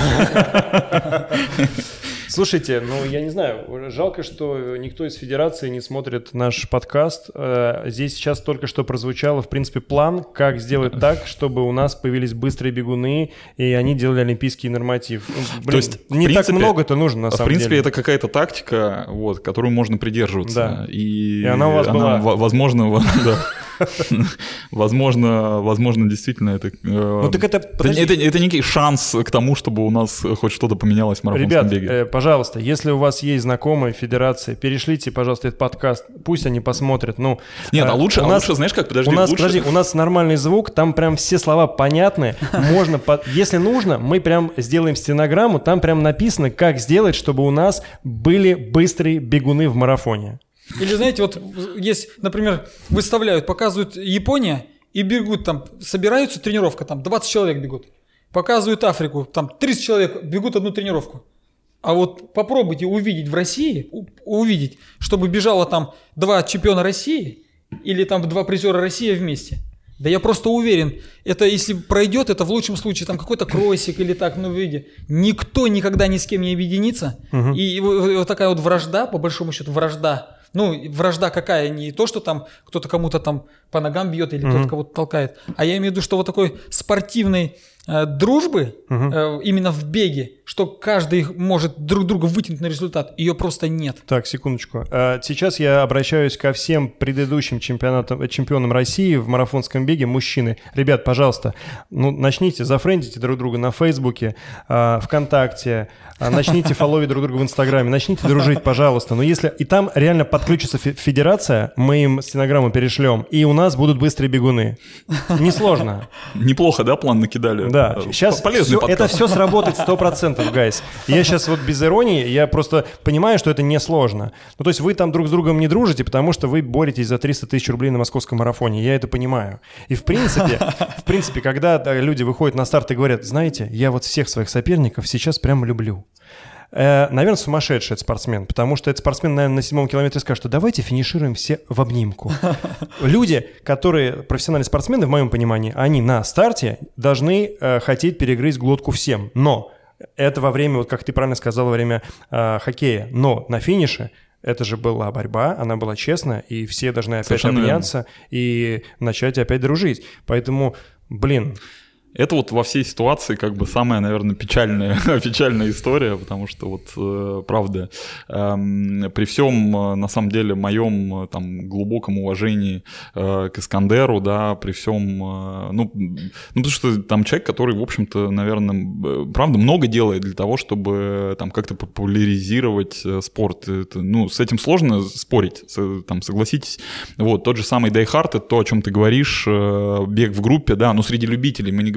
Слушайте, ну, я не знаю, жалко, что никто из федерации не смотрит наш подкаст. Здесь сейчас только что прозвучало, в принципе, план, как сделать так, чтобы у нас появились быстрые бегуны, и они делали олимпийский норматив. Блин, то есть, не принципе, так много-то нужно, на самом деле. В принципе, деле. Это какая-то тактика, вот, которую можно придерживаться. Да. И, и она у вас она, была. Возможно, да. Возможно, возможно, действительно это, ну, так это, это, это, это некий шанс к тому, чтобы у нас хоть что-то поменялось в марафонском Ребят, беге. Э, пожалуйста, если у вас есть знакомые в федерации, перешлите, пожалуйста, этот подкаст, пусть они посмотрят. Ну, Нет, э, а лучше, у а нас, лучше, знаешь как, подожди, у нас, лучше... подожди, у нас нормальный звук, там прям все слова понятны, можно, под... если нужно, мы прям сделаем стенограмму, там прям написано, как сделать, чтобы у нас были быстрые бегуны в марафоне. Или, знаете, вот есть, например, выставляют, показывают Япония и бегут там, собираются, тренировка, там двадцать человек бегут. Показывают Африку, там тридцать человек бегут одну тренировку. А вот попробуйте увидеть в России, увидеть, чтобы бежало там два чемпиона России или там два призера России вместе. Да я просто уверен, это если пройдет, это в лучшем случае там какой-то кроссик или так, ну, видите, никто никогда ни с кем не объединится. Угу. И вот такая вот вражда, по большому счету, вражда. Ну, вражда какая, не то, что там кто-то кому-то там по ногам бьет или mm-hmm. кто-то кого-то толкает, а я имею в виду, что вот такой спортивной э, дружбы mm-hmm. э, именно в беге, что каждый может друг друга вытянуть на результат, ее просто нет. Так, секундочку. Сейчас я обращаюсь ко всем предыдущим чемпионатам, чемпионам России в марафонском беге, мужчины. Ребят, пожалуйста, ну, начните, зафрендите друг друга на Фейсбуке, ВКонтакте, начните фолловить друг друга в Инстаграме, начните дружить, пожалуйста. Но если и там реально подключится федерация, мы им стенограмму перешлем, и у нас будут быстрые бегуны. Несложно. Неплохо, да, план накидали? Да. Сейчас полезный все, это все сработает сто процентов, гайс. Я сейчас вот без иронии, я просто понимаю, что это несложно. Ну, то есть вы там друг с другом не дружите, потому что вы боретесь за триста тысяч рублей на московском марафоне. Я это понимаю. И в принципе, в принципе, когда люди выходят на старт и говорят, знаете, я вот всех своих соперников сейчас прям люблю. Наверное, сумасшедший этот спортсмен, потому что этот спортсмен, наверное, на седьмом километре скажет, что давайте финишируем все в обнимку. Люди, которые профессиональные спортсмены, в моем понимании, они на старте должны э, хотеть перегрызть глотку всем, но это во время, вот как ты правильно сказал, во время э, хоккея, но на финише это же была борьба, она была честная, и все должны опять Совершенно обняться верно. И начать опять дружить. Поэтому, блин... Это вот во всей ситуации как бы самая, наверное, печальная, печальная история, потому что вот, э, правда, э, при всем, э, на самом деле, моем э, там глубоком уважении э, к Искандеру, да, при всем, э, ну, ну, потому что там человек, который, в общем-то, наверное, правда, много делает для того, чтобы там как-то популяризировать э, спорт. Это, ну, с этим сложно спорить, с, там, согласитесь. Вот, тот же самый Die Hard, это то, о чем ты говоришь, э, бег в группе, да, но среди любителей мы не говорим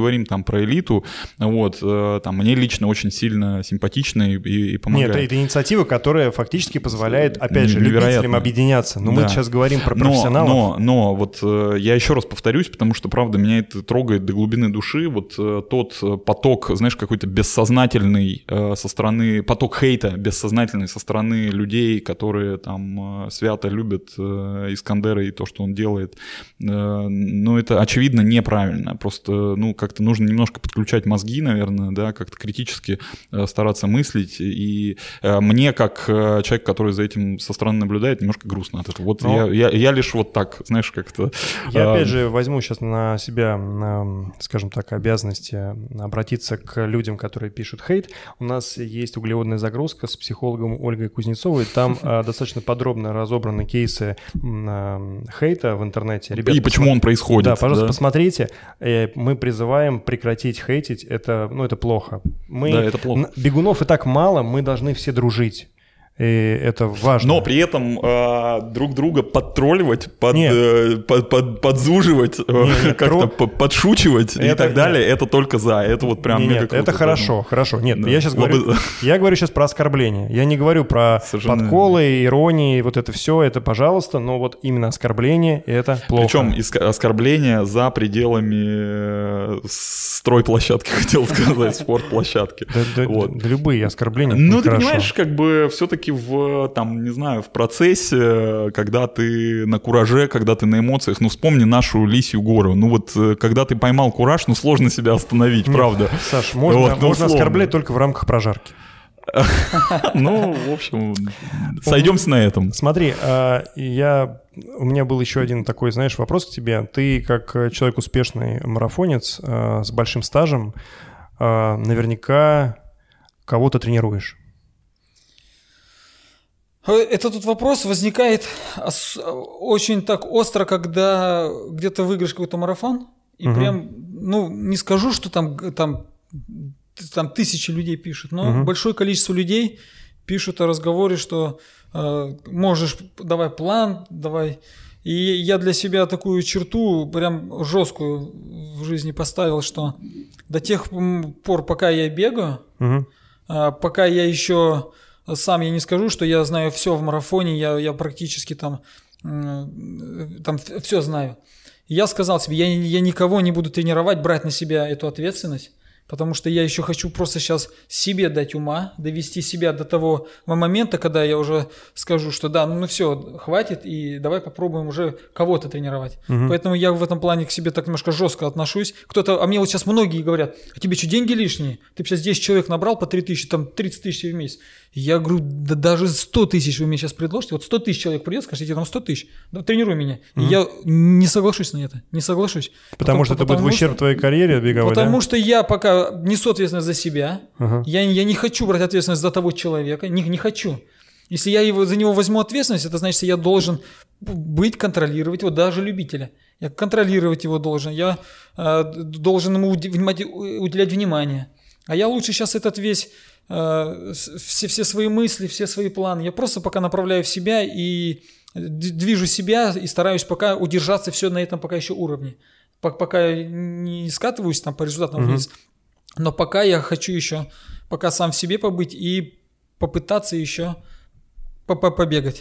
говорим там про элиту, вот, там, мне лично очень сильно симпатично и, и помогает. Нет, это инициатива, которая фактически позволяет, опять же, любителям объединяться. Но да. мы сейчас говорим про профессионалов. Но, но, но вот я еще раз повторюсь, потому что, правда, меня это трогает до глубины души, вот тот поток, знаешь, какой-то бессознательный со стороны, поток хейта бессознательный со стороны людей, которые там свято любят Искандера и то, что он делает. Ну, это, очевидно, неправильно. Просто, ну, как-то нужно немножко подключать мозги, наверное, да, как-то критически стараться мыслить. И мне, как человек, который за этим со стороны наблюдает, немножко грустно от этого. Вот я, я, я лишь вот так, знаешь, как-то... Я, опять же, возьму сейчас на себя, скажем так, обязанности обратиться к людям, которые пишут хейт. У нас есть углеводная загрузка с психологом Ольгой Кузнецовой. Там достаточно подробно разобраны кейсы хейта в интернете. Ребята, и почему он происходит. Да, пожалуйста, да? посмотрите. Мы призываем прекратить хейтить. Это, ну, это плохо. Мы, да, это плохо. Бегунов и так мало, мы должны все дружить. И это важно. Но при этом э, друг друга подтролливать, под, э, под, под, подзуживать, э, как-то трол... подшучивать это, и так далее, нет. это только за. Это вот прям нет, мега нет, круто. Это хорошо, поэтому... хорошо. Нет, да. я сейчас говорю, я говорю сейчас про оскорбления. Я не говорю про Совершенно... подколы, иронии, вот это все, это пожалуйста, но вот именно оскорбление — это плохо. Причем оскорбления за пределами стройплощадки, хотел сказать, спортплощадки. Да, вот. да, да любые оскорбления. Ну, ты понимаешь, как бы все-таки в, там, не знаю, в процессе, когда ты на кураже, когда ты на эмоциях, ну, вспомни нашу Лисью гору. Ну, вот, когда ты поймал кураж, ну, сложно себя остановить, Нет, правда. Саш, можно, вот, можно оскорблять только в рамках прожарки. Ну, в общем, сойдемся на этом. Смотри, я... У меня был еще один такой, знаешь, вопрос к тебе. Ты, как человек успешный марафонец с большим стажем, наверняка кого-то тренируешь. Этот тут вопрос возникает очень так остро, когда где-то выиграешь какой-то марафон, и угу. прям, ну, не скажу, что там, там, там тысячи людей пишут, но угу. большое количество людей пишут о разговоре, что э, можешь, давай план, давай. И я для себя такую черту прям жесткую в жизни поставил, что до тех пор, пока я бегаю, угу. э, пока я еще... Сам я не скажу, что я знаю все в марафоне, я, я практически там, там все знаю. Я сказал себе, я, я никого не буду тренировать, брать на себя эту ответственность, потому что я еще хочу просто сейчас себе дать ума, довести себя до того момента, когда я уже скажу, что да, ну, ну все, хватит, и давай попробуем уже кого-то тренировать. Угу. Поэтому я в этом плане к себе так немножко жестко отношусь. Кто-то, а мне вот сейчас многие говорят, а тебе что, деньги лишние? Ты сейчас десять человек набрал по три тысячи, там тридцать тысяч в месяц. Я говорю, да даже сто тысяч вы мне сейчас предложите, вот сто тысяч человек придет, скажите, там сто тысяч, да, тренируй меня. Угу. И я не соглашусь на это, не соглашусь. Потому, потому что это будет в ущерб что, твоей карьере беговой, Потому да? что я пока несу ответственность за себя, угу. я, я не хочу брать ответственность за того человека, не, не хочу. Если я его, за него возьму ответственность, это значит, что я должен быть, контролировать его, даже любителя. Я контролировать его должен, я э, должен ему уделять внимание. А я лучше сейчас этот весь... Все, все свои мысли, все свои планы. Я просто пока направляю в себя и движу себя и стараюсь пока удержаться все на этом пока еще уровне. Пока не скатываюсь там по результатам вниз, uh-huh. но пока я хочу еще, пока сам в себе побыть и попытаться еще побегать.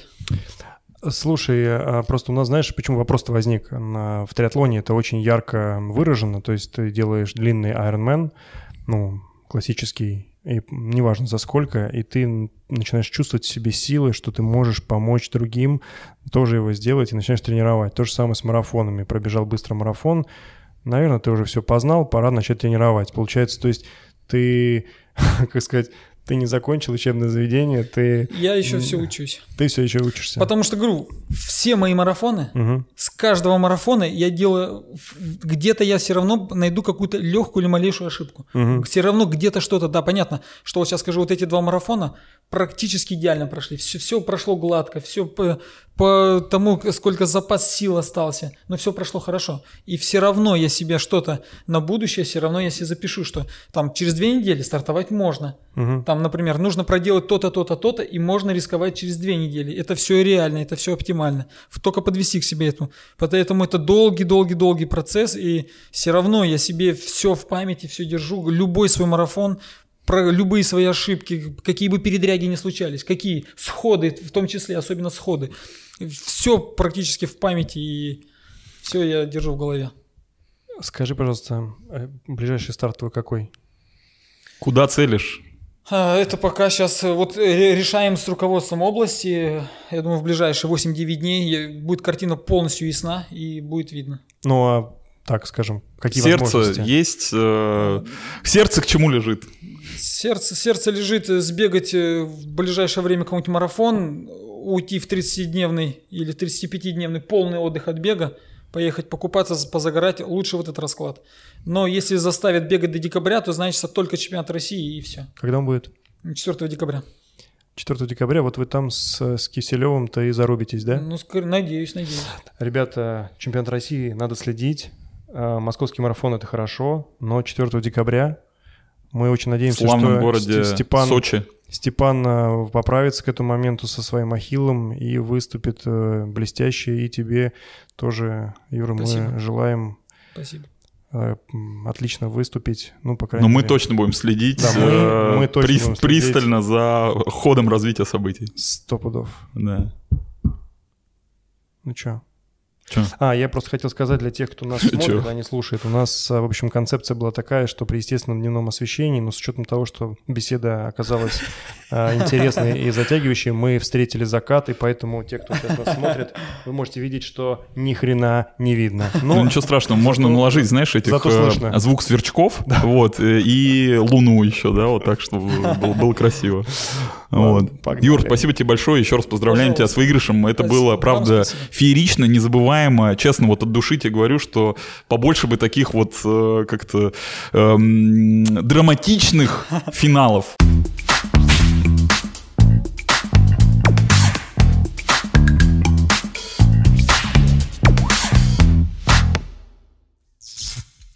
Слушай, просто у нас, знаешь, почему вопрос-то возник? В триатлоне это очень ярко выражено, то есть ты делаешь длинный Ironman, ну, классический, и неважно за сколько, и ты начинаешь чувствовать в себе силы, что ты можешь помочь другим тоже его сделать, и начинаешь тренировать. То же самое с марафонами. Пробежал быстро марафон, наверное, ты уже все познал, пора начать тренировать. Получается, то есть ты, как сказать, ты не закончил учебное заведение, ты... Я еще все учусь. Ты все еще учишься. Потому что, говорю, все мои марафоны, угу. с каждого марафона я делаю... Где-то я все равно найду какую-то легкую или малейшую ошибку. Угу. Все равно где-то что-то... Да, понятно, что вот сейчас скажу, вот эти два марафона практически идеально прошли. Все, все прошло гладко, все по, по тому, сколько запас сил остался. Но все прошло хорошо. И все равно я себе что-то на будущее, все равно я себе запишу, что там через две недели стартовать можно. Угу. Там там, например, нужно проделать то-то, то-то, то-то, и можно рисковать через две недели. Это все реально, это все оптимально. Только подвести к себе эту. Поэтому это долгий-долгий-долгий процесс, и все равно я себе все в памяти, все держу. Любой свой марафон, про любые свои ошибки, какие бы передряги ни случались, какие сходы, в том числе, особенно сходы. Все практически в памяти, и все я держу в голове. Скажи, пожалуйста, ближайший старт твой какой? Куда целишь? Это пока сейчас вот решаем с руководством области. Я думаю, в ближайшие восемь-девять дней будет картина полностью ясна и будет видно. Ну, а так скажем, какие сердце возможности? Есть, э, сердце к чему лежит? Сердце, сердце лежит сбегать в ближайшее время какой-нибудь марафон, уйти в тридцатидневный или тридцатипятидневный полный отдых от бега, поехать покупаться, позагорать, лучше вот этот расклад. Но если заставят бегать до декабря, то значит только чемпионат России и все. Когда он будет? четвёртого декабря. четвёртого декабря, вот вы там с, с Киселевым-то и зарубитесь, да? Ну, надеюсь, надеюсь. Ребята, чемпионат России надо следить. Московский марафон — это хорошо, но четвёртого декабря мы очень надеемся, в славном что городе Степан, Сочи. Степан поправится к этому моменту со своим ахиллом и выступит блестяще. И тебе тоже, Юра, Спасибо. Мы желаем Спасибо. отлично выступить. Ну, по крайней Но мы мере. точно будем следить, Да, мы, мы точно при, будем пристально за ходом развития событий. Сто пудов. Да. Ну чё? Чё? А, я просто хотел сказать для тех, кто нас Чё? смотрит, а не слушает. У нас, в общем, концепция была такая, что при естественном дневном освещении, но с учетом того, что беседа оказалась а, интересной и затягивающей, мы встретили закат, и поэтому те, кто сейчас нас смотрит, вы можете видеть, что ни хрена не видно. Ну, Но ничего страшного, можно зато- наложить, знаешь, этих зато э, слышно. звук сверчков, вот, э, и луну еще, да, вот так, чтобы было, было красиво. Ладно, Вот. погнали. Юр, спасибо тебе большое, еще раз поздравляем Пожалуйста. тебя с выигрышем. Это Спасибо. было, Вам правда, спасибо. феерично, незабываемо. Честно, вот от души тебе говорю, что побольше бы таких вот э, как-то эм, драматичных финалов.